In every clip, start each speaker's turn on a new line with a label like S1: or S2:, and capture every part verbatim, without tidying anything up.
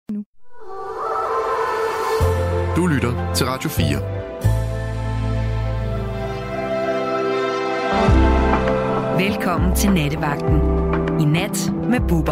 S1: nu.
S2: Du lytter til Radio fire.
S3: Velkommen til Nattevagten. I nat med Bubber.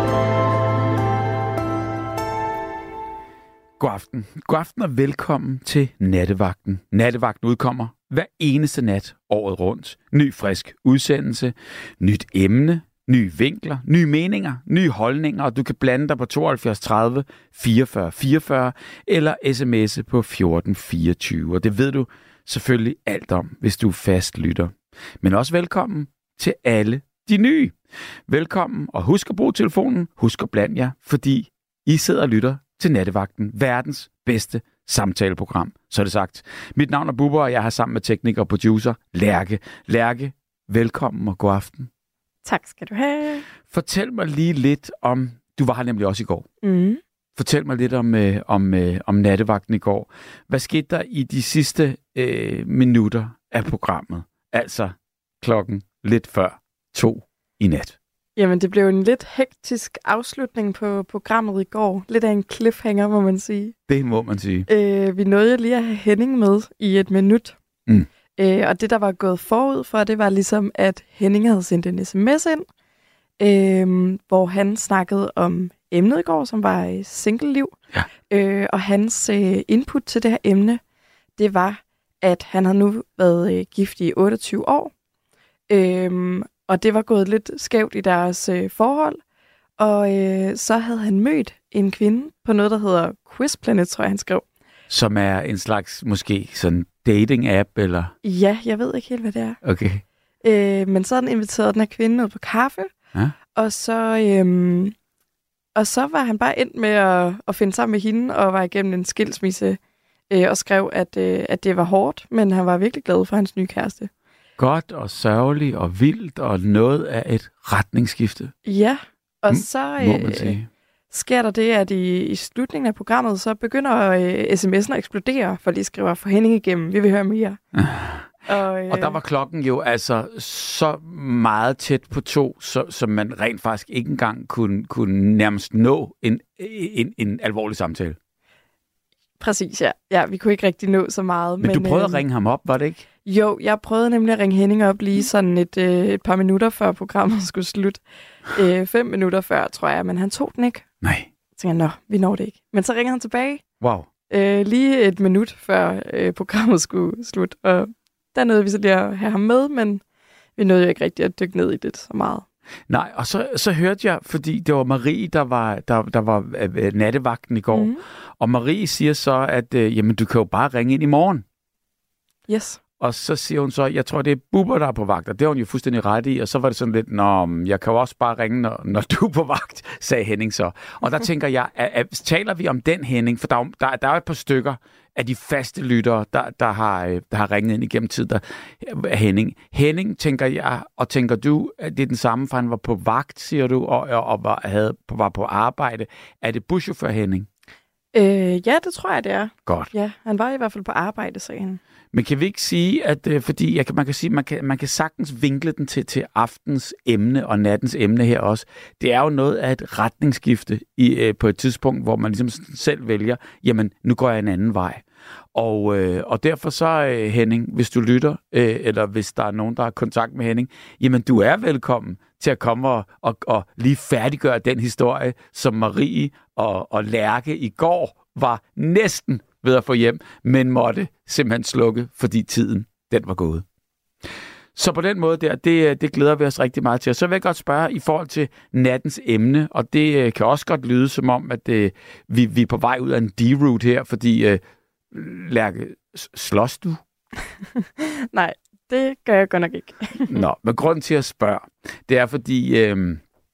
S4: God aften. God aften og velkommen til Nattevagten. Nattevagten udkommer hver eneste nat året rundt. Ny frisk udsendelse, nyt emne, nye vinkler, nye meninger, nye holdninger, og du kan blande dig på tooghalvfjerds tredive fireogfyrre fireogfyrre eller sms'e på fjorten fireogtyve. Og det ved du selvfølgelig alt om, hvis du er fast lytter. Men også velkommen til alle de nye. Velkommen, og husk at bruge telefonen. Husk at blande jer, fordi I sidder og lytter til Nattevagten, verdens bedste samtaleprogram. Så er det sagt. Mit navn er Bubber, og jeg har sammen med tekniker og producer Lærke. Lærke, velkommen og god aften.
S1: Tak skal du have.
S4: Fortæl mig lige lidt om, du var her nemlig også i går.
S1: Mm.
S4: Fortæl mig lidt om, øh, om, øh, om Nattevagten i går. Hvad skete der i de sidste øh, minutter af programmet? Altså klokken lidt før to i nat.
S1: Jamen, det blev en lidt hektisk afslutning på programmet i går. Lidt af en cliffhanger, må man sige.
S4: Det må man sige.
S1: Øh, vi nåede lige at have Henning med i et minut.
S4: Mm.
S1: Øh, og det, der var gået forud for, det var ligesom, at Henning havde sendt en sms ind, øh, hvor han snakkede om emnet i går, som var single-liv.
S4: Ja.
S1: Øh, og hans øh, input til det her emne, det var, at han havde nu været øh, gift i otteogtyve år. Øh, og det var gået lidt skævt i deres øh, forhold. Og øh, så havde han mødt en kvinde på noget, der hedder Quizplanet, tror jeg, han skrev.
S4: Som er en slags, måske sådan dating-app, eller?
S1: Ja, jeg ved ikke helt, hvad det er.
S4: Okay.
S1: Øh, men så havde han inviteret den her kvinde ud på kaffe,
S4: ja.
S1: og, så, øhm, og så var han bare endt med at, at finde sammen med hende, og var igennem en skilsmisse, øh, og skrev, at, øh, at det var hårdt, men han var virkelig glad for hans nye kæreste.
S4: Godt og sørgeligt og vildt, og noget af et retningsskifte.
S1: Ja, og så
S4: må man sige.
S1: Øh, sker der det, at i, i slutningen af programmet, så begynder øh, sms'en at eksplodere, for de skriver for Henning igennem, vi vil høre mere.
S4: Og, øh... og der var klokken jo altså så meget tæt på to, så, så man rent faktisk ikke engang kunne, kunne nærmest nå en, en, en alvorlig samtale.
S1: Præcis, ja. Ja, vi kunne ikke rigtig nå så meget.
S4: Men, men du prøvede øh... at ringe ham op, var det ikke?
S1: Jo, jeg prøvede nemlig at ringe Henning op lige sådan et, øh, et par minutter før programmet skulle slutte. Øh, fem minutter før, tror jeg, men han tog den ikke.
S4: Nej.
S1: Så tænkte jeg, nå, vi når det ikke. Men så ringer han tilbage.
S4: Wow.
S1: Øh, lige et minut før øh, programmet skulle slutte, og der nåede vi så lige at have ham med, men vi nåede jo ikke rigtig at dykke ned i det så meget.
S4: Nej, og så, så hørte jeg, fordi det var Marie, der var, der, der var øh, nattevagten i går, mm. og Marie siger så, at øh, jamen, du kan jo bare ringe ind i morgen.
S1: Yes.
S4: Og så siger hun så, jeg tror, det er Bubber, der er på vagt, og det har hun jo fuldstændig ret i, og så var det sådan lidt, nå, jeg kan jo også bare ringe, når, når du er på vagt, sagde Henning så. Og der tænker jeg, at, at, taler vi om den Henning, for der, der, der er et par stykker af de faste lyttere, der, der, har, der har ringet ind igennem tid, der Henning. Henning, tænker jeg, og tænker du, at det er den samme, for han var på vagt, siger du, og, og, og var, havde, var på arbejde. Er det buschauffør Henning?
S1: Øh, ja, det tror jeg, det er.
S4: Godt.
S1: Ja, han var i hvert fald på arbejde, sagde han.
S4: Men kan vi ikke sige, at øh, fordi jeg, man kan sige, man kan, man kan sagtens vinkle den til, til aftens emne og nattens emne her også. Det er jo noget af et retningsskifte i, øh, på et tidspunkt, hvor man ligesom selv vælger, jamen nu går jeg en anden vej. Og, øh, og derfor så, øh, Henning, hvis du lytter, øh, eller hvis der er nogen, der har kontakt med Henning, jamen du er velkommen til at komme og, og, og lige færdiggøre den historie, som Marie og, og Lærke i går var næsten ved at få hjem, men måtte simpelthen slukke, fordi tiden, den var gået. Så på den måde der, det, det glæder vi os rigtig meget til. Og så vil jeg godt spørge i forhold til nattens emne, og det kan også godt lyde som om, at det, vi, vi er på vej ud af en D-route her, fordi uh, Lærke, slås du?
S1: Nej, det gør jeg godt nok ikke.
S4: Nå, men grunden til at spørge, det er fordi uh,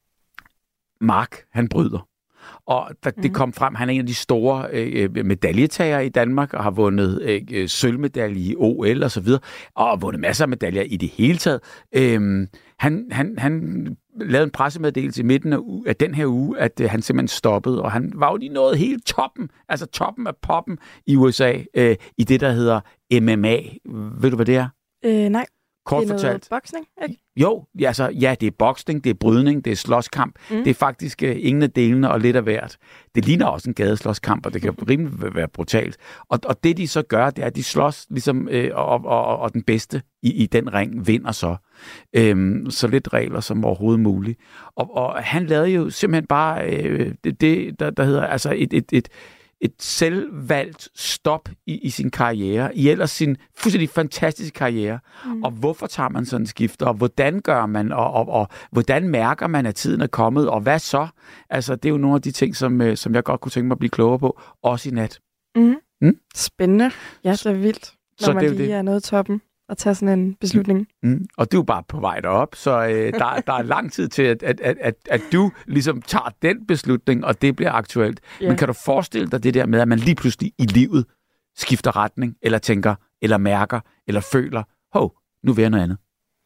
S4: Mark, han bryder. Og da det mm. kom frem, han er en af de store øh, medaljetagere i Danmark, og har vundet øh, sølvmedalje i O L og så videre, og har vundet masser af medaljer i det hele taget. Øhm, han, han, han lavede en pressemeddelelse i midten af, u- af den her uge, at øh, han simpelthen stoppede, og han var jo lige nået helt toppen, altså toppen af poppen i U S A, øh, i det, der hedder M M A. Ved du, hvad det er?
S1: Øh, nej.
S4: Kort
S1: det er
S4: fortalt.
S1: noget boksning, ikke?
S4: Jo, altså, ja, det er boksning, det er brydning, det er slåskamp. Mm. Det er faktisk uh, ingen af delene og lidt af hvert. Det ligner også en gadeslåskamp, og det kan rimelig være brutalt. Og, og det, de så gør, det er, at de slås, ligesom, øh, og, og, og, og den bedste i, i den ring vinder så. Øhm, så lidt regler som overhovedet muligt. Og, og han lavede jo simpelthen bare øh, det, det der, der hedder altså et, et, et et selvvalgt stop i, i sin karriere, i ellers sin fuldstændig fantastiske karriere. Mm. Og hvorfor tager man sådan en skifte, og hvordan gør man, og, og, og hvordan mærker man, at tiden er kommet, og hvad så? Altså, det er jo nogle af de ting, som, som jeg godt kunne tænke mig at blive klogere på, også i nat.
S1: Mm.
S4: Mm?
S1: Spændende. Ja, det er vildt, når
S4: så
S1: man
S4: det er
S1: lige
S4: det.
S1: er nået toppen og tage sådan en beslutning.
S4: Mm. Og du er bare på vej derop, så øh, der, der er lang tid til, at, at, at, at, at du ligesom tager den beslutning, og det bliver aktuelt. Yeah. Men kan du forestille dig det der med, at man lige pludselig i livet skifter retning, eller tænker, eller mærker, eller føler, hov, nu vil jeg noget andet?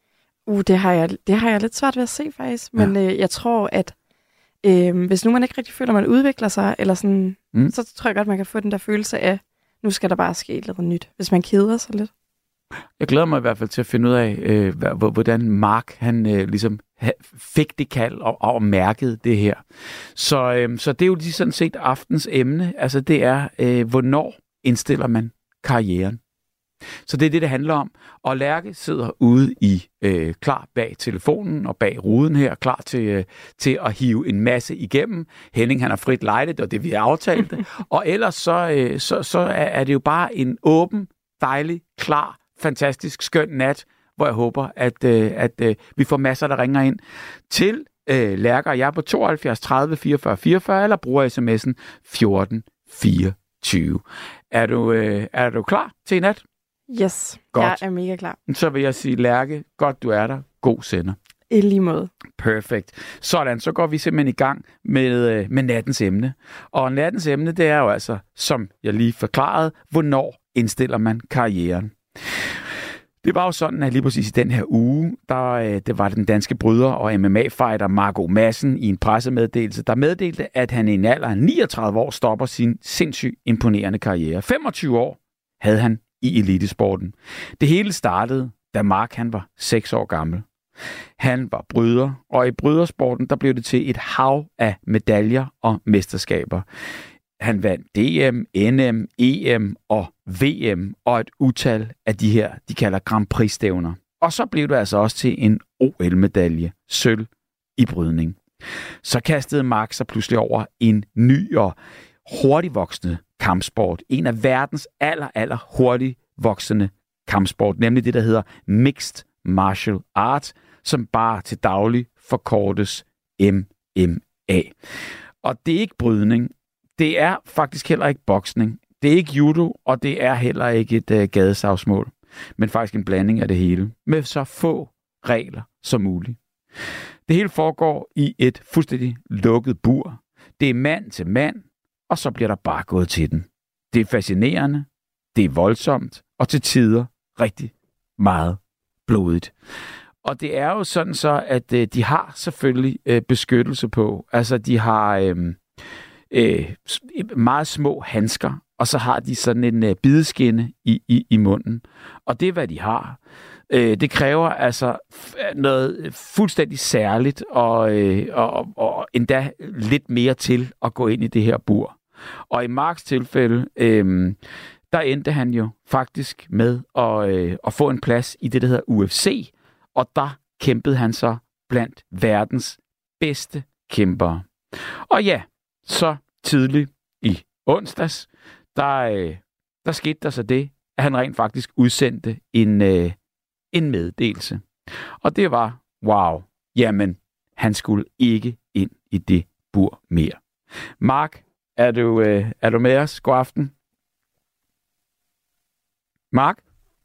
S1: Uh, det har jeg, det har jeg lidt svært ved at se faktisk, men ja. øh, jeg tror, at øh, hvis nu man ikke rigtig føler, at man udvikler sig, eller sådan, mm. så tror jeg godt, man kan få den der følelse af, nu skal der bare ske noget nyt, hvis man keder sig lidt.
S4: Jeg glæder mig i hvert fald til at finde ud af, øh, hvordan Mark han øh, ligesom fik det kald og, og mærkede det her. Så, øh, så det er jo lige sådan set aftens emne. Altså det er, øh, hvornår indstiller man karrieren? Så det er det, det handler om. Og Lærke sidder ude i øh, klar bag telefonen og bag ruden her, klar til, øh, til at hive en masse igennem. Henning, han har frit lejde, det var det, vi aftalte. Og ellers så, øh, så, så er det jo bare en åben, dejlig, klar, fantastisk, skøn nat, hvor jeg håber, at, øh, at øh, vi får masser, der ringer ind til øh, Lærke og jeg på tooghalvfjerds tredive fireogfyrre fireogfyrre, eller bruger sms'en fjorten fireogtyve. Er du, øh, er du klar til i nat?
S1: Yes,
S4: godt.
S1: Jeg er mega klar.
S4: Så vil jeg sige, Lærke, godt du er der. God sender.
S1: I lige måde.
S4: Perfekt. Sådan, så går vi simpelthen i gang med, med nattens emne. Og nattens emne, det er jo altså, som jeg lige forklarede, hvornår indstiller man karrieren. Det var jo sådan, at lige præcis i den her uge, der det var den danske bryder og M M A-fighter Marco Madsen i en pressemeddelelse, der meddelte, at han i en alder af niogtredive år stopper sin sindssygt imponerende karriere. femogtyve år havde han i elitesporten. Det hele startede, da Mark han var seks år gammel. Han var bryder, og i brydersporten der blev det til et hav af medaljer og mesterskaber. Han vandt D M, N M, E M og V M og et utal af de her, de kalder Grand Prix-stævner. Og så blev det altså også til en O L-medalje, sølv i brydning. Så kastede Mark sig pludselig over en ny og hurtigt voksende kampsport. En af verdens aller, aller hurtigt voksende kampsport, nemlig det, der hedder Mixed Martial Arts, som bare til daglig forkortes M M A. Og det er ikke brydning. Det er faktisk heller ikke boksning. Det er ikke judo, og det er heller ikke et uh, gadeslagsmål. Men faktisk en blanding af det hele. Med så få regler som muligt. Det hele foregår i et fuldstændig lukket bur. Det er mand til mand, og så bliver der bare gået til den. Det er fascinerende, det er voldsomt, og til tider rigtig meget blodigt. Og det er jo sådan så, at øh, de har selvfølgelig øh, beskyttelse på. Altså, de har øh, øh, meget små handsker, og så har de sådan en øh, bideskinne i, i, i munden. Og det er, hvad de har. Øh, det kræver altså noget fuldstændig særligt, og, øh, og, og endda lidt mere til at gå ind i det her bur. Og i Marks tilfælde, øh, der endte han jo faktisk med at, øh, at få en plads i det, der hedder U F C, og der kæmpede han så blandt verdens bedste kæmpere. Og ja, så tidligt i onsdags, der, øh, der skete der så det, at han rent faktisk udsendte en, øh, en meddelelse. Og det var, wow, jamen, han skulle ikke ind i det bur mere. Mark, er du, øh, er du med os? God aften. Mark?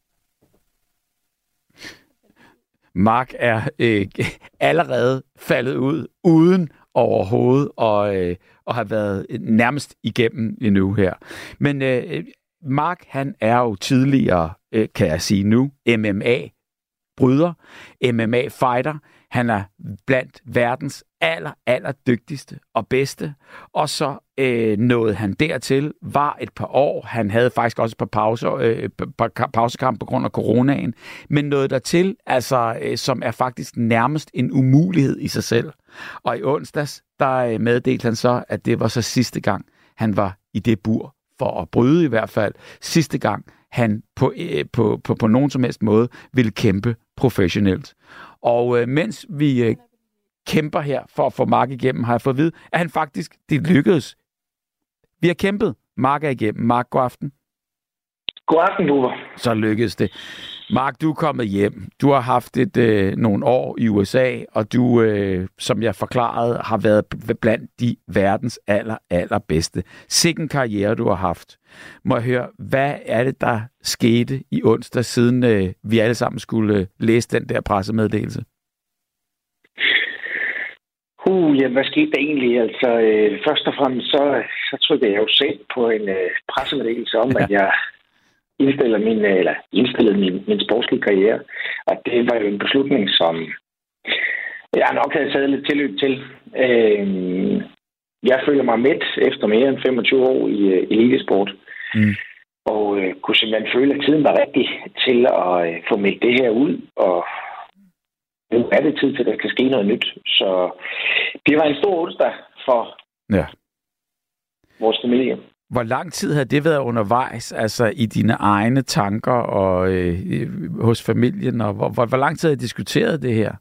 S4: Mark er øh, allerede faldet ud uden overhovedet og, øh, og har været nærmest igennem endnu her. Men øh, Mark, han er jo tidligere, øh, kan jeg sige nu, M M A-bryder, M M A-fighter. Han er blandt verdens aller, aller dygtigste og bedste. Og så øh, nåede han dertil, var et par år. Han havde faktisk også et par, pauser, øh, par pausekamp på grund af coronaen. Men nåede dertil, altså, øh, som er faktisk nærmest en umulighed i sig selv. Og i onsdags, der øh, meddelte han så, at det var så sidste gang, han var i det bur. For at bryde i hvert fald. Sidste gang, han på, øh, på, på, på nogen som helst måde ville kæmpe professionelt. Og øh, mens vi øh, kæmper her for at få Mark igennem, har jeg fået at vide, at han faktisk, det lykkedes. Vi har kæmpet. Mark er igennem. Mark, god aften.
S5: God aften, Duber.
S4: Så lykkedes det. Mark, du er kommet hjem. Du har haft et øh, nogle år i U S A, og du, øh, som jeg forklarede, har været blandt de verdens aller, aller bedste. Sikken karriere, du har haft. Må jeg høre, hvad er det, der skete i onsdag, siden øh, vi alle sammen skulle øh, læse den der pressemeddelelse?
S5: Uh, ja, hvad skete der egentlig? Altså, øh, først og fremmest, så, så trykkede jeg jo selv på en øh, pressemeddelelse om, ja. at jeg indstiller min, eller indstillede min, min sportslige karriere. Og det var jo en beslutning, som jeg nok havde taget lidt tilløb til. Øh, jeg føler mig mæt efter mere end femogtyve år i uh, elitesport. Mm. Og øh, kunne simpelthen føle, at tiden var rigtig til at øh, få meldt det her ud. Og nu er det tid til, at der kan ske noget nyt. Så det var en stor onsdag for
S4: ja.
S5: vores familie.
S4: Hvor lang tid havde det været undervejs, altså i dine egne tanker og øh, hos familien? Og hvor, hvor, hvor lang tid havde I diskuteret det her?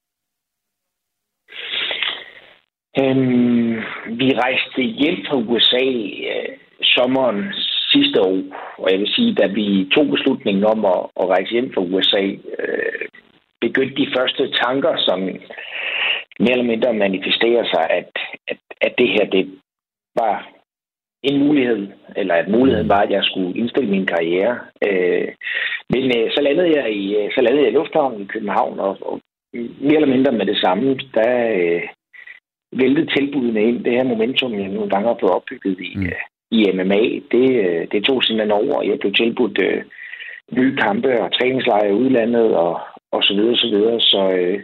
S5: Øhm, vi rejste hjem fra U S A øh, sommeren sidste år. Og jeg vil sige, da vi tog beslutningen om at, at rejse hjem fra U S A, øh, begyndte de første tanker, som mere eller mindre manifesterer sig, at, at, at det her, det var en mulighed, eller at muligheden var, at jeg skulle indstille min karriere. Øh, men øh, så landede jeg i så landede jeg i lufthavnen i København, og, og mere eller mindre med det samme, der øh, væltede tilbudene ind. Det her momentum, jeg nogle gange har fået opbygget i, mm. øh, i M M A, det, øh, det tog simpelthen over, og jeg blev tilbudt øh, nye kampe og træningslejre i udlandet, og, og så videre, så videre. Så, øh,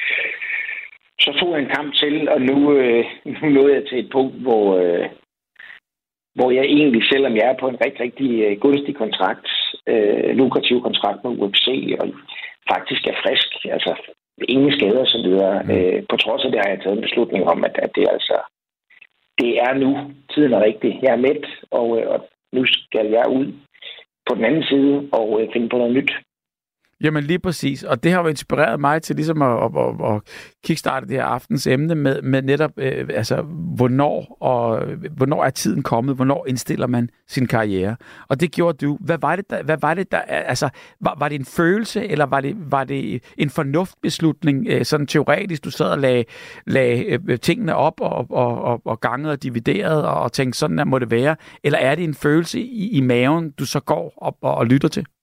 S5: så tog jeg en kamp til, og nu, øh, nu nåede jeg til et punkt, hvor øh, hvor jeg egentlig, selvom jeg er på en rigtig, rigtig uh, gunstig kontrakt, uh, lukrativ kontrakt med U F C, og faktisk er frisk, altså ingen skader og så videre. Mm. Uh, på trods af det har jeg taget en beslutning om, at, at det altså, det er nu, tiden er rigtig. Jeg er mæt, og, uh, og nu skal jeg ud på den anden side og uh, finde på noget nyt.
S4: Jamen lige præcis, og det har jo inspireret mig til ligesom at, at, at, at kickstarte det her aftens emne med, med netop, øh, altså, hvornår, og, hvornår er tiden kommet, hvornår indstiller man sin karriere. Og det gjorde du. Hvad var det, der, hvad var det der, altså, var, var det en følelse, eller var det, var det en fornuftbeslutning, øh, sådan teoretisk, du sad og lagde, lagde øh, tingene op og, og, og, og gangede og dividerede og, og tænkte, sådan der må det være, eller er det en følelse i, i maven, du så går op og, og lytter til?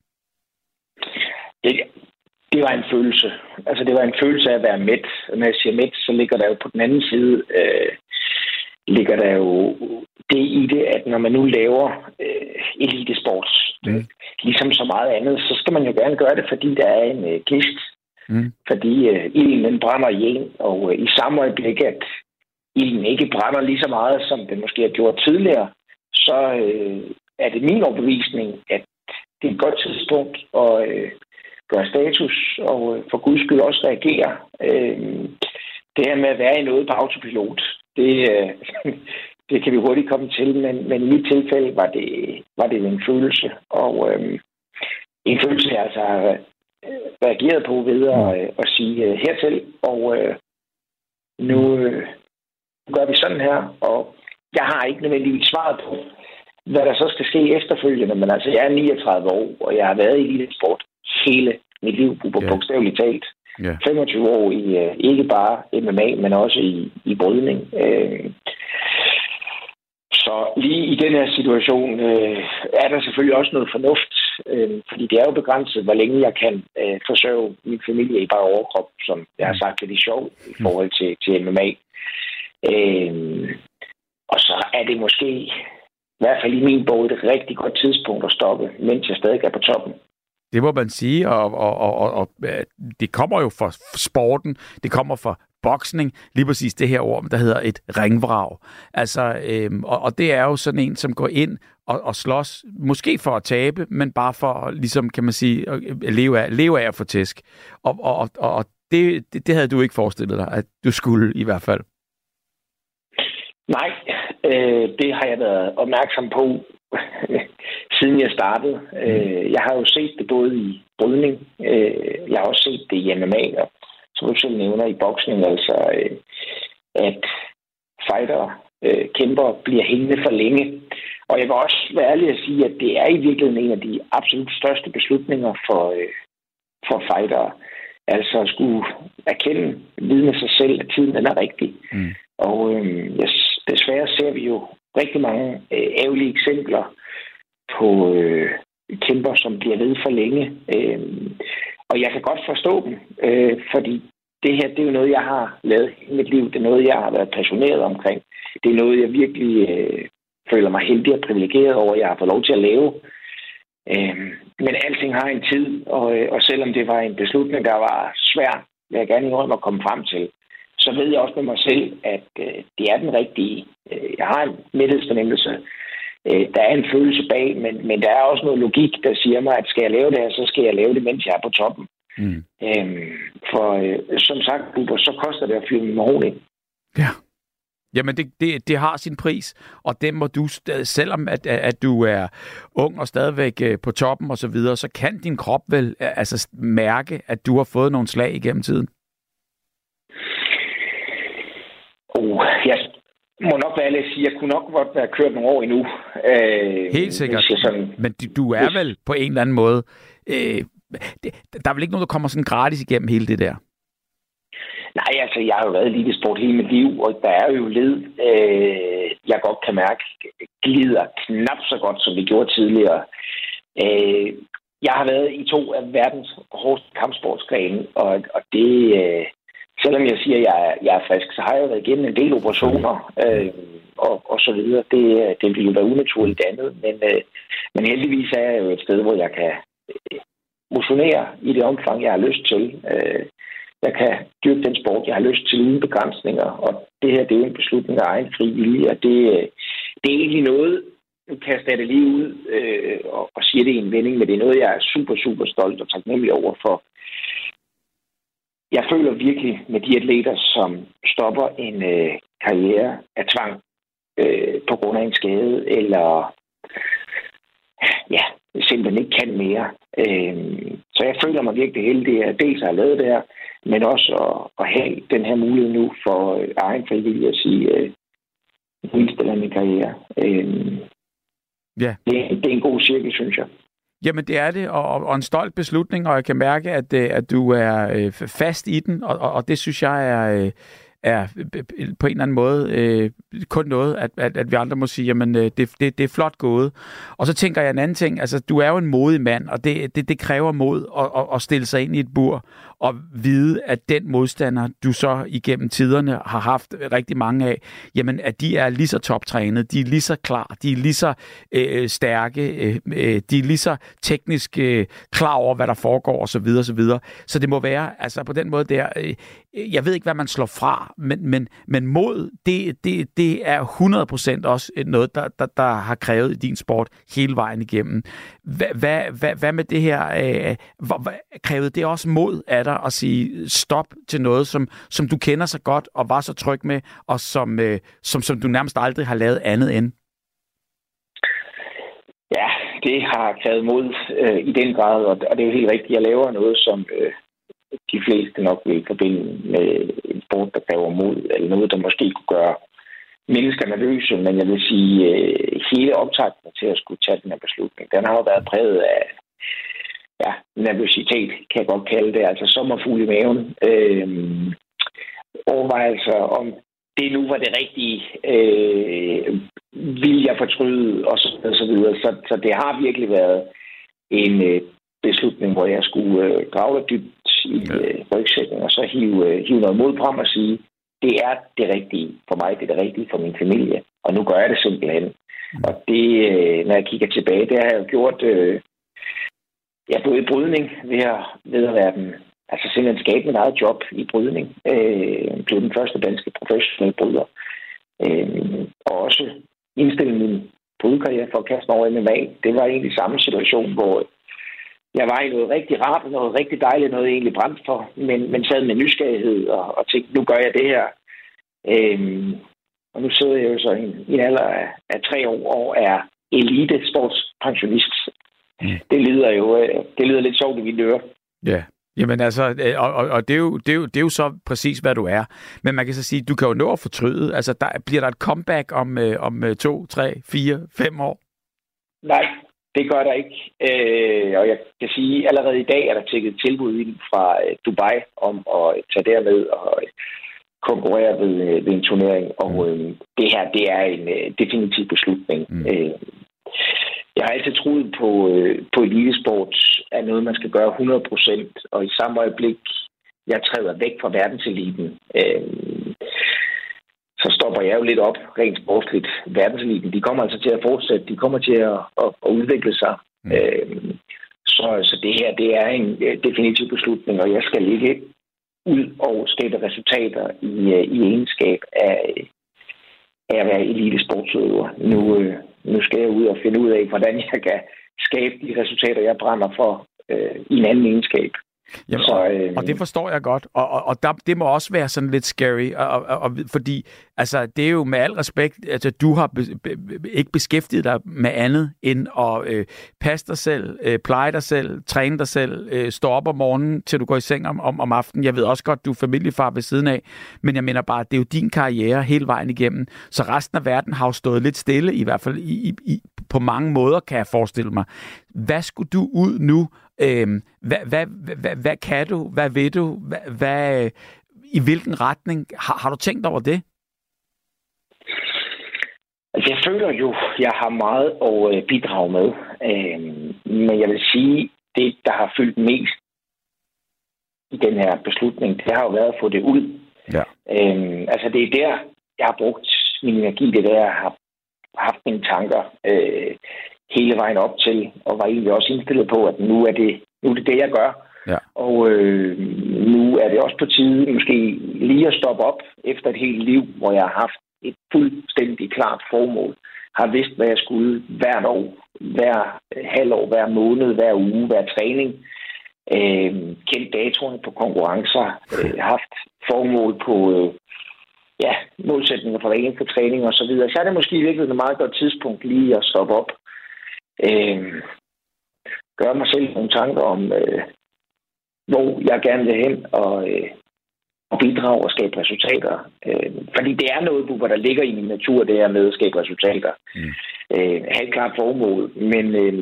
S5: Det, det var en følelse. Altså, det var en følelse af at være mæt. Og når jeg siger mæt, så ligger der jo på den anden side, øh, ligger der jo det i det, at når man nu laver øh, elitesport, mm. ligesom så meget andet, så skal man jo gerne gøre det, fordi der er en øh, gist. Mm. Fordi øh, ilden, den brænder i en, og øh, i samme øjeblik, at ilden ikke brænder lige så meget, som den måske har gjort tidligere, så øh, er det min overbevisning, at det er et godt tidspunkt at øh, gøre status, og øh, for guds skyld også reagere. Øh, det her med at være i noget på autopilot, det, øh, det kan vi hurtigt komme til, men, men i mit tilfælde var det, var det en følelse, og øh, en følelse, jeg altså har reageret på ved at, øh, at sige øh, hertil, og øh, nu øh, gør vi sådan her, og jeg har ikke nødvendigvis svaret på, hvad der så skal ske efterfølgende, men altså, jeg er niogtredive år, og jeg har været i elitesport hele mit liv, på yeah. bogstaveligt talt. Yeah. femogtyve år i uh, ikke bare M M A, men også i, i brydning. Uh, så lige i den her situation uh, er der selvfølgelig også noget fornuft, uh, fordi det er jo begrænset, hvor længe jeg kan uh, forsørge min familie i bare overkrop, som jeg har sagt lidt i sjov i forhold til, til M M A. Uh, og så er det måske i hvert fald i min bog et rigtig godt tidspunkt at stoppe, mens jeg stadig er på toppen.
S4: Det må man sige, og, og, og, og, og det kommer jo fra sporten, det kommer fra boksning, lige præcis det her ord, der hedder et ringvrag. Altså, øhm, og, og det er jo sådan en, som går ind og, og slås, måske for at tabe, men bare for, ligesom kan man sige, at leve af, leve af at få tæsk. Og, og, og, og det, det, det havde du ikke forestillet dig, at du skulle i hvert fald.
S5: Nej, øh, det har jeg været opmærksom på, siden jeg startede. Øh, jeg har jo set det både i brydning, øh, jeg har også set det i M M A, og som du selv nævner i boksning, altså øh, at fighter, øh, kæmper, bliver hængende for længe. Og jeg vil også være ærlig at sige, at det er i virkeligheden en af de absolut største beslutninger for, øh, for fightere. Altså at skulle erkende, vidne sig selv, at tiden den er rigtig. Mm. Og øh, ja, desværre ser vi jo rigtig mange øh, ærgerlige eksempler på øh, kæmper, som bliver ved for længe. Øh, og jeg kan godt forstå dem, øh, fordi det her, det er jo noget, jeg har lavet i mit liv. Det er noget, jeg har været passioneret omkring. Det er noget, jeg virkelig øh, føler mig heldig og privilegeret over, at jeg har fået lov til at lave. Øh, men alting har en tid, og, og selvom det var en beslutning, der var svær, vil jeg gerne indrømme at komme frem til, så ved jeg også med mig selv, at øh, det er den rigtige. Øh, jeg har en mæthedsfornemmelse. Øh, der er en følelse bag, men, men der er også noget logik, der siger mig, at skal jeg lave det her, så skal jeg lave det, mens jeg er på toppen. Mm. Øh, for øh, som sagt, så koster det at fyre med mahogni.
S4: Ja. Jamen, det, det, det har sin pris, og det må du, selvom at, at du er ung og stadigvæk på toppen og så videre, så kan din krop vel altså mærke, at du har fået nogle slag igennem tiden?
S5: Oh, jeg må nok være ærlig at sige, at jeg kunne nok godt være kørt nogle år endnu. Øh,
S4: Helt sikkert, sådan... men du er vel på en eller anden måde... Øh, det, der er vel ikke noget, der kommer sådan gratis igennem hele det der?
S5: Nej, altså, jeg har jo været i elitesport hele mit liv, og der er jo led, øh, jeg godt kan mærke, glider knap så godt, som vi gjorde tidligere. Øh, jeg har været i to af verdens hårdeste kampsportsgrene, og, og det, øh, selvom jeg siger, at jeg er, jeg er frisk, så har jeg jo været igennem en del operationer, øh, og, og så videre. Det, det vil jo være unaturligt andet, men, øh, men heldigvis er jeg jo et sted, hvor jeg kan øh, motionere i det omfang, jeg har lyst til. Øh, Jeg kan dyrke den sport, jeg har lyst til uden begrænsninger. Og det her, det er jo en beslutning af egen fri vilje. Og det, det er egentlig noget, nu kaster jeg det lige ud øh, og, og siger det i en vending, men det er noget, jeg er super, super stolt og taknemmelig over for. Jeg føler virkelig med de atleter, som stopper en øh, karriere af tvang øh, på grund af en skade, eller ja, simpelthen ikke kan mere. Øh, så jeg føler mig virkelig heldig, at dels har jeg lavet det her, men også at, at have den her mulighed nu for øh, egen frivillig at sige, øh, nu indstiller min karriere. Øh,
S4: ja.
S5: det, det er en god cirkel, synes jeg.
S4: Jamen, det er det, og, og en stolt beslutning, og jeg kan mærke, at, at du er øh, fast i den, og, og det synes jeg er... Øh, er på en eller anden måde øh, kun noget, at, at, at vi andre må sige, jamen øh, det, det, det er flot gået. Og så tænker jeg en anden ting, altså du er jo en modig mand, og det, det, det kræver mod at, at, at stille sig ind i et bur og vide, at den modstander, du så igennem tiderne har haft rigtig mange af, jamen at de er lige så toptrænet, de er lige så klar, de er lige så øh, stærke, øh, de er lige så teknisk øh, klar over, hvad der foregår og så videre, så videre. Så det må være, altså på den måde der, øh, jeg ved ikke, hvad man slår fra, men, men, men mod, det, det, det er hundrede procent også noget, der, der, der har krævet i din sport hele vejen igennem. Hvad, hvad, hvad, hvad med det her? Øh, hvad, krævede det også mod af dig at sige stop til noget, som, som du kender så godt og var så tryg med, og som, øh, som, som du nærmest aldrig har lavet andet end?
S5: Ja, det har krævet mod øh, i den grad, og, og det er jo helt rigtigt. Jeg laver noget, som... Øh de fleste nok vil forbinde med en sport, der kræver mod, eller noget, der måske kunne gøre mennesker nervøse, men jeg vil sige, at hele optakten til at skulle tage den her beslutning, den har jo været præget af ja, nervøsitet, kan jeg godt kalde det, altså sommerfugl i maven. Øhm, overvejelser om det nu var det rigtige, øh, vil jeg fortryde, og så, og så videre. Så, så det har virkelig været en øh, beslutning, hvor jeg skulle øh, grave dybt i øh, rygsækken, og så hive, øh, hive noget mod frem og sige, det er det rigtige for mig, det er det rigtige for min familie, og nu gør jeg det simpelthen. Mm. Og det, øh, når jeg kigger tilbage, det har jeg jo gjort øh, ja, både i brydning ved at, ved at være den, altså simpelthen skabe mit eget job i brydning. Øh, blev den første danske professionelle bryder. Øh, og også indstille min brydekarriere for at kaste mig over M M A. Det var egentlig samme situation, hvor jeg var i noget rigtig rart, noget rigtig dejligt, noget jeg egentlig brændte for, men, men sad med nysgerrighed og, og tænkte, nu gør jeg det her. Øhm, og nu sidder jeg jo så i, i en alder af, af tre år og er elite sportspensionist. Mm. Det lyder jo det lyder lidt sjovt i mine ører.
S4: Ja, jamen altså, og, og, og det, er jo, det, er jo, det er jo så præcis, hvad du er. Men man kan så sige, du kan jo nå at fortryde. Altså, der, bliver der et comeback om, om to, tre, fire, fem år?
S5: Nej. Det gør der ikke. Øh, og jeg kan sige, at allerede i dag er der tækket tilbud ind fra øh, Dubai om at tage derned og øh, konkurrere ved, øh, ved en turnering. Og øh, det her, det er en øh, definitiv beslutning. Mm. Øh, jeg har altid troet på, øh, på elitesport er noget, man skal gøre hundrede procent. Og i samme øjeblik, jeg træder væk fra verdenseliten, øh, så stopper jeg jo lidt op rent sportsligt. Verdenseliten, de kommer altså til at fortsætte, de kommer til at, at, at udvikle sig. Mm. Øhm, så, så det her, det er en definitiv beslutning, og jeg skal ikke ud og skabe resultater i, i egenskab af, af at være elitesportsudøver. Nu, nu skal jeg ud og finde ud af, hvordan jeg kan skabe de resultater, jeg brænder for øh, i en anden egenskab.
S4: Jamen, så, øh... og det forstår jeg godt, og, og, og der, det må også være sådan lidt scary, og, og, og, fordi altså, det er jo med al respekt, altså, du har be, be, ikke beskæftiget dig med andet end at øh, passe dig selv, øh, pleje dig selv, træne dig selv, øh, stå op om morgenen, til du går i seng om, om, om aftenen. Jeg ved også godt, du er familiefar ved siden af, men jeg mener bare, det er jo din karriere hele vejen igennem, så resten af verden har jo stået lidt stille, i hvert fald i, i, i, på mange måder, kan jeg forestille mig. Hvad skulle du ud nu? Øhm, hvad, hvad, hvad, hvad kan du? Hvad ved du? Hvad, hvad, i hvilken retning? Har, har du tænkt over det?
S5: Altså, jeg føler jo, jeg har meget at bidrage med. Øhm, men jeg vil sige, det, der har fyldt mest i den her beslutning, det har jo været at få det ud.
S4: Ja.
S5: Øhm, altså, det er der, jeg har brugt min energi. Det er der, jeg har haft mine tanker øh, hele vejen op til, og var egentlig også indstillet på, at nu er det, nu er det, det, jeg gør.
S4: Ja.
S5: Og øh, nu er det også på tide, måske lige at stoppe op efter et helt liv, hvor jeg har haft et fuldstændig klart formål. Har vidst, hvad jeg skulle hvert år, hver halvår, hver måned, hver uge, hver træning. Øh, kendt datoerne på konkurrencer. Øh, haft formål på øh, ja, målsætninger for hver eneste træning og så videre. Så er det måske virkelig et meget godt tidspunkt lige at stoppe op. Øh, gøre mig selv nogle tanker om, øh, hvor jeg gerne vil hen og, øh, og bidrage og skabe resultater. Øh, fordi det er noget, hvor der ligger i min natur, det er med at skabe resultater. Mm. Øh, have et klart formål, men øh,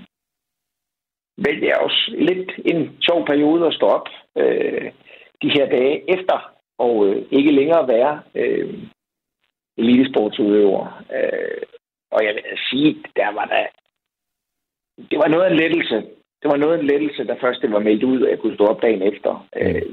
S5: vælger jeg også lidt en sjov periode at stå op øh, de her dage efter, og øh, ikke længere være øh, elitesportsudøver. Øh, og jeg vil sige, der var der det var noget af en lettelse. Det var noget af en lettelse, da først det var meldt ud, at jeg kunne stå op dagen efter. Mm. Øh,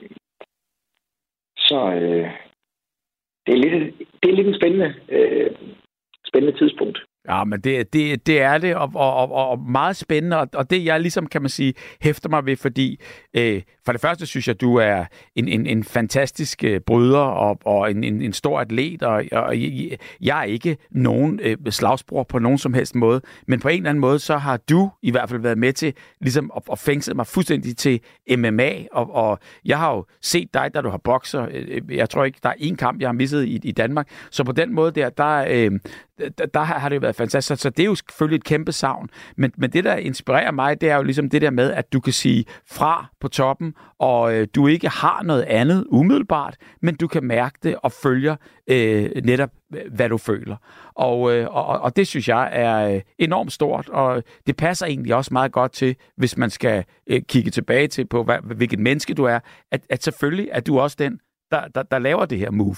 S5: så øh, det, er lidt, det er lidt en spændende, øh, spændende tidspunkt.
S4: Ja, men det, det, det er det, og, og, og meget spændende, og, og det jeg ligesom, kan man sige, hæfter mig ved, fordi øh, for det første synes jeg, du er en, en, en fantastisk øh, bryder og, og en, en, en stor atlet, og, og jeg er ikke nogen øh, slagsbror på nogen som helst måde, men på en eller anden måde, så har du i hvert fald været med til ligesom at, at fængsle mig fuldstændig til M M A, og, og jeg har jo set dig, da du har bokser. Jeg tror ikke, der er én kamp, jeg har misset i, i Danmark, så på den måde der, der, øh, der, der har det jo været fantastisk, så det er jo selvfølgelig et kæmpe savn, men, men det, der inspirerer mig, det er jo ligesom det der med, at du kan sige fra på toppen, og øh, du ikke har noget andet umiddelbart, men du kan mærke det og følger øh, netop, hvad du føler. Og, øh, og, og det synes jeg er øh, enormt stort, og det passer egentlig også meget godt til, hvis man skal øh, kigge tilbage til, på hvad, hvilket menneske du er, at, at selvfølgelig er du også den, der, der, der laver det her move.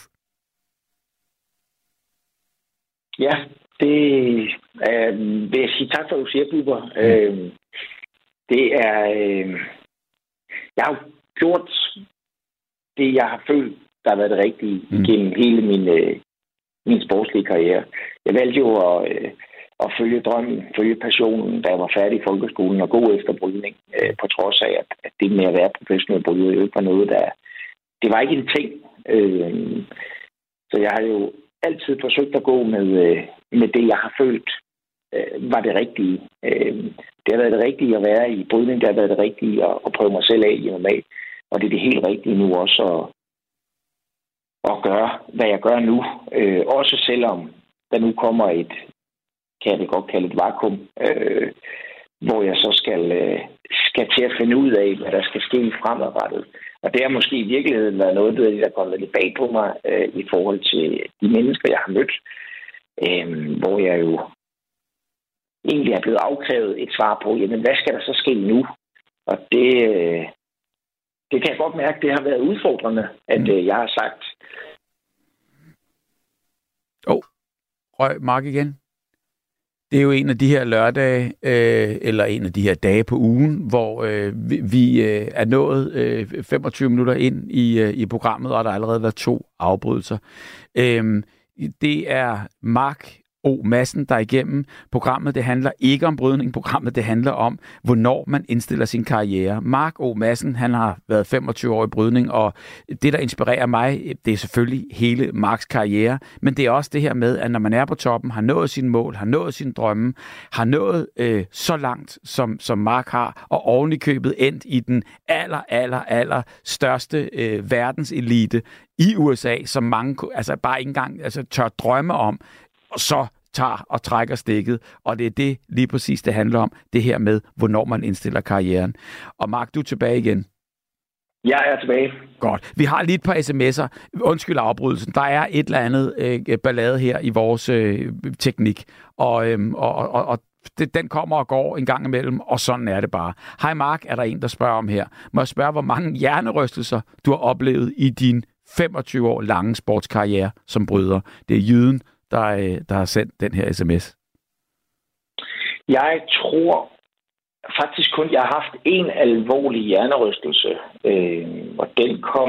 S5: Ja, det øh, vil jeg sige tak for, at du siger, Bubber. Mm. Øh, det er... Øh, jeg har gjort det, jeg har følt, der har været det rigtige mm. gennem hele min, øh, min sportslige karriere. Jeg valgte jo at, øh, at følge drømmen, følge passionen, da jeg var færdig i folkeskolen og gå efter brydning, øh, på trods af, at, at det med at være professionel bryder jo ikke var noget, der... Det var ikke en ting. Øh, så jeg har jo altid forsøgt at gå med, øh, med det, jeg har følt, øh, var det rigtige. Øh, det har været det rigtige at være i brydning, det har været det rigtige at, at prøve mig selv af i M M A, og det er det helt rigtige nu også at, at gøre, hvad jeg gør nu. Øh, også selvom der nu kommer et, kan jeg det godt kalde et vakuum, øh, hvor jeg så skal, øh, skal til at finde ud af, hvad der skal ske fremadrettet. Og det har måske i virkeligheden været noget, der er kommet lidt bag på mig øh, i forhold til de mennesker, jeg har mødt, øh, hvor jeg jo egentlig er blevet afkrævet et svar på, jamen hvad skal der så ske nu? Og det, øh, det kan jeg godt mærke, det har været udfordrende, at mm. øh, jeg har sagt.
S4: Åh, oh, røg Mark igen. Det er jo en af de her lørdage, øh, eller en af de her dage på ugen, hvor øh, vi, vi øh, er nået øh, femogtyve minutter ind i, øh, i programmet, og der har allerede været to afbrydelser. Øh, det er Mark O. Madsen, der er igennem programmet. Det handler ikke om brydning. Programmet det handler om, hvornår man indstiller sin karriere. Mark O. Madsen, han har været femogtyve år i brydning, og det, der inspirerer mig, det er selvfølgelig hele Marks karriere, men det er også det her med, at når man er på toppen, har nået sine mål, har nået sine drømme, har nået øh, så langt, som, som Mark har, og oven i købet endt i den aller, aller, aller største øh, verdenselite i U S A, som mange altså bare ikke engang altså, tør drømme om, og så tager og trækker stikket, og det er det lige præcis, det handler om, det her med, hvornår man indstiller karrieren. Og Mark, du er tilbage igen.
S5: Jeg er tilbage.
S4: Godt. Vi har lige et par sms'er. Undskyld afbrydelsen. Der er et eller andet øh, ballade her i vores øh, teknik, og, øh, og, og, og det, den kommer og går en gang imellem, og sådan er det bare. Hej Mark, er der en, der spørger om her. Må jeg spørge, hvor mange hjernerystelser du har oplevet i din femogtyve år lange sportskarriere som bryder? Det er Jyden, Der, der har sendt den her sms.
S5: Jeg tror faktisk kun, jeg har haft en alvorlig hjernerystelse, øh, og den kom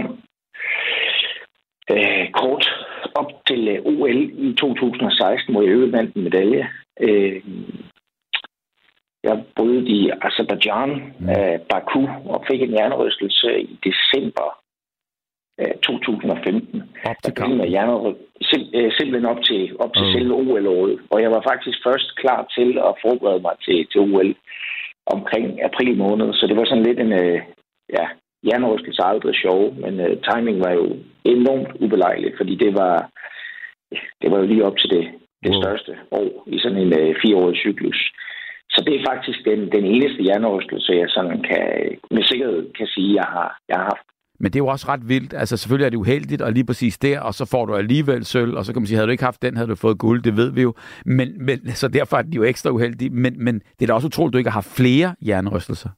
S5: øh, kort op til øh, O L i to tusind og seksten, hvor jeg øvede vandt en medalje. Øh, jeg brød i Azerbaijan, mm. øh, Baku, og fik en hjernerystelse i december to tusind og femten.
S4: Op til kampen.
S5: Sim- simpelthen op til, op til oh. selve O L-året. Og jeg var faktisk først klar til at forberede mig til, til O L omkring april måned. Så det var sådan lidt en ja, hjernerystelse aldrig sjov, men uh, timing var jo enormt ubelejligt, fordi det var, det var jo lige op til det, det wow. største år i sådan en uh, fireårig cyklus. Så det er faktisk den, den eneste hjernerystelse, jeg sådan kan, med sikkerhed kan sige, jeg har, jeg har haft.
S4: Men det er jo også ret vildt. Altså selvfølgelig er det uheldigt, og lige præcis der, og så får du alligevel sølv, og så kan man sige, havde du ikke haft den, havde du fået guld, det ved vi jo. Men, men så derfor er det jo ekstra uheldigt. Men, men det er da også utroligt, at du ikke har haft flere hjernerystelser.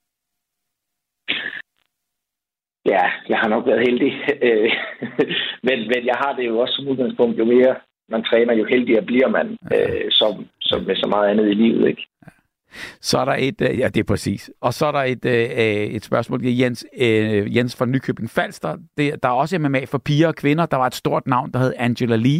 S5: Ja, jeg har nok været heldig. men, men jeg har det jo også som udgangspunkt, jo mere man træner, jo heldigere bliver man, ja. øh, som, som med så meget andet i livet, ikke? Ja.
S4: Så er der et, ja det er præcis, og så er der et, et spørgsmål, Jens, Jens fra Nykøbing Falster. Det, der er også M M A for piger og kvinder. Der var et stort navn, der hed Angela Lee.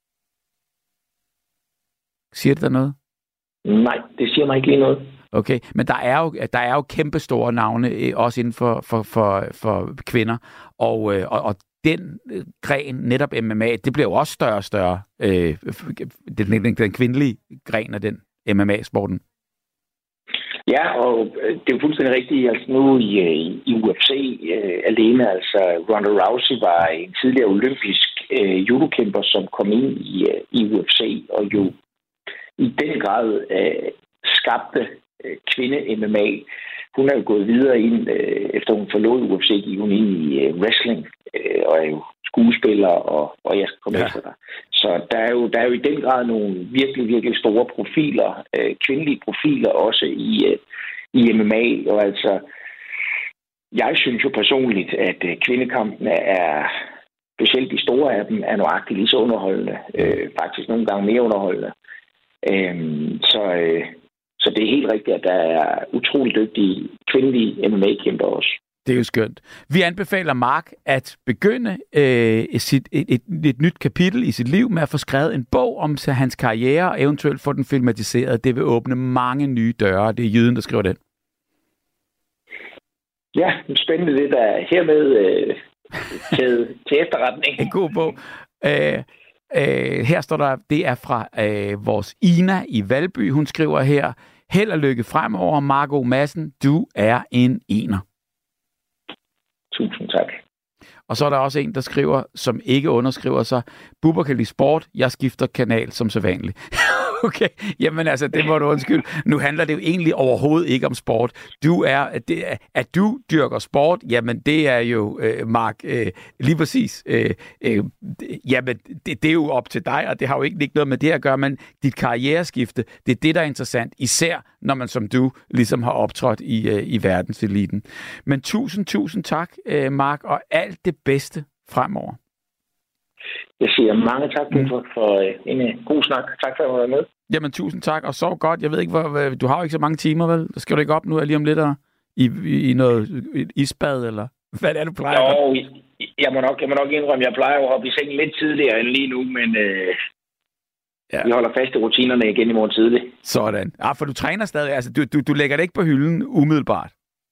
S4: Siger det der noget?
S5: Nej, det siger mig ikke lige noget.
S4: Okay, men der er jo, der er jo kæmpe store navne, også inden for, for, for, for kvinder, og, og, og den gren, netop M M A, det bliver jo også større og større, øh, den, den, den kvindelige gren af den M M A-sporten.
S5: Ja, og det er jo fuldstændig rigtigt. Altså nu i, i U F C uh, alene, altså Ronda Rousey var en tidligere olympisk uh, judokæmper, som kom ind i, uh, i U F C, og jo i den grad uh, skabte uh, kvinde-M M A. Hun er jo gået videre ind, uh, efter hun forlod U F C, gik hun ind i uh, wrestling, uh, og er jo skuespiller, og, og jeg skal komme ja. efter dig. Så der er, jo, der er jo i den grad nogle virkelig, virkelig store profiler, øh, kvindelige profiler også i, øh, i M M A. Og altså, jeg synes jo personligt, at øh, kvindekampene er, specielt de store af dem, er nøjagtigt lige så underholdende. Øh, faktisk nogle gange mere underholdende. Øh, så, øh, så det er helt rigtigt, at der er utrolig dygtige kvindelige M M A-kæmper også.
S4: Det er jo skønt. Vi anbefaler Mark at begynde øh, sit, et, et, et nyt kapitel i sit liv med at få skrevet en bog om hans karriere og eventuelt få den filmatiseret. Det vil åbne mange nye døre. Det er Jyden, der skriver den.
S5: Ja, spændende det, der er hermed øh, til, til efterretning.
S4: En god bog. Øh, øh, her står der, det er fra øh, vores Ina i Valby. Hun skriver her, held og lykke fremover, Marco Madsen. Du er en ener.
S5: Tusind tak.
S4: Og så er der også en, der skriver, som ikke underskriver sig, Bubber kan lide sport, jeg skifter kanal som sædvanligt. Okay, jamen altså, det må du undskylde. Nu handler det jo egentlig overhovedet ikke om sport. Du er, det, at du dyrker sport, jamen det er jo, øh, Mark, øh, lige præcis, øh, øh, jamen det, det er jo op til dig, og det har jo ikke, ikke noget med det at gøre, men dit karriereskifte, det er det, der er interessant, især når man som du ligesom har optrådt i, øh, i verdenseliten. Men tusind, tusind tak, øh, Mark, og alt det bedste fremover.
S5: Jeg siger mange tak mm. for, for en god snak. Tak for at være med.
S4: Jamen, tusind tak, og sov godt. Jeg ved ikke, hvor, du har jo ikke så mange timer, vel? Der skal du ikke op nu lige om lidt i, i, i noget isbad, eller hvad er det, du plejer?
S5: Jo, jeg må nok, jeg må nok indrømme, jeg plejer jo at hoppe i sengen lidt tidligere end lige nu, men øh, ja. Vi holder fast i rutinerne igen i morgen tidlig.
S4: Sådan. Ah, for du træner stadig. Altså, du, du, du lægger det ikke på hylden umiddelbart?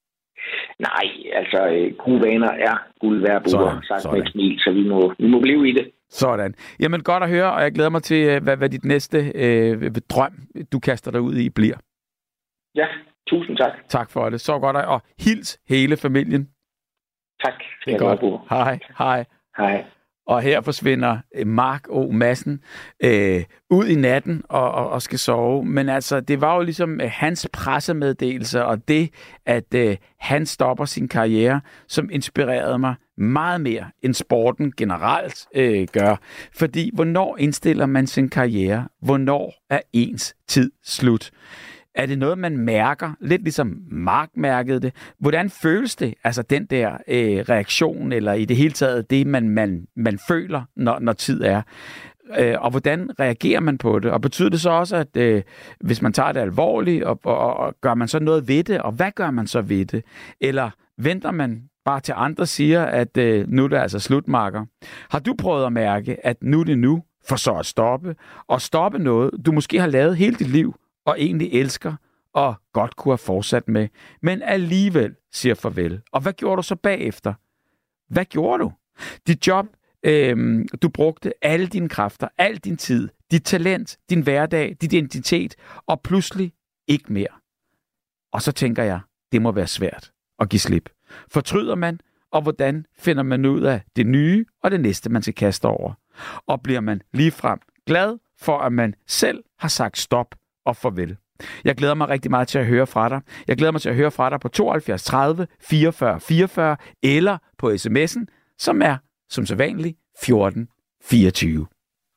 S5: Nej, altså, gode vaner er guld værd, Bubber, sagt med et smil, så vi må, vi må blive i det.
S4: Sådan. Jamen, godt at høre, og jeg glæder mig til, hvad, hvad dit næste øh, drøm, du kaster dig ud i, bliver.
S5: Ja, tusind tak.
S4: Tak for det. Så godt, og hils hele familien.
S5: Tak.
S4: Det er godt. Bubber. Hej. Hej.
S5: Hej.
S4: Og her forsvinder Mark O. Madsen øh, ud i natten og, og, og skal sove. Men altså, det var jo ligesom øh, hans pressemeddelelse og det, at øh, han stopper sin karriere, som inspirerede mig meget mere, end sporten generelt øh, gør. Fordi, hvornår indstiller man sin karriere? Hvornår er ens tid slut? Er det noget, man mærker? Lidt ligesom Mark mærkede det. Hvordan føles det? Altså den der øh, reaktion, eller i det hele taget det, man, man, man føler, når, når tid er. Øh, og hvordan reagerer man på det? Og betyder det så også, at øh, hvis man tager det alvorligt, og, og, og gør man så noget ved det? Og hvad gør man så ved det? Eller venter man bare til andre siger, at øh, nu er det altså slutmarker? Har du prøvet at mærke, at nu er det nu, for så at stoppe? Og stoppe noget, du måske har lavet hele dit liv, og egentlig elsker, og godt kunne have fortsat med, men alligevel siger farvel. Og hvad gjorde du så bagefter? Hvad gjorde du? Dit job, øh, du brugte alle dine kræfter, al din tid, dit talent, din hverdag, dit identitet, og pludselig ikke mere. Og så tænker jeg, det må være svært at give slip. Fortryder man, og hvordan finder man ud af det nye, og det næste, man skal kaste over? Og bliver man ligefrem glad for, at man selv har sagt stop og farvel. Jeg glæder mig rigtig meget til at høre fra dig. Jeg glæder mig til at høre fra dig på tooghalvfjerds tredive fireogfyrre fireogfyrre eller på sms'en, som er som sædvanligt fjorten fireogtyve.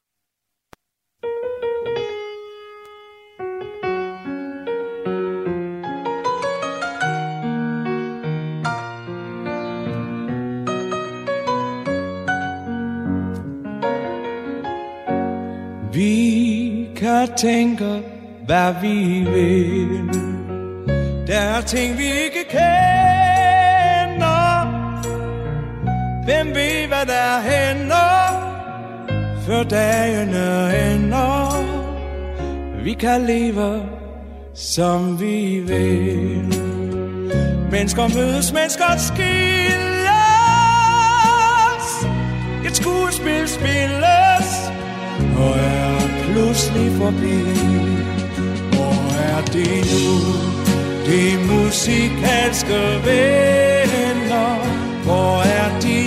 S6: Vi kan tænke hvad vi vil. Der er ting vi ikke kender. Hvem ved hvad der hænder, før dagene ender. Vi kan leve som vi vil. Mennesker mødes, mennesker skilles. Et skuespil spilles og er pludselig forbi. Er det nu, de musikalske venner? Hvor er de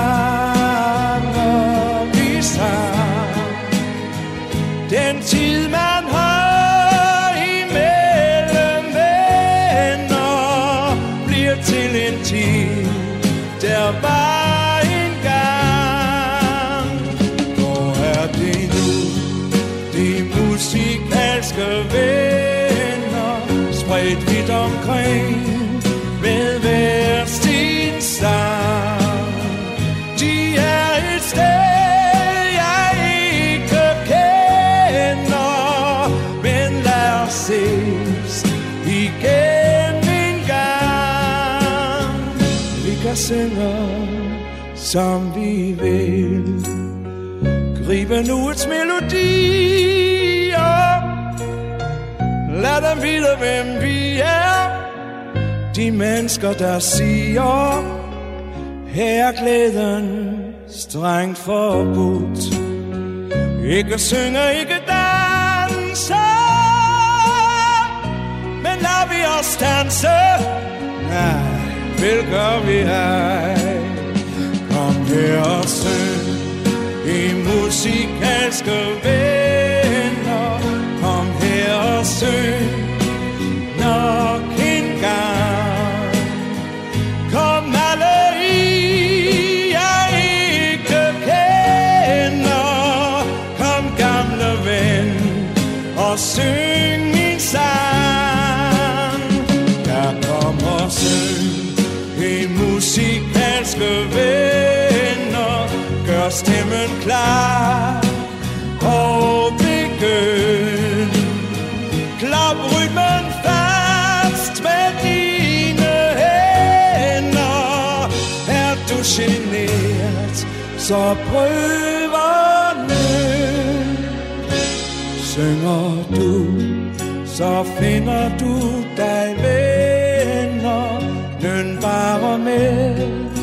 S6: sanger, vi sang? Den tid man har imellem venner bliver til en tid, der var engang. Hvor er det nu, de musikalske venner? Spredt vidt omkring med hver sin sang. De er et sted, jeg ikke kender, men lad os ses igen en gang. synger, som vi vil. Gribe nuets melodier, lad dem vide, hvem vi er. De mennesker, der siger, her er glæden strengt forbudt. Ikke synge, ikke danse, men lad vi os danse. Nej, vel gør vi ej. Kom her og syng i musikalske venner. Kom her og syng nok en gang. Kom alle i, jeg ikke kender. Kom gamle ven og syng min sang. Der kommer syng i musikalske venner. Gør stemmen klar og begynd. Klap rytmen fast med dine hænder. Er du genert, så prøv at nyn. Synger du, så finder du dig venner. Nyn bare med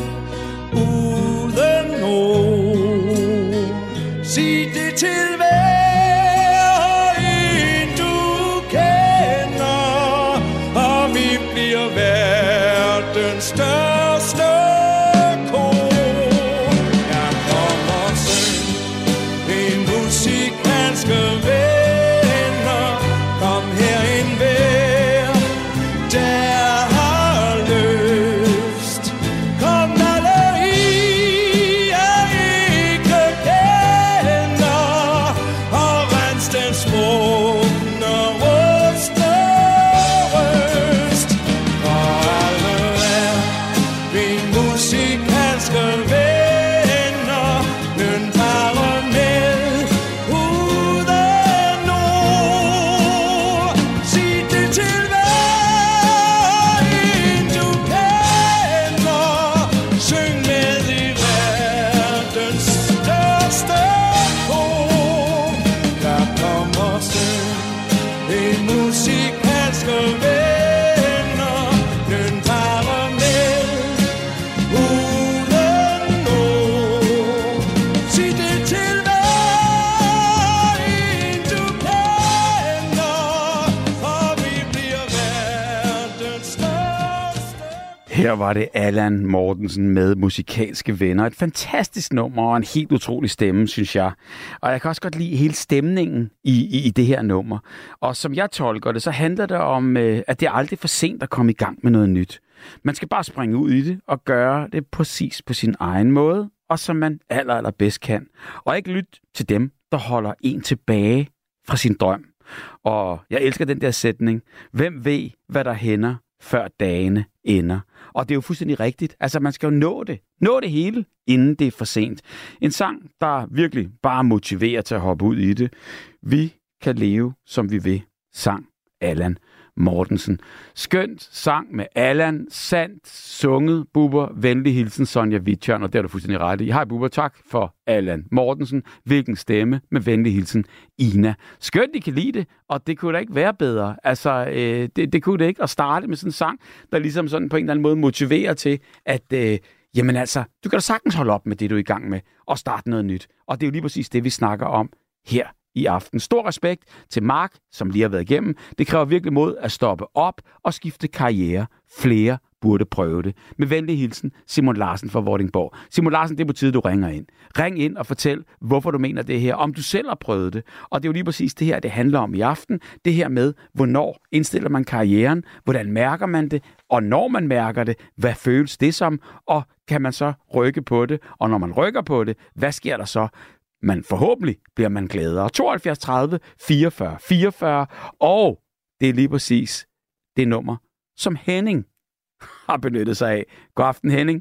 S6: uden ord. Sig det til hver en du kender, og vi bliver verdens største kor. Jeg kommer syng i musikalske venner. Kom her en hver, der har lyst. Kom alle i, jeg ikke kender, og rens den smugne røste røst. For alle er vi musikalske venner. Nyn bare med uden ord. Sig det til hver en du kender. Syng med i verdens største kor. Der kommer syng i musikalske venner. Nyn bare med uden ord. Sig det til hver en du kender, og vi bliver verdens største.
S4: Her var det Allan Mortensen med Musikalske Venner. Et fantastisk nummer og en helt utrolig stemme, synes jeg. Og jeg kan også godt lide hele stemningen i, i, i det her nummer. Og som jeg tolker det, så handler det om, øh, at det er aldrig for sent at komme i gang med noget nyt. Man skal bare springe ud i det og gøre det præcis på sin egen måde, og som man aller, aller bedst kan. Og ikke lytte til dem, der holder en tilbage fra sin drøm. Og jeg elsker den der sætning. Hvem ved, hvad der hænder, før dagene ender? Og det er jo fuldstændig rigtigt. Altså, man skal jo nå det. Nå det hele, inden det er for sent. En sang, der virkelig bare motiverer til at hoppe ud i det. Vi kan leve, som vi vil, sang Allan Mortensen. Skønt sang med Allan, sandt sunget. Bubber, venlig hilsen Sonja Whitjørn, og det er du fuldstændig ret i. Hej Bubber, tak for Allan Mortensen. Hvilken stemme med venlig hilsen Ina. Skønt, I kan lide det, og det kunne da ikke være bedre. Altså, øh, det, det kunne det ikke at starte med sådan en sang, der ligesom sådan på en eller anden måde motiverer til, at øh, jamen altså, du kan da sagtens holde op med det, du er i gang med, og starte noget nyt. Og det er jo lige præcis det, vi snakker om her i aften. Stor respekt til Mark, som lige har været igennem. Det kræver virkelig mod at stoppe op og skifte karriere. Flere burde prøve det. Med venlig hilsen, Simon Larsen fra Vordingborg. Simon Larsen, det er på tide, du ringer ind. Ring ind og fortæl, hvorfor du mener det her, om du selv har prøvet det. Og det er jo lige præcis det her, det handler om i aften. Det her med, hvornår indstiller man karrieren, hvordan mærker man det, og når man mærker det, hvad føles det som, og kan man så rykke på det, og når man rykker på det, hvad sker der så? Men forhåbentlig bliver man gladere. tooghalvfjerds tredive fireogfyrre fireogfyrre, og det er lige præcis det nummer, som Henning har benyttet sig af. God aften, Henning.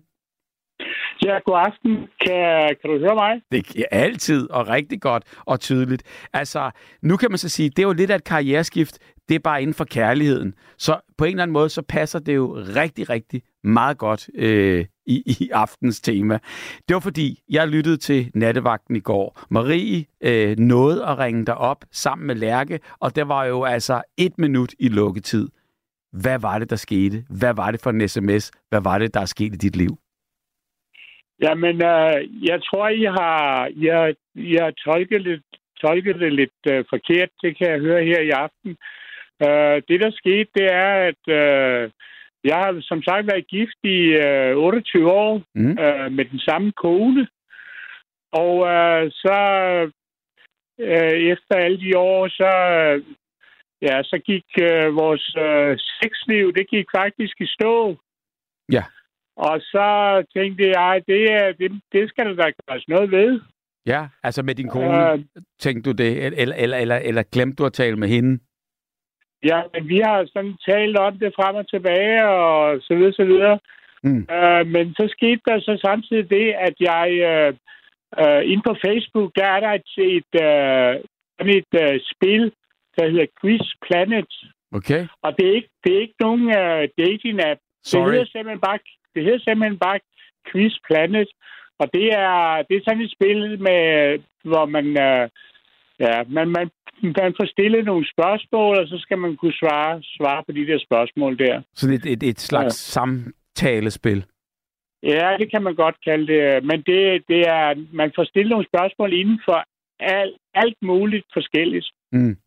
S7: Ja, god aften. Kan, kan du høre mig?
S4: Det er altid, og rigtig godt og tydeligt. Altså, nu kan man så sige, det er jo lidt af et karriereskift. Det er bare inden for kærligheden. Så på en eller anden måde, så passer det jo rigtig, rigtig meget godt øh, i, i aftens tema. Det var fordi, jeg lyttede til Nattevagten i går. Marie øh, nåede at ringe dig op sammen med Lærke, og der var jo altså et minut i lukketid. Hvad var det, der skete? Hvad var det for en sms? Hvad var det, der er sket i dit liv?
S7: Jamen, øh, jeg tror, I har, I har, I har tolket, lidt, tolket det lidt øh, forkert. Det kan jeg høre her i aften. Øh, det, der skete, det er, at øh, jeg har som sagt været gift i øh, otteogtyve år mm. øh, med den samme kone. Og øh, så øh, efter alle de år, så, øh, ja, så gik øh, vores øh, sexliv, det gik faktisk i stå.
S4: Ja.
S7: Og så tænkte jeg, det, det, det skal der da gøres noget ved.
S4: Ja, altså med din kone, øh, tænkte du det? Eller, eller, eller, eller glemte du at tale med hende?
S7: Ja, men vi har sådan talt om det frem og tilbage, og så videre, så videre. Mm. Øh, men så skete der så samtidig det, at jeg øh, øh, inde på Facebook, der er der et, et, øh, et øh, spil, der hedder Quiz Planet.
S4: Okay.
S7: Og det er ikke, det er ikke nogen øh, dating-app.
S4: Sorry.
S7: Det hedder simpelthen bare, det hedder simpelthen bare Quiz Planet. Og det er, det er sådan et spil, med, hvor man, øh, ja, man, man, man får stillet nogle spørgsmål, og så skal man kunne svare, svare på de der spørgsmål der.
S4: Så det er et, et slags ja. samtalespil?
S7: Ja, det kan man godt kalde det. Men det, det er, man får stillet nogle spørgsmål inden for alt, alt muligt forskelligt. Mm.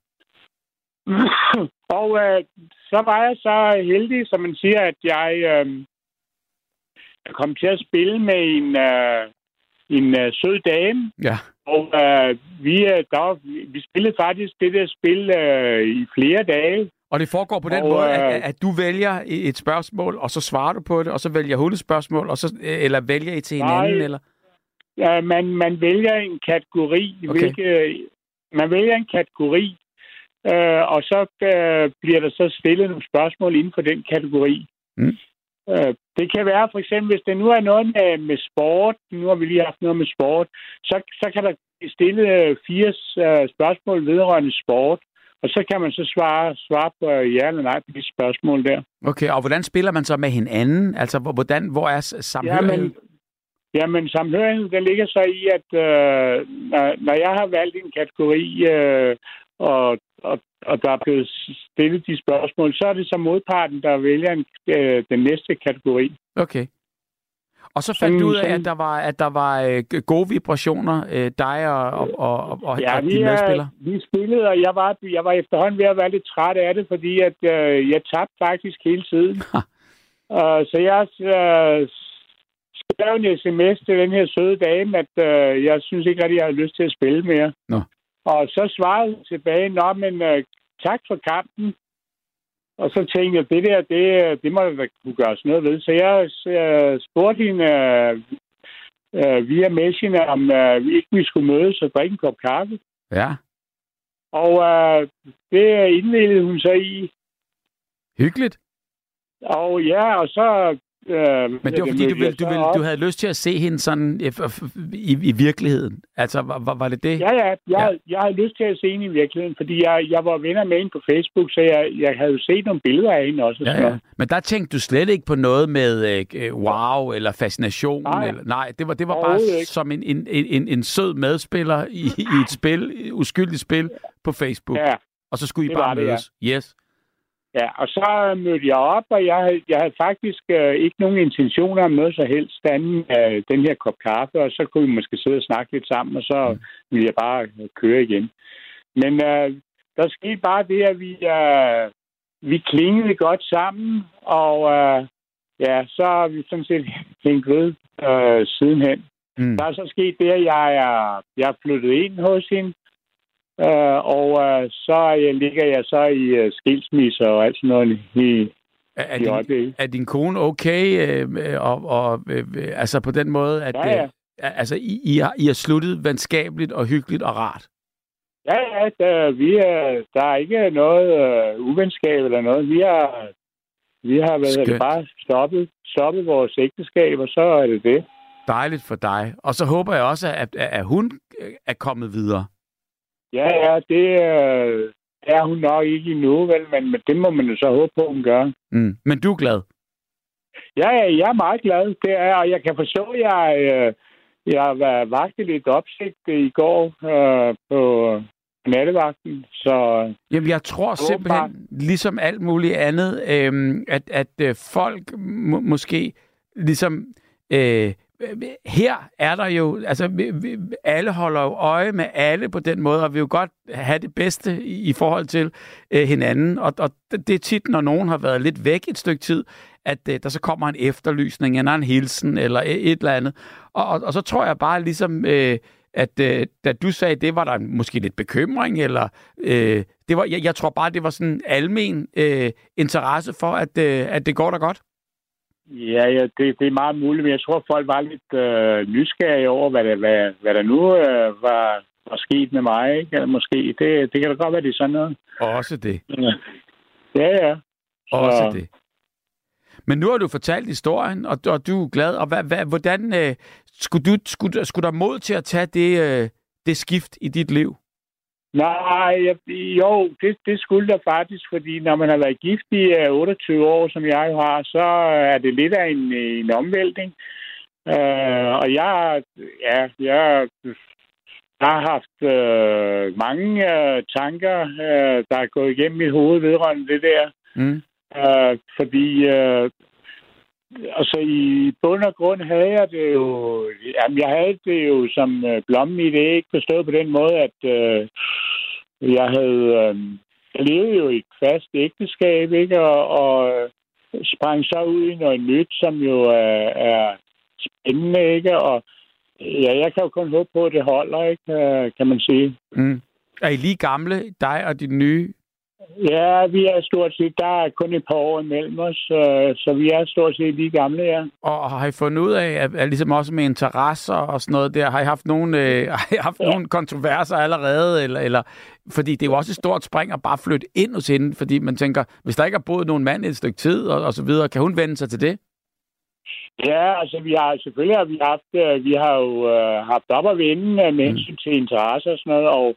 S7: Og øh, så var jeg så heldig, som man siger, at jeg, øh, jeg kom til at spille med en, øh, en øh, sød dame. Ja. Og øh, vi, der var, vi spillede faktisk det der spil øh, i flere dage.
S4: Og det foregår på den og, måde, at, at du vælger et spørgsmål, og så svarer du på det, og så vælger hun et spørgsmål, og så, eller vælger I til hinanden?
S7: Nej,
S4: eller?
S7: Ja, man, man vælger en kategori. Okay. Hvilke, man vælger en kategori. Uh, og så uh, bliver der så stillet nogle spørgsmål inden for den kategori. Mm. Uh, det kan være for eksempel, hvis det nu er noget med, med sport, nu har vi lige haft noget med sport, så, så kan der stille fire uh, spørgsmål vedrørende sport, og så kan man så svare, svare på ja eller nej på de spørgsmål der.
S4: Okay, og hvordan spiller man så med hinanden? Altså, hvordan, hvor er samhørigheden?
S7: Jamen, jamen samhørigheden, der ligger så i, at uh, når, når jeg har valgt en kategori, uh, og Og, og der er blevet stillet de spørgsmål, så er det så modparten, der vælger en, øh, den næste kategori.
S4: Okay. Og så fandt du ud af, at der var, at der var øh, gode vibrationer, øh, dig og, og, og, og,
S7: ja,
S4: og dine medspillere?
S7: Ja, vi spillede, og jeg var, jeg var efterhånden ved at være lidt træt af det, fordi at, øh, jeg tabte faktisk hele tiden. uh, så jeg øh, skrev en sms til den her søde dame, at øh, jeg synes ikke rigtig, jeg har lyst til at spille mere. Nå. Og så svarede jeg tilbage, nå, men uh, tak for kampen. Og så tænkte jeg, det der, det, det må da kunne gøres noget ved. Så jeg uh, spurgte hende uh, uh, via Messenger, om uh, vi ikke vi skulle mødes og drikke en kop kaffe.
S4: Ja.
S7: Og uh, det indvildede hun så i.
S4: Hyggeligt.
S7: Og ja, og så... Uh,
S4: men det var fordi, du, ville, du, ville, du havde lyst til at se hende sådan i, i virkeligheden? Altså, var, var det det?
S7: Ja, ja. Jeg, ja. jeg havde lyst til at se hende i virkeligheden, fordi jeg, jeg var venner med hende på Facebook, så jeg, jeg havde jo set nogle billeder af hende også.
S4: Ja, ja. Men der tænkte du slet ikke på noget med øh, wow eller fascination? Nej, eller, nej det var, det var bare ikke. Som en, en, en, en sød medspiller i, i et spil, et uskyldigt spil på Facebook. Ja, og så skulle I bare mødes. Det, ja. Yes.
S7: Ja, og så mødte jeg op, og jeg havde, jeg havde faktisk øh, ikke nogen intentioner om noget så helst anden af den her kop kaffe, og så kunne vi måske sidde og snakke lidt sammen, og så mm. ville jeg bare køre igen. Men øh, der skete bare det, at vi, øh, vi klingede godt sammen, og øh, ja, så har vi sådan set hængt ved øh, sidenhen. Mm. Der er så sket det, at jeg er, jeg er flyttet ind hos hende, Uh, og uh, så uh, ligger jeg så i uh, skilsmisse og alt sådan noget i,
S4: er,
S7: i øjeblikket.
S4: Er din kone okay? Øh, og, og øh, altså på den måde, at
S7: ja, ja.
S4: Øh, altså, I, I, har, I har sluttet venskabeligt og hyggeligt og rart?
S7: Ja, ja. Der, vi er, der er ikke noget uh, uvenskab eller noget. Vi har, vi har været, bare stoppet, stoppet vores ægteskab, og så er det det.
S4: Dejligt for dig. Og så håber jeg også, at, at hun er kommet videre.
S7: Ja, ja, det øh, er hun nok ikke endnu, vel, men, men det må man jo så håbe på, hun gør.
S4: Mm. Men du er glad?
S7: Ja, ja, jeg er meget glad. Det er, og jeg kan forstå, at jeg, øh, jeg var vagtet lidt opsigt i går øh, på nattevagten. Så,
S4: Jamen, jeg tror simpelthen, ligesom alt muligt andet, øh, at, at øh, folk må, måske ligesom... Øh, her er der jo, altså vi, vi, alle holder jo øje med alle på den måde, og vi vil jo godt have det bedste i, i forhold til øh, hinanden, og, og det er tit, når nogen har været lidt væk et stykke tid, at øh, der så kommer en efterlysning, eller en hilsen, eller et, et eller andet, og, og, og så tror jeg bare ligesom, øh, at øh, da du sagde, det var der måske lidt bekymring, eller øh, det var, jeg, jeg tror bare, det var sådan en almen øh, interesse for, at, øh, at det går da godt.
S7: Ja, ja det, det er meget muligt, men jeg tror, folk var lidt øh, nysgerrige over, hvad der, hvad, hvad der nu øh, var, var sket med mig, ikke? Eller måske. Det, det kan da godt være, det er sådan noget.
S4: Også det.
S7: Ja, ja. Så...
S4: Også det. Men nu har du fortalt historien, og, og du er glad. Og hvad, hvad, hvordan øh, skulle, du, skulle, skulle der mod til at tage det, øh, det skift i dit liv?
S7: Nej, jeg, jo, det, det skulle der faktisk, fordi når man har været gift i uh, otteogtyve år, som jeg jo har, så er det lidt af en, en omvæltning. Uh, og jeg, ja, jeg, jeg har haft uh, mange uh, tanker, uh, der er gået igennem mit hoved vedrørende det der. Mm. Uh, fordi uh, altså i bund og grund havde jeg det jo, jamen jeg havde det jo som uh, blommen i det æg, forstået på den måde, at uh, jeg havde, uh, jeg levede jo i et fast ægteskab, ikke, og, og uh, sprang så ud i noget nyt, som jo er, er spændende, ikke, og ja, jeg kan jo kun håbe på, at det holder, ikke, uh, kan man sige.
S4: Mm. Er I lige gamle, dig og din nye?
S7: Ja, vi er stort set, der er kun et par år imellem os, så, så vi er stort set lige gamle, ja.
S4: Og har I fundet ud af, at, at ligesom også med interesser og sådan noget der, har I haft nogle, øh, har I haft ja. nogle kontroverser allerede, eller, eller, fordi det er jo også et stort spring at bare flytte ind hos hende, fordi man tænker, hvis der ikke har boet nogen mand i et stykke tid, og, og så videre, kan hun vende sig til det?
S7: Ja, altså vi har selvfølgelig har vi haft, vi har jo øh, haft op at vende med hensyn til interesser og sådan noget, og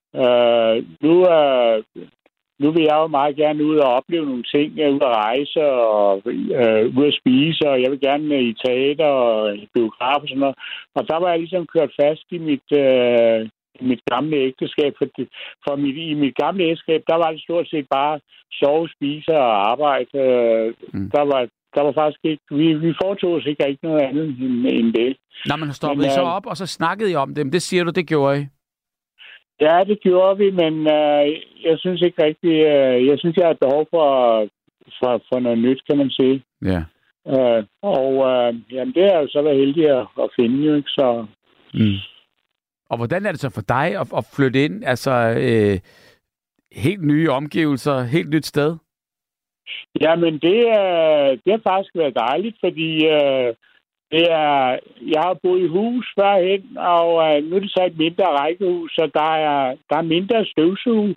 S7: øh, nu er øh, Nu vil jeg jo meget gerne ud og opleve nogle ting, ud at rejse og øh, ud at spise, og jeg vil gerne i teater og i biograf og sådan noget. Og der var jeg ligesom kørt fast i mit, øh, mit gamle ægteskab. For, det, for mit, i mit gamle ægteskab, der var det stort set bare sove, spise og arbejde. Øh, mm. Der var der var faktisk ikke... Vi, vi foretog os ikke rigtig noget andet end, end det.
S4: Nå, men stoppede I så op, og så snakkede I om dem. Det siger du, det gjorde I?
S7: Ja, det gjorde vi, men øh, jeg synes ikke rigtig... Øh, jeg synes, jeg har et behov for, for, for noget nyt, kan man sige.
S4: Ja.
S7: Øh, og øh, jamen, det er jo så været heldig at, at finde, jo ikke? Så...
S4: Mm. Og hvordan er det så for dig at, at flytte ind? Altså, øh, helt nye omgivelser, helt nyt sted?
S7: Jamen, det, er, det har faktisk været dejligt, fordi... Øh, Det er, jeg har boet i hus førhen, og uh, nu er det så et mindre rækkehus, så der er, der er mindre støvsuge.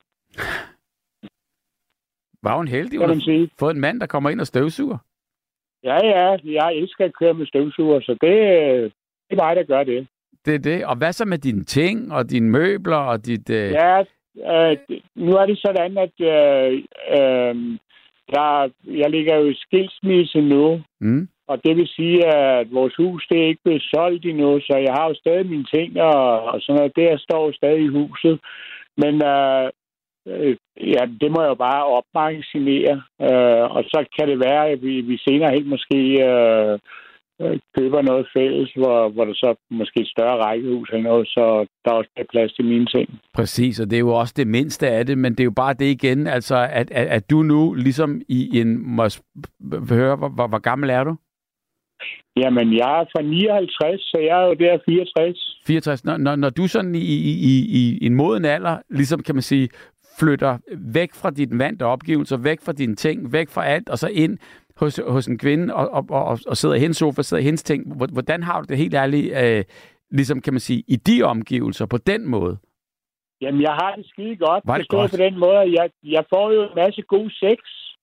S4: Var hun heldig, at hun har fået en mand, der kommer ind og støvsuger?
S7: Ja, ja. Jeg elsker at køre med støvsuger, så det, det er mig, der gør det.
S4: Det er det. Og hvad så med dine ting og dine møbler og dit... Uh...
S7: Ja, øh, nu er det sådan, at øh, øh, jeg, jeg ligger jo i skilsmisse nu. Mm. Og det vil sige, at vores hus det er ikke blevet solgt endnu, så jeg har jo stadig mine ting og, og sådan noget. Det står stadig i huset. Men øh, øh, ja, det må jeg jo bare opmagasinere. Øh, og så kan det være, at vi, vi senere helt måske øh, køber noget fælles, hvor, hvor der så måske et større rækkehus eller noget, så der også er plads til mine ting.
S4: Præcis, og det er jo også det mindste af det, men det er jo bare det igen, altså at, at, at du nu ligesom i en... Må høre, hvor, hvor, hvor gammel er du?
S7: Jamen, jeg er fra nioghalvtreds, så jeg er jo der fireogtres.
S4: fireogtres. Når, når, når du sådan i, i, i, i en moden alder, ligesom kan man sige, flytter væk fra dit vante opgivelser, væk fra dine ting, væk fra alt, og så ind hos, hos en kvinde, og, og, og, og sidder i hendes sofa, sidder i hendes ting. Hvordan har du det helt ærligt, øh, ligesom kan man sige, i de omgivelser, på den måde?
S7: Jamen, jeg har det skide godt.
S4: Var det godt?
S7: På den måde, jeg, jeg får jo en masse god sex.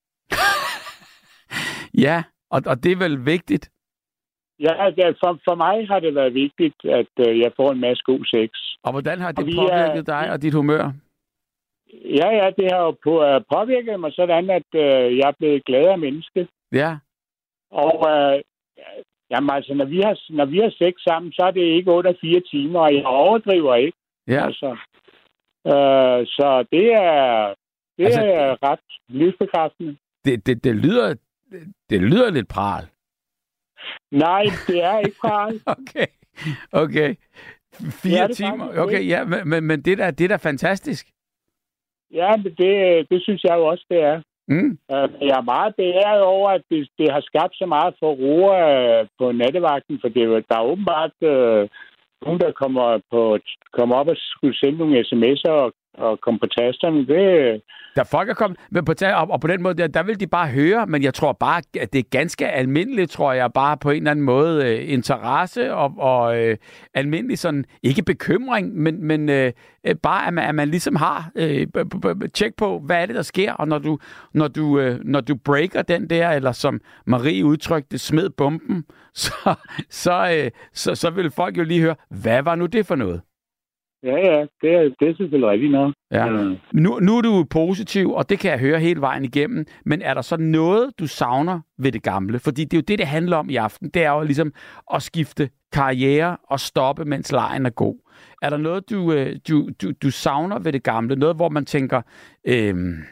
S4: Ja, og, og det er vel vigtigt?
S7: Ja, for, for mig har det været vigtigt, at øh, jeg får en masse god sex.
S4: Og hvordan har det påvirket er, dig og dit humør?
S7: Ja, ja, det har jo på, uh, påvirket mig sådan, at øh, jeg er blevet gladere menneske.
S4: Ja.
S7: Og øh, jamen, altså, når vi, har, når vi har sex sammen, så er det ikke under fire timer, og jeg overdriver ikke.
S4: Ja.
S7: Altså, øh, så det er, det
S4: Altså,
S7: er ret livsbekræftende.
S4: Det, det, det, lyder, det lyder lidt pral.
S7: Nej, det er ikke pral.
S4: Okay, okay. Fire
S7: Ja, det er
S4: timer.
S7: faktisk
S4: Okay,
S7: det.
S4: ja, men, men, men det, der, det er da fantastisk.
S7: Ja, men det, det synes jeg jo også, det er.
S4: Mm.
S7: Uh, jeg er meget beæret over, at det, det har skabt så meget forroer uh, på nattevagten, for det, er jo- der er åbenbart uh, nogen, der kommer, på, kommer op og skulle sende nogle sms'er og, og komme på tasterne. Det,
S4: Der folk er kommet, men på, ta- og, og på den måde, der, der vil de bare høre, men jeg tror bare, at det er ganske almindeligt, tror jeg, bare på en eller anden måde øh, interesse og, og øh, almindelig sådan, ikke bekymring, men, men øh, øh, bare, at man, at man ligesom har øh, b- b- b- tjek på, hvad er det, der sker, og når du, når du, øh, når du breaker den der, eller som Marie udtrykte, smed bomben, så, så, øh, så, så vil folk jo lige høre, hvad var nu det for noget?
S7: ja, ja, det er, det er selvfølgelig rigtigt nok.
S4: Ja.
S7: Mm.
S4: Nu, nu er du positiv, og det kan jeg høre hele vejen igennem, men er der så noget, du savner ved det gamle? Fordi det er jo det, det handler om i aften. Det er jo ligesom at skifte karriere og stoppe, mens lejen er god. Er der noget, du, øh, du, du, du savner ved det gamle? Noget, hvor man tænker, øh,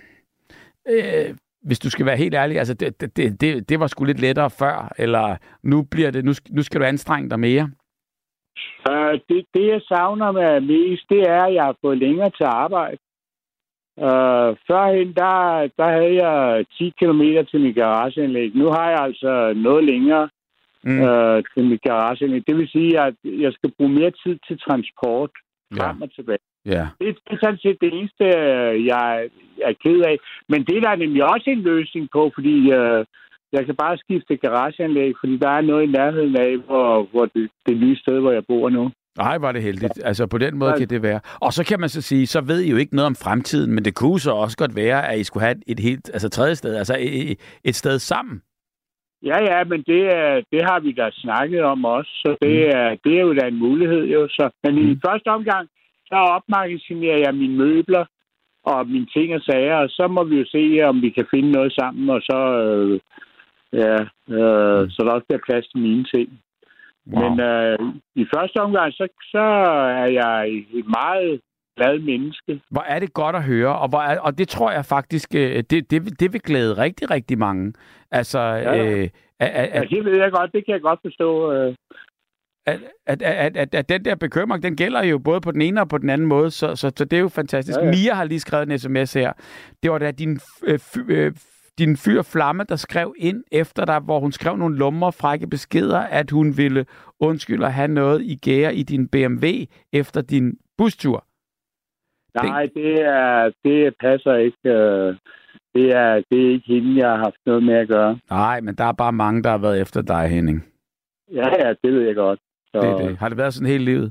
S4: øh, hvis du skal være helt ærlig, altså det, det, det, det var sgu lidt lettere før, eller nu, bliver det, nu, nu skal du anstrenge dig mere?
S7: Uh, det, det, jeg savner med mest, det er, at jeg har fået længere til arbejde. Uh, førhen, der, der havde jeg ti kilometer til mit garageanlæg. Nu har jeg altså noget længere
S4: Mm.
S7: uh, til mit garageanlæg. Det vil sige, at jeg skal bruge mere tid til transport frem
S4: Ja.
S7: og tilbage.
S4: Ja.
S7: Det, det er sådan set det eneste, øh, jeg er ked af. Men det der er nemlig også en løsning på, fordi uh, jeg kan bare skifte garageanlæg, fordi der er noget i nærheden af, hvor, hvor det, det nye sted, hvor jeg bor nu.
S4: Nej, var det heldigt. Altså på den måde kan det være. Og så kan man så sige, så ved I jo ikke noget om fremtiden, men det kunne så også godt være, at I skulle have et helt, altså tredje sted, altså et, et sted sammen.
S7: Ja, ja, men det, er, det har vi da snakket om også, så det er, det er jo da en mulighed jo. Så. Men i første omgang, så opmagasinerer jeg mine møbler og mine ting og sager, og så må vi jo se, om vi kan finde noget sammen, og så, øh, ja, øh, så der også bliver plads til mine ting.
S4: Wow.
S7: Men øh, i første omgang, så, så er jeg et meget glad menneske.
S4: Hvor er det godt at høre, og, hvor er, og det tror jeg faktisk, øh, det, det, det vil glæde rigtig, rigtig mange. Altså,
S7: Ja.
S4: øh, at, at,
S7: Ja, det ved jeg godt, det kan jeg godt forstå. Øh.
S4: at, at, at, at, at den der bekymring, den gælder jo både på den ene og på den anden måde, så, så, så det er jo fantastisk.
S7: Ja, ja.
S4: Mia har lige skrevet en sms her. Det var da din, øh, fy- øh, din fyr Flamme, der skrev ind efter dig, hvor hun skrev nogle lumre frække beskeder, at hun ville undskylde at have noget i gære i din B M W efter din bustur.
S7: Nej, det, er, det passer ikke. øh. Det er, det er ikke hende, jeg har haft noget med at gøre.
S4: Nej, men der er bare mange, der har været efter dig, Henning.
S7: Ja, ja, det ved jeg godt. Så,
S4: Det er det. Har det været sådan hele livet?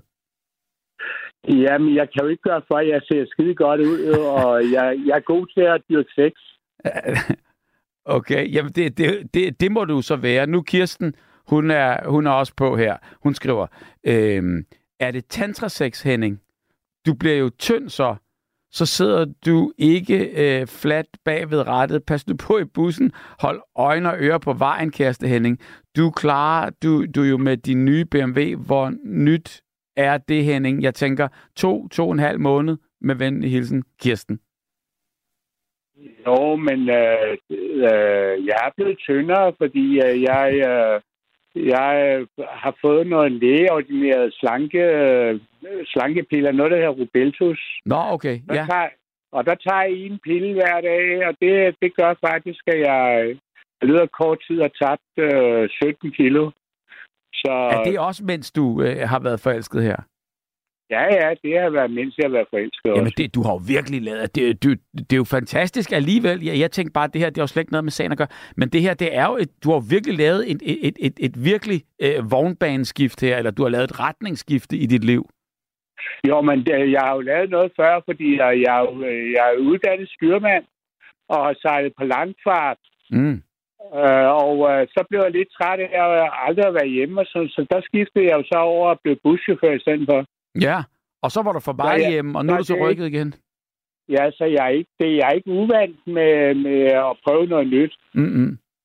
S7: Jamen, jeg kan jo ikke gøre for, at jeg ser skide godt ud, og jeg, jeg er god til at dyrke sex.
S4: Okay, jamen det, det, det, det må du så være. Nu Kirsten, hun er, hun er også på her. Hun skriver, øhm, er det tantrasex, Henning? Du bliver jo tynd så. Så sidder du ikke øh, fladt bag ved rattet. Pas nu på i bussen. Hold øjne og ører på vejen, kæreste Henning. Du klarer du, du jo med din nye B M W. Hvor nyt er det, Henning? Jeg tænker to, to og en halv måned med venlig hilsen, Kirsten.
S7: Jo, men øh, øh, jeg er blevet tyndere, fordi øh, jeg, øh, jeg har fået noget lægeordineret slanke, øh, slankepiller, noget der hedder Rubeltus.
S4: Nå, okay.
S7: Der
S4: Ja.
S7: tager, og der tager jeg en pille hver dag, og det, det gør faktisk, at jeg i løbet af kort tid har tabt øh, sytten kilo. Så,
S4: Er det også, mens du øh, har været forelsket her?
S7: Ja, ja, det har været, mens jeg har været forelsket
S4: Jamen,
S7: også.
S4: det, du har jo virkelig lavet... Det, det, det er jo fantastisk alligevel. Jeg, jeg tænkte bare, at det her, det har jo slet ikke noget med sagen at gøre. Men det her, det er jo... Et, du har virkelig lavet et, et, et, et, et virkelig øh, vognbaneskift her, eller du har lavet et retningsskifte i dit liv.
S7: Jo, men det, jeg har jo lavet noget før, fordi jeg, jeg, er jo- jeg er uddannet styrmand og har sejlet på langfart.
S4: Mm.
S7: Øh, og øh, så blev jeg lidt træt af at aldrig at være hjemme, og så, så der skiftede jeg jo så over at blive buschauffør i stedet for.
S4: Ja, og så var du for meget
S7: Ja, ja.
S4: hjemme, og nu er
S7: Nej,
S4: du så
S7: det er
S4: rykket igen.
S7: Ja, så jeg er ikke, det, jeg er ikke uvant med, med at prøve noget nyt.
S4: Mm-mm.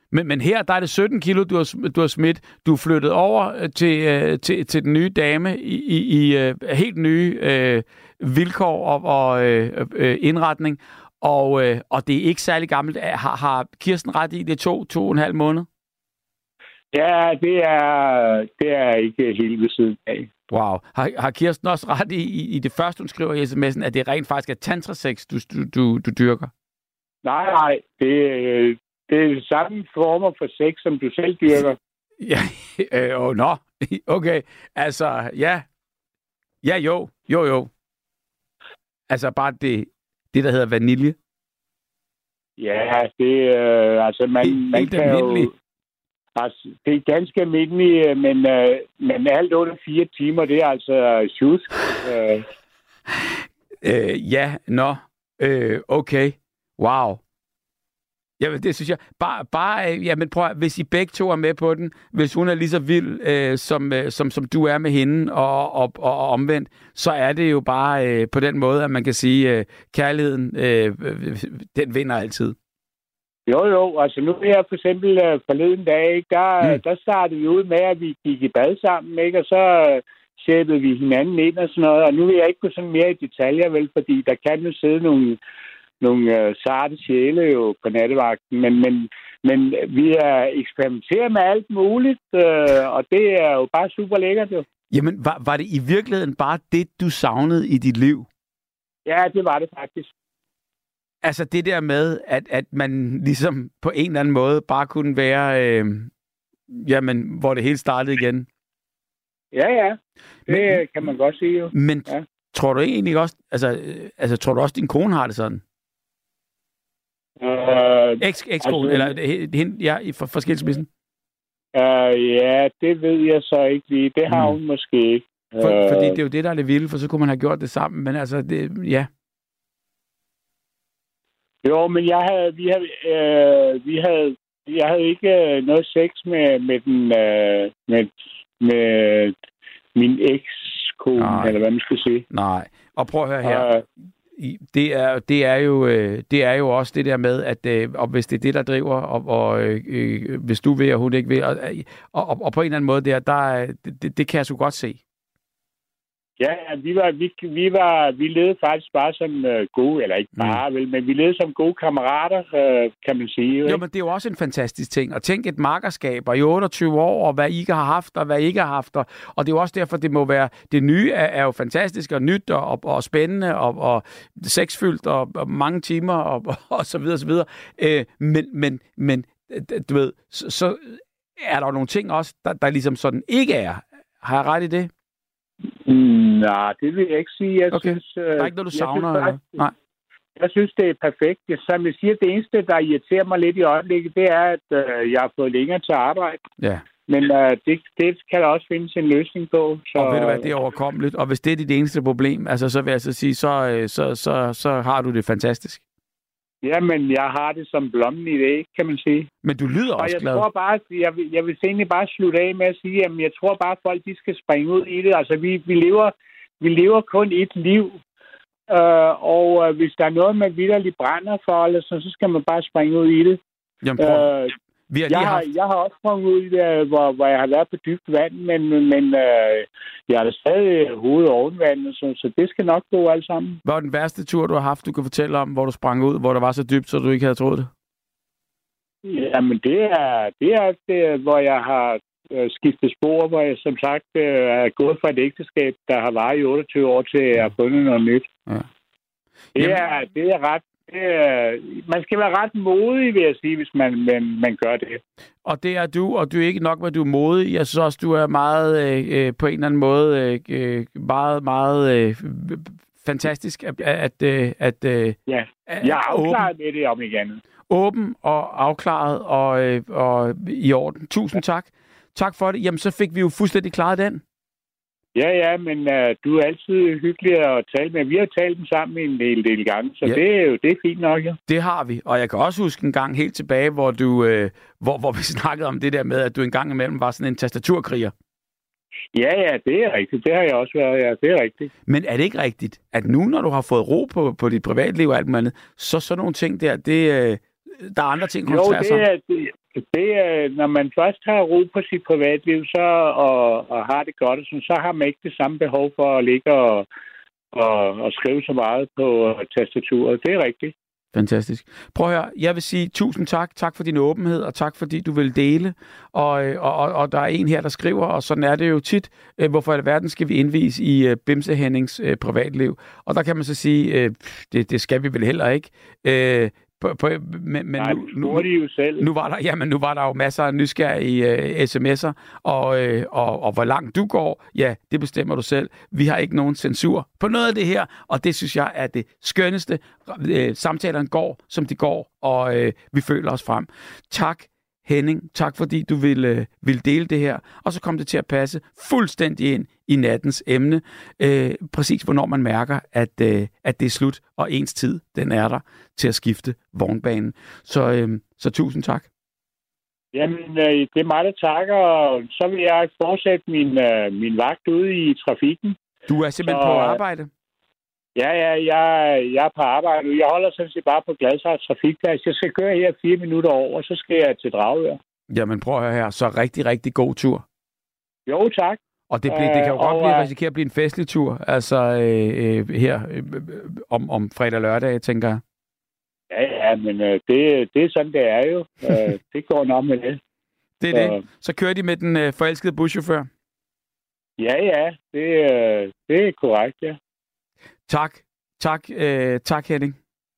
S4: Men, men her, der er det sytten kilo, du har, du har smidt. Du er flyttet over til, øh, til, til den nye dame i, i, i øh, helt nye øh, vilkår og, og øh, øh, indretning. Og, øh, og det er ikke særlig gammelt. Har, har Kirsten ret i det to, to og en halv måned?
S7: Ja, det er, det er ikke helt ved siden af.
S4: Wow. Har, har Kirsten også ret i, i, i det første, hun skriver i sms'en, at det rent faktisk er tantrasex, du, du, du dyrker?
S7: Nej, nej. Det, det er samme former for sex, som du selv dyrker.
S4: Ja, øh, oh, nå. Okay. Altså, ja. Ja, jo. Jo, jo. Altså bare det, det der hedder vanilje.
S7: Ja, det øh, altså man,
S4: Helt,
S7: man
S4: helt
S7: kan
S4: almindelig.
S7: jo... Altså, det er ganske almindeligt, men, øh, men alt under fire timer, det er altså tjusk. Øh.
S4: Øh, ja, nå. Øh, okay. Wow. Jamen, det synes jeg. Bare, bare øh, jamen, prøv at, hvis I begge to er med på den, hvis hun er lige så vild, øh, som, øh, som, som du er med hende, og, og, og, og omvendt, så er det jo bare øh, på den måde, at man kan sige, øh, kærligheden, øh, den vinder altid.
S7: Jo, jo. Altså, nu er jeg for eksempel uh, forleden dag, ikke? Der, mm. der startede vi ud med, at vi gik i bad sammen, ikke? Og så uh, sættede vi hinanden ind og sådan noget. Og nu vil jeg ikke gå sådan mere i detaljer, vel? Fordi der kan jo sidde nogle, nogle uh, sarte sjæle jo på nattevagten. Men, men, men vi er eksperimenteret med alt muligt, uh, og det er jo bare super lækkert, jo.
S4: Jamen, var, var det i virkeligheden bare det, du savnede i dit liv?
S7: Ja, det var det faktisk.
S4: Altså det der med, at, at man ligesom på en eller anden måde bare kunne være, øh, jamen, hvor det hele startede igen.
S7: Ja, ja. Det men, kan man godt sige jo.
S4: Men
S7: ja.
S4: Tror du egentlig også, altså, øh, altså tror du også, din kone har det sådan?
S7: Uh,
S4: Eks, ekskone, altså, eller hende, ja, for, for skilsmissen?
S7: Uh, ja, det ved jeg så ikke lige. Det har mm. hun måske ikke.
S4: For,
S7: uh,
S4: fordi det er jo det, der er det vilde, for så kunne man have gjort det sammen. Men altså, det, ja...
S7: Jo, men jeg havde, vi havde, øh, vi havde, jeg havde ikke øh, noget sex med med den, øh, med med min ekskone, eller hvad man skal sige.
S4: Nej. Og prøv at høre her. Uh, det er det er jo det er jo også det der med at øh, og hvis det er det der driver og, og øh, hvis du vil og hun ikke vil og, og, og på en eller anden måde der der det, det kan jeg så godt se.
S7: Ja, vi var vi vi var vi levede faktisk bare som uh, gode, eller ikke bare, mm. vel, men vi levede som gode kammerater, uh, kan man sige.
S4: Jo, men det er jo også en fantastisk ting. Og tænk et makkerskab og i otteogtyve år, og hvad I ikke har haft, og hvad I ikke har haft. Og, og det er jo også derfor, det må være, det nye er, er jo fantastisk og nyt og, og, og spændende og, og sexfyldt og, og mange timer og, og så videre, så videre. Øh, men, men, men, du ved, så, så er der jo nogle ting også, der, der ligesom sådan ikke er. Har jeg ret i det?
S7: Mm, nej, det vil jeg ikke sige. Jeg
S4: okay.
S7: synes,
S4: der er ikke noget, du savner?
S7: Synes,
S4: eller? Nej.
S7: Jeg synes, det er perfekt. Som jeg siger, det eneste, der irriterer mig lidt i øjeblikket, det er, at øh, jeg har fået længere til arbejde.
S4: Ja.
S7: Men øh, det, det kan der også findes en løsning på. Så...
S4: Og ved du hvad, det er overkommeligt. Og hvis det er dit eneste problem, altså, så vil jeg så sige, så, så, så, så har du det fantastisk.
S7: Jamen, jeg har det som blommen i det, kan man sige.
S4: Men du lyder
S7: og
S4: også
S7: jeg
S4: glad.
S7: Tror bare, jeg, vil, jeg vil egentlig bare slutte af med at sige, at jeg tror bare, at folk de skal springe ud i det. Altså, vi, vi, lever, vi lever kun et liv. Øh, og øh, hvis der er noget, man vitterligt brænder for, eller så, så skal man bare springe ud i det.
S4: Jamen, prøv. Øh, vi har lige
S7: jeg,
S4: haft...
S7: har, jeg har også sprunget ud i det, hvor, hvor jeg har været på dybt vand, men, men øh, jeg har da stadig hovedet oven vandet, så, så det skal nok gå alt sammen.
S4: Hvad var den værste tur, du har haft, du kan fortælle om, hvor du sprang ud, hvor der var så dybt, så du ikke havde troet det?
S7: Jamen, det er, det er det, hvor jeg har øh, skiftet spor, hvor jeg som sagt øh, er gået fra et ægteskab, der har varet i otteogtyve år, til at jeg har fundet noget nyt. Ja. Det, er, det er ret Det er, man skal være ret modig, vil jeg sige, hvis man, man, man gør det.
S4: Og det er du, og du er ikke nok med, at du er modig. Jeg synes også, du er meget, øh, på en eller anden måde, øh, meget, meget øh, fantastisk, at... at, at øh,
S7: ja, jeg er afklaret med det om igen.
S4: Åben og afklaret og, øh, og i orden. Tusind tak. Tak for det. Jamen, så fik vi jo fuldstændig klaret den.
S7: Ja, ja, men uh, du er altid hyggelig at tale med. Vi har talt dem sammen en del, del gange, så ja. det er jo det er fint nok, ja.
S4: Det har vi, og jeg kan også huske en gang helt tilbage, hvor du, øh, hvor, hvor vi snakkede om det der med, at du en gang imellem var sådan en tastaturkriger.
S7: Ja, ja, det er rigtigt. Det har jeg også været, ja, det er rigtigt.
S4: Men er det ikke rigtigt, at nu, når du har fået ro på, på dit privatliv og alt muligt, så sådan nogle ting der, det, øh, der er andre ting,
S7: jo, det er, det, Det, øh, når man først har ro på sit privatliv, så, og, og har det godt, så, så har man ikke det samme behov for at ligge og, og, og skrive så meget på tastaturet. Det er rigtigt.
S4: Fantastisk. Prøv at høre, jeg vil sige tusind tak. Tak for din åbenhed, og tak fordi du vil dele. Og, og, og, og der er en her, der skriver, og sådan er det jo tit, øh, hvorfor i alverden skal vi indvise i øh, Bimse Hennings øh, privatliv? Og der kan man så sige, øh, det, det skal vi vel heller ikke. Øh, På, på, men, men
S7: Nej,
S4: nu, nu,
S7: jo selv.
S4: nu var der, jamen, nu var der jo masser af nysgerrige uh, sms'er, og, uh, og, og hvor langt du går, ja, det bestemmer du selv. Vi har ikke nogen censur på noget af det her, og det synes jeg er det skønneste. Uh, samtalerne går, som de går, og uh, vi føler os frem. Tak, Henning. Tak, fordi du ville, uh, ville dele det her, og så kom det til at passe fuldstændig ind i nattens emne. Uh, præcis, hvornår man mærker, at, uh, at det er slut, og ens tid, den er der til at skifte vognbanen. Så, øhm, så tusind tak.
S7: Jamen, øh, det er mig, der takker, og så vil jeg fortsætte min, øh, min vagt ude i trafikken.
S4: Du er simpelthen
S7: så,
S4: på arbejde?
S7: Ja, ja, jeg, jeg er på arbejde. Jeg holder sådan set bare på Gladsaxe Trafikplads. Jeg skal køre her fire minutter over, og så skal jeg til Dragør.
S4: Jamen, prøv at høre her. Så rigtig, rigtig god tur.
S7: Jo, tak.
S4: Og det, bliver, det kan jo godt
S7: og,
S4: blive, risikere at blive en festlig tur, altså øh, øh, her øh, om, om fredag og lørdag, tænker jeg.
S7: Ja, ja, men øh, det, det er sådan, det er jo. øh, det går nok med det.
S4: Det er så, det. Så kører de med den øh, forelskede buschauffør?
S7: Ja, ja. Det, øh, det er korrekt, ja.
S4: Tak. Tak, øh, tak Henning.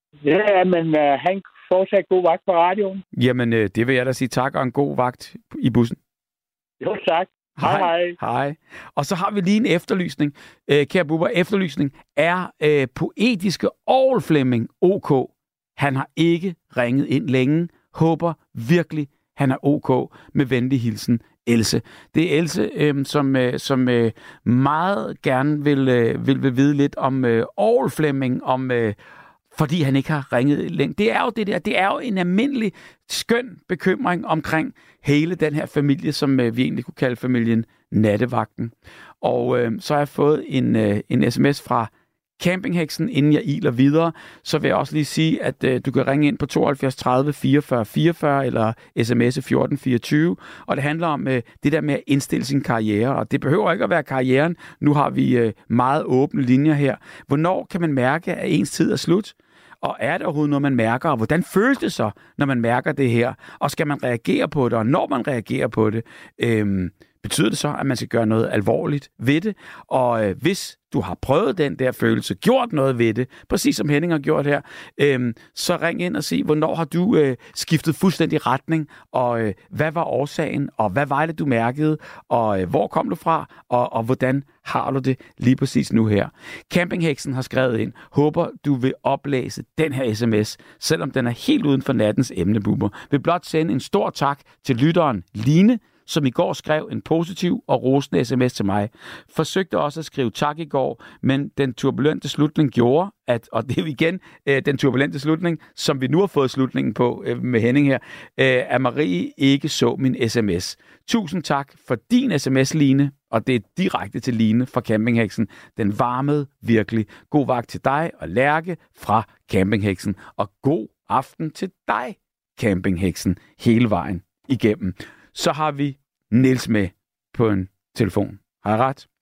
S7: Ja, men øh, han fortsat god vagt på radioen.
S4: Jamen, øh, det vil jeg da sige tak, og en god vagt i bussen.
S7: Jo, tak. Hej, hej.
S4: Hej. Og så har vi lige en efterlysning. Øh, kære Bubber, efterlysning er øh, poetiske Aarhus Flemming O K. Han har ikke ringet ind længe. Håber virkelig, han er ok. Med venlig hilsen, Else. Det er Else, øh, som, øh, som øh, meget gerne vil, øh, vil, vil vide lidt om øh, Aarhus Flemming, om... Øh, fordi han ikke har ringet længe. Det er jo det der, det er jo en almindelig skøn bekymring omkring hele den her familie, som øh, vi egentlig kunne kalde familien Nattevagten. Og øh, så har jeg fået en, øh, en sms fra Campingheksen, inden jeg iler videre. Så vil jeg også lige sige, at øh, du kan ringe ind på tooghalvfjerds tredive fireogfyrre fireogfyrre eller sms'e fjorten fireogtyve. Og det handler om øh, det der med at indstille sin karriere. Og det behøver ikke at være karrieren. Nu har vi øh, meget åbne linjer her. Hvornår kan man mærke, at ens tid er slut? Og er det overhovedet noget, man mærker? Og hvordan føles det så, når man mærker det her? Og skal man reagere på det? Og når man reagerer på det, øhm, betyder det så, at man skal gøre noget alvorligt ved det? Og øh, hvis du har prøvet den der følelse, gjort noget ved det, præcis som Henning har gjort her, øhm, så ring ind og sig, hvornår har du øh, skiftet fuldstændig retning? Og øh, hvad var årsagen? Og hvad var det, du mærkede? Og øh, hvor kom du fra? Og, og hvordan har du det lige præcis nu her? Campingheksen har skrevet ind, håber du vil oplæse den her sms, selvom den er helt uden for nattens emnebubber. Vil blot sende en stor tak til lytteren Line, som i går skrev en positiv og rosende sms til mig. Forsøgte også at skrive tak i går, men den turbulente slutning gjorde, at, og det er jo igen øh, den turbulente slutning, som vi nu har fået slutningen på øh, med Henning her, øh, at Marie ikke så min sms. Tusind tak for din sms, Line, og det er direkte til Line fra Campingheksen. Den varmede virkelig. God vagt til dig og Lærke fra Campingheksen, og god aften til dig, Campingheksen, hele vejen igennem. Så har vi Niels med på en telefon. Har jeg ret?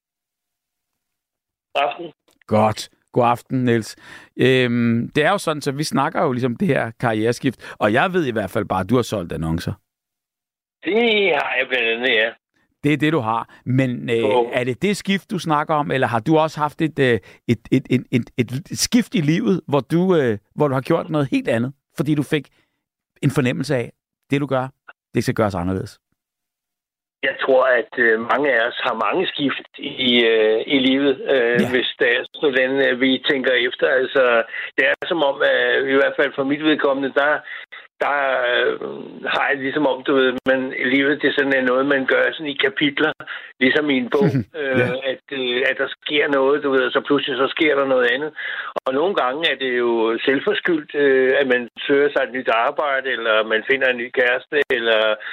S8: Aften.
S4: Godt. God aften, Niels. Øhm, det er jo sådan, så vi snakker jo ligesom det her karriereskift, og jeg ved i hvert fald bare, at du har solgt annoncer.
S8: Det har jeg blandt andet, ja.
S4: Det er det, du har. Men øh, oh. er det det skift, du snakker om, eller har du også haft et, øh, et, et, et, et, et skift i livet, hvor du, øh, hvor du har gjort noget helt andet, fordi du fik en fornemmelse af, det du gør, det skal gøres anderledes?
S8: Jeg tror, at øh, mange af os har mange skift i, øh, i livet, øh, ja. Hvis det er sådan, øh, vi tænker efter. Altså, det er som om, øh, i hvert fald for mit vedkommende, der, der øh, har jeg ligesom om, du ved, men livet det sådan er noget, man gør sådan i kapitler, ligesom i en bog, øh, ja. at, øh, at der sker noget, du ved, og så pludselig så sker der noget andet. Og nogle gange er det jo selvforskyldt, øh, at man søger sig et nyt arbejde, eller man finder en ny kæreste, eller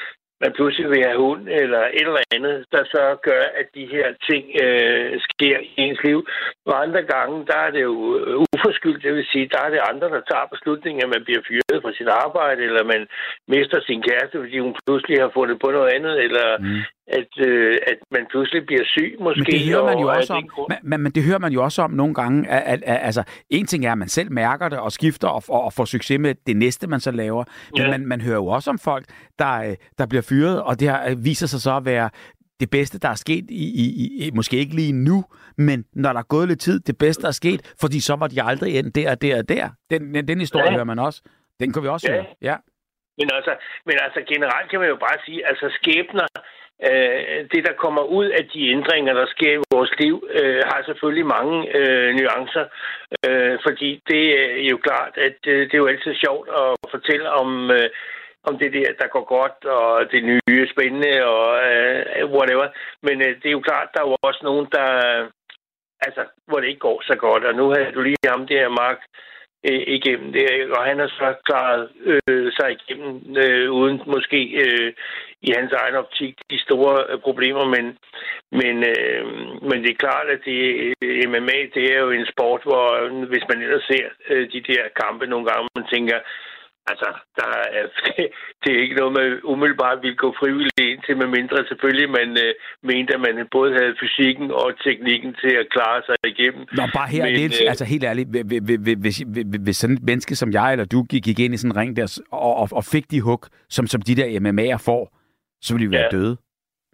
S8: man pludselig vil have hund eller et eller andet, der så gør, at de her ting øh, sker i ens liv. Og andre gange, der er det jo uforskyldt, det vil sige, der er det andre, der tager beslutningen, at man bliver fyret fra sit arbejde, eller man mister sin kæreste, fordi hun pludselig har fundet på noget andet, eller mm. at, øh, at man pludselig bliver syg, måske.
S4: Men det hører man jo
S8: og,
S4: også om. Men, men det hører man jo også om nogle gange. At, at, at, altså, en ting er, at man selv mærker det og skifter og, og, og får succes med det næste, man så laver. Men ja. man, man hører jo også om folk, der, der bliver fyret, og det her viser sig så at være det bedste, der er sket, i, i, i, måske ikke lige nu, men når der er gået lidt tid, det bedste, der er sket, fordi så var de aldrig endt der og der og der. Den, den, den historie ja. hører man også. Den kan vi også ja. høre. Ja.
S8: Men altså, men altså generelt kan man jo bare sige, altså skæbner, øh, det der kommer ud af de ændringer, der sker i vores liv, øh, har selvfølgelig mange øh, nuancer. Øh, fordi det er jo klart, at øh, det er jo altid sjovt at fortælle om... Øh, om det der, der går godt, og det nye, spændende, og uh, whatever. Men uh, det er jo klart, der er jo også nogen, der, altså, hvor det ikke går så godt. Og nu har du lige ham der, Mark, øh, igennem det, og han har så klaret øh, sig igennem, øh, uden måske øh, i hans egen optik de store øh, problemer. Men, men, øh, men det er klart, at det, M M A, det er jo en sport, hvor hvis man ellers ser øh, de der kampe nogle gange, man tænker, altså, der er, det er ikke noget, man umiddelbart ville gå frivilligt ind til, med mindre selvfølgelig man øh, mente, at man både havde fysikken og teknikken til at klare sig igennem.
S4: Nå, bare her, Men, lidt, øh, altså helt ærligt, hvis, hvis, hvis sådan et menneske som jeg eller du gik ind i sådan en ring der og, og, og fik de hug, som, som de der M M A'er får, så ville de være ja. døde.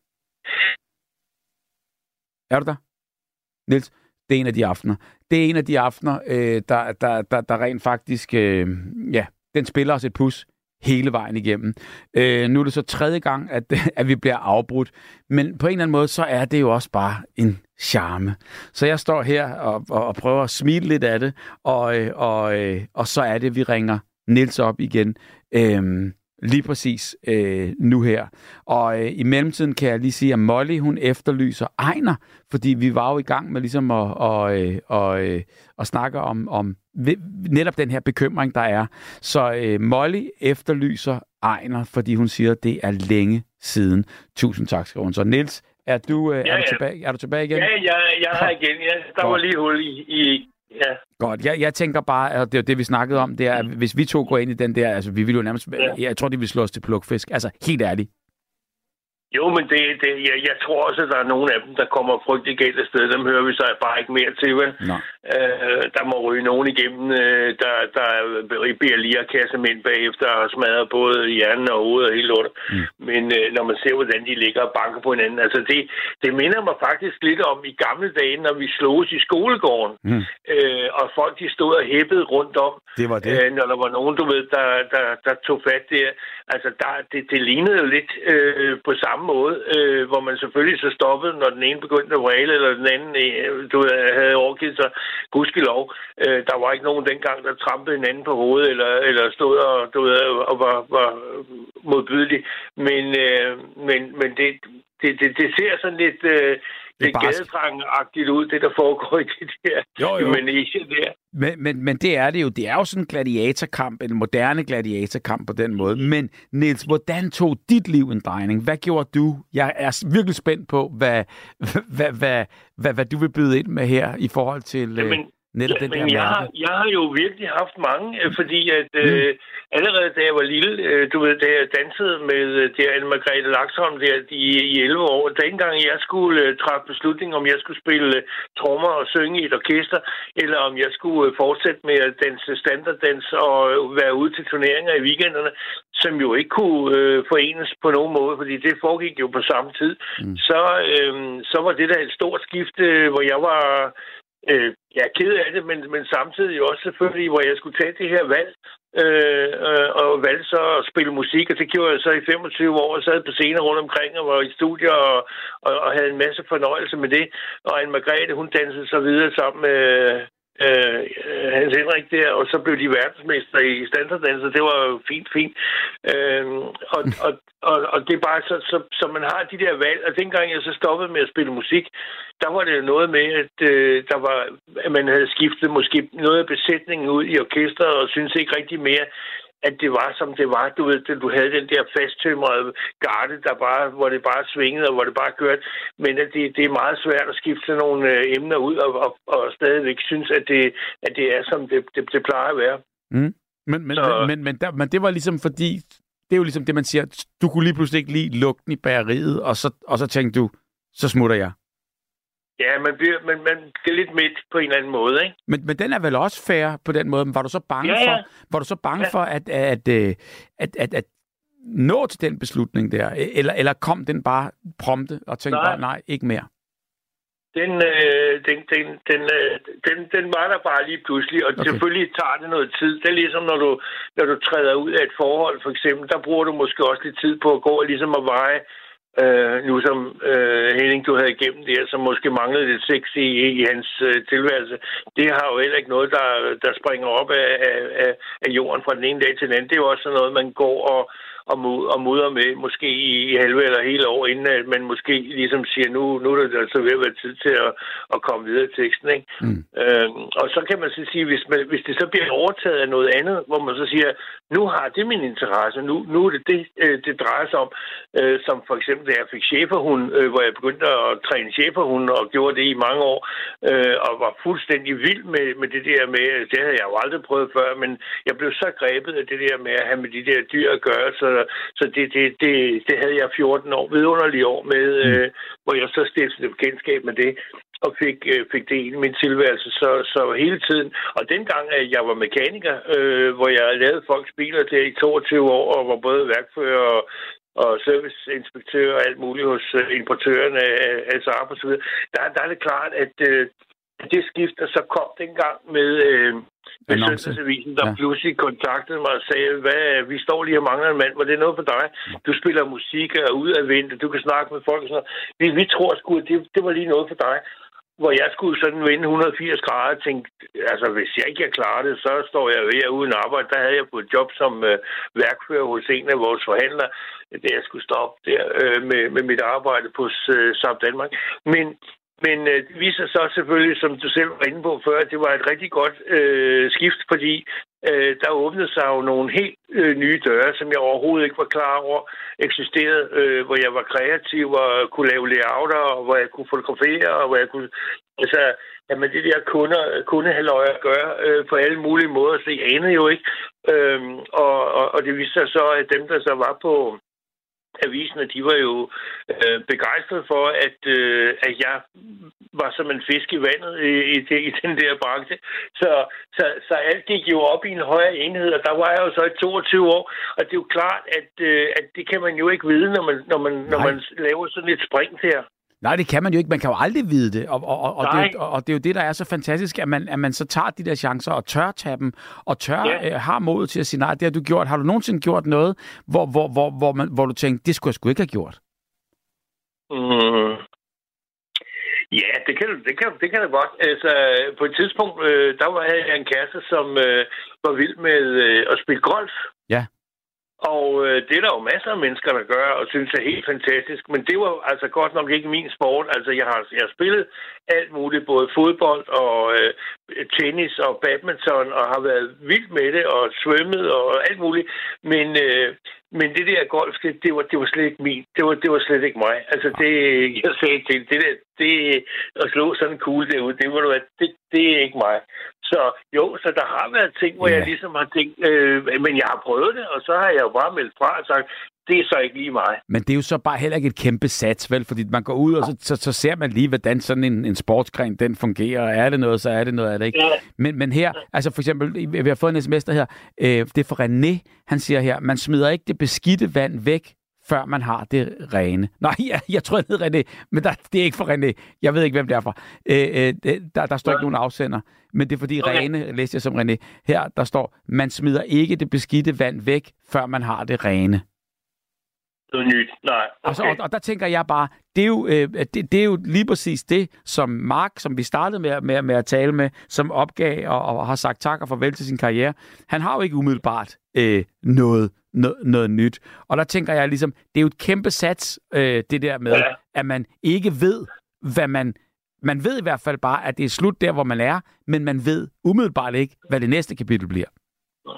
S4: Er du der? Niels, det er en af de aftener. Det er en af de aftener, øh, der, der, der, der rent faktisk, øh, ja, den spiller os et pus hele vejen igennem. Øh, nu er det så tredje gang, at, at vi bliver afbrudt. Men på en eller anden måde, så er det jo også bare en charme. Så jeg står her og, og, og prøver at smile lidt af det, og, og, og så er det, vi ringer Niels op igen. Øh, lige præcis øh, nu her. Og øh, i mellemtiden kan jeg lige sige, at Molly, hun efterlyser Ejner, fordi vi var jo i gang med ligesom at, og, øh, og, øh, at snakke om, om netop den her bekymring, der er. Så øh, Molly efterlyser Ejner, fordi hun siger, at det er længe siden. Tusind tak, skriver hun. Så Niels, er du, øh,
S8: ja,
S4: er, du
S8: ja.
S4: tilbage, er du tilbage igen?
S8: Ja, jeg, jeg er igen. Ja, der var lige hul i... i ja.
S4: Godt. Jeg, jeg tænker bare, at det er det, vi snakkede om, det er, at hvis vi to går ind i den der, altså vi vil jo nærmest, ja. jeg tror, de vil slå os til plukfisk. Altså, helt ærligt.
S8: Jo, men det, det, jeg, jeg tror også, at der er nogle af dem, der kommer frygtelig galt af sted. Dem hører vi så bare ikke mere til, vel? Øh, der må ryge nogen igennem, øh, der, der bliver lige at kasse mænd bagefter og smadrer både hjernen og hovedet og hele lortet. Mm. Men øh, når man ser, hvordan de ligger og banker på hinanden, altså det, det minder mig faktisk lidt om i gamle dage, når vi sloges i skolegården. Mm. Øh, og folk, de stod og hæppede rundt om.
S4: Det var det.
S8: Øh, når der var nogen, du ved, der, der, der tog fat der. Altså, der, det, det lignede jo lidt øh, på samme måde, øh, hvor man selvfølgelig så stoppede, når den ene begyndte at vræle, eller den anden øh, du ved, havde overgivet sig. Gudskelov. Øh, der var ikke nogen dengang, der trampede hinanden på hovedet, eller, eller stod og, du ved, og var, var modbydelig. Men, øh, men, men det, det, det, det ser sådan lidt... Øh, Det er gadedrang-agtigt ud, det der foregår i det der.
S4: Jo, jo.
S8: Men, der.
S4: Men, men, men det er det jo. Det er jo sådan en gladiatorkamp, en moderne gladiatorkamp på den måde. Men Niels, hvordan tog dit liv en drejning? Hvad gjorde du? Jeg er virkelig spændt på, hvad, hvad, hvad, hvad, hvad du vil byde ind med her i forhold til Jamen, øh, netop ja, den
S8: men
S4: der
S8: jeg har, jeg har jo virkelig haft mange, fordi at mm. øh, allerede da jeg var lille, øh, du ved, da jeg dansede med der Anne-Margrethe Laxholm der i, i elleve år, da ikke engang jeg skulle øh, træffe beslutning, om jeg skulle spille øh, trommer og synge i et orkester, eller om jeg skulle øh, fortsætte med at danse standarddans og øh, være ude til turneringer i weekenderne, som jo ikke kunne øh, forenes på nogen måde, fordi det foregik jo på samme tid. Mm. Så, øh, så var det der et stort skift, øh, hvor jeg var... Øh, jeg er ked af det, men, men samtidig også selvfølgelig, hvor jeg skulle tage det her valg, øh, øh, og valgte så at spille musik, og det gjorde jeg så i femogtyve år, og sad på scener rundt omkring, og var i studier, og, og, og havde en masse fornøjelse med det. Og Anne-Margrethe, hun dansede så videre sammen med øh, Hans Henrik der, og så blev de verdensmester i standarddans, og det var jo fint, fint. Øh, og, og, og, og det er bare så, så, så man har de der valg, og dengang jeg så stoppede med at spille musik, der var det noget med, at, øh, der var, at man havde skiftet måske noget af besætningen ud i orkestret, og synes ikke rigtig mere, at det var, som det var. Du ved, du havde den der fasttømrede garde, der bare, hvor det bare svingede, og hvor det bare kørte. Men at det, det er meget svært at skifte sådan nogle øh, emner ud, og, og, og stadigvæk synes, at det, at det er, som det, det, det plejer at være.
S4: Mm. Men, men,
S8: Så...
S4: men, men, men, der, men det var ligesom fordi, det er jo ligesom det, man siger, du kunne lige pludselig ikke lide lugten i bageriet, og så, og så tænkte du, så smutter jeg.
S8: Ja, man bliver, man, man bliver lidt midt på en eller anden måde, ikke?
S4: Men, men den er vel også fair på den måde. Men var du så bange
S8: ja, ja.
S4: for, var du så bange
S8: ja.
S4: for at, at, at, at, at, at nå til den beslutning der? Eller, eller kom den bare prompte og tænkte nej. bare, nej, ikke mere?
S8: Den, øh, den, den, den, øh, den, den var der bare lige pludselig, og okay. Selvfølgelig tager det noget tid. Det er ligesom, når du, når du træder ud af et forhold, for eksempel, der bruger du måske også lidt tid på at gå og ligesom at veje, øh, nu som øh, Henning, du havde igennem det, som måske manglede lidt sex i, i hans øh, tilværelse. Det har jo heller ikke noget, der, der springer op af, af, af jorden fra den ene dag til den anden. Det er jo også sådan noget, man går og og, mod, og mudder med, måske i halve eller hele år, inden at man måske ligesom siger, nu, nu er det altså ved at være tid til at, at komme videre i teksten, ikke? Mm. Øhm, og så kan man så sige, hvis, man, hvis det så bliver overtaget af noget andet, hvor man så siger, nu har det min interesse, nu, nu er det det, det drejer sig om, øh, som for eksempel, da jeg fik schæferhund, øh, hvor jeg begyndte at træne schæferhund og gjorde det i mange år, øh, og var fuldstændig vild med, med det der med, det havde jeg jo aldrig prøvet før, men jeg blev så grebet af det der med at have med de der dyr at gøre, så Så det, det, det, det havde jeg fjorten år, vidunderlige år med, mm. øh, hvor jeg så stiftede bekendtskab med det, og fik, øh, fik det ind i min tilværelse. Så, så hele tiden, og dengang, at jeg var mekaniker, øh, hvor jeg lavede folks biler der i toogtyve år, og var både værkfører og, og serviceinspektør og alt muligt hos øh, importøren af, af Saab og så videre, der, der er det klart, at øh, det skift, der så kom dengang med... Øh, med Søndagsavisen, der ja. pludselig kontaktede mig og sagde, hvad, vi står lige og mangler en mand, var det noget for dig? Du spiller musik og er ude af vente, du kan snakke med folk og sådan noget. Vi, vi tror sgu, at det, det var lige noget for dig. Hvor jeg skulle sådan vende et hundrede og firs grader og tænkte, altså hvis jeg ikke kan klare det, så står jeg ved at uden arbejde. Der havde jeg fået et job som øh, værkfører hos en af vores forhandlere, da jeg skulle stoppe der øh, med, med mit arbejde på øh, Saab Danmark. Men Men øh, det viser så selvfølgelig, som du selv var inde på før, at det var et rigtig godt øh, skift, fordi øh, der åbnede sig jo nogle helt øh, nye døre, som jeg overhovedet ikke var klar over eksisterede, øh, hvor jeg var kreativ og kunne lave layouter, og hvor jeg kunne fotografere, og hvor jeg kunne... Altså, jamen det der kunder, kundehalløj at gøre øh, på alle mulige måder, så jeg anede jo ikke. Øh, og, og, og det viste sig så, at dem, der så var på... avisen, og de var jo øh, begejstrede for, at, øh, at jeg var som en fisk i vandet i, i, i den der branche. Så, så, så alt gik jo op i en højere enhed, og der var jeg jo så i toogtyve år, og det er jo klart, at, øh, at det kan man jo ikke vide, når man, når man, når man laver sådan et spring her. Nej,
S4: det kan man jo ikke. Man kan jo aldrig vide det. Og, og, og, det, og, og det er jo det, der er så fantastisk, at man, at man så tager de der chancer og tør tage dem, og tør ja. øh, har mod til at sige, nej, det har du gjort. Har du nogensinde gjort noget, hvor, hvor, hvor, hvor, man, hvor du tænkte, det skulle jeg sgu ikke have gjort?
S8: Mm. Ja, det kan, det kan, det kan det godt. Altså, på et tidspunkt, øh, der var jeg en kæreste, som øh, var vild med øh, at spille golf.
S4: Ja.
S8: Og øh, det er der jo masser af mennesker, der gør, og synes er helt fantastisk. Men det var altså godt nok ikke min sport. Altså, jeg har, jeg har spillet alt muligt, både fodbold og øh, tennis og badminton, og har været vild med det, og svømmet og alt muligt. Men, øh, men det der golf, det, det, var, det var slet ikke min. Det var, det var slet ikke mig. Altså, det, jeg sagde til det der, det at slå sådan en kugle derude, det, var, det, det er ikke mig. Så jo, så der har været ting, hvor ja. jeg ligesom har tænkt, øh, men jeg har prøvet det, og så har jeg jo bare meldt fra og sagt, det er så ikke lige mig.
S4: Men det er jo så bare heller ikke et kæmpe sats, vel? Fordi man går ud, og så, så, så ser man lige, hvordan sådan en, en sportsgren, den fungerer. Er det noget, så er det noget, er det ikke? Ja. Men, men her, altså for eksempel, vi har fået en sms her, øh, det er fra René, han siger her, man smider ikke det beskidte vand væk, før man har det rene. Nej, jeg, jeg tror, det hedder René, men der, det er ikke for René. Jeg ved ikke, hvem det er fra. Øh, øh, der, der står ja. ikke nogen afsender, men det er fordi okay. Rene, læste jeg som René. Her, der står, man smider ikke det beskidte vand væk, før man har det rene.
S8: Det er nyt. Nej. Okay.
S4: Og, så, og, og der tænker jeg bare, det er, jo, øh, det, det er jo lige præcis det, som Mark, som vi startede med, med, med at tale med, som opgav og, og har sagt tak og farvel til sin karriere. Han har jo ikke umiddelbart øh, noget, noget, noget nyt. Og der tænker jeg ligesom, det er jo et kæmpe sats, øh, det der med, ja. at man ikke ved, hvad man... Man ved i hvert fald bare, at det er slut der, hvor man er, men man ved umiddelbart ikke, hvad det næste kapitel bliver.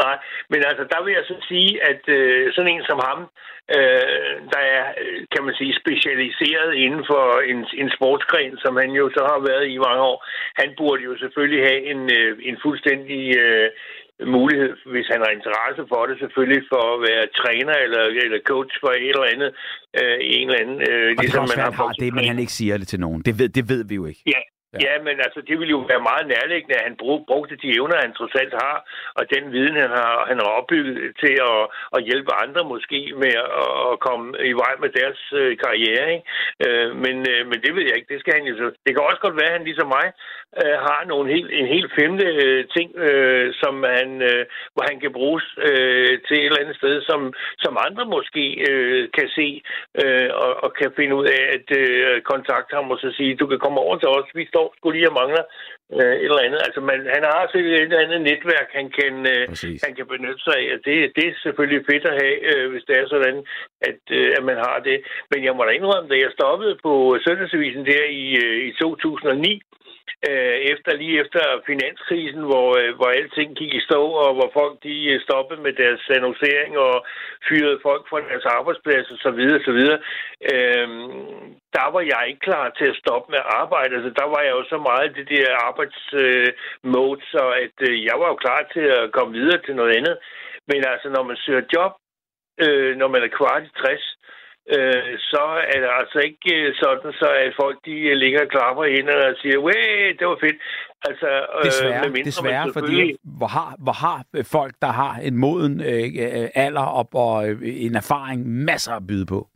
S8: Nej, men altså, der vil jeg så sige, at øh, sådan en som ham, øh, der er, kan man sige, specialiseret inden for en, en sportsgren, som han jo så har været i mange år, han burde jo selvfølgelig have en, øh, en fuldstændig øh, mulighed, hvis han har interesse for det, selvfølgelig for at være træner eller, eller coach for et eller andet, øh, en eller anden. Øh,
S4: og
S8: ligesom
S4: det kan også
S8: man
S4: være, han har det, men han ikke siger det til nogen. Det ved, det ved vi jo ikke.
S8: Ja. Ja. ja, men altså, det ville jo være meget nærliggende, at han brug, brugte de evner, han trods alt har, og den viden, han har, han har opbygget til at, at hjælpe andre måske med at, at komme i vej med deres øh, karriere. Ikke? Øh, men, øh, men det ved jeg ikke, det skal han jo så. Det kan også godt være, at han ligesom mig øh, har nogle helt, en helt femte øh, ting, øh, som han, øh, hvor han kan bruges øh, til et eller andet sted, som, som andre måske øh, kan se øh, og, og kan finde ud af at øh, kontakte ham og så sige, du kan komme over til os, vi står skulle lige og mangler øh, et eller andet. Altså, man, han har altså et eller andet netværk, han kan, øh, han kan benytte sig af. Det, det er selvfølgelig fedt at have, øh, hvis det er sådan, at, øh, at man har det. Men jeg må da indrømme, da jeg stoppede på Søndagsavisen der i, øh, i to tusind og ni, øh, efter, lige efter finanskrisen, hvor, øh, hvor alting gik i stå, og hvor folk de stoppede med deres annoncering og fyrede folk fra deres arbejdsplads og så videre, så videre. Øh, der var jeg ikke klar til at stoppe med at arbejde. Altså, der var jeg jo så meget i det der arbejdsmode, øh, så at øh, jeg var jo klar til at komme videre til noget andet. Men altså, når man søger job, øh, når man er kvart i tres, øh, så er det altså ikke sådan, så at folk de ligger og klapper i hænderne og siger, wey, det var fedt. Altså, øh,
S4: desværre,
S8: med mindre,
S4: desværre
S8: selvfølgelig...
S4: fordi hvor har, hvor har folk, der har en moden øh, alder op og øh, en erfaring, masser at byde på.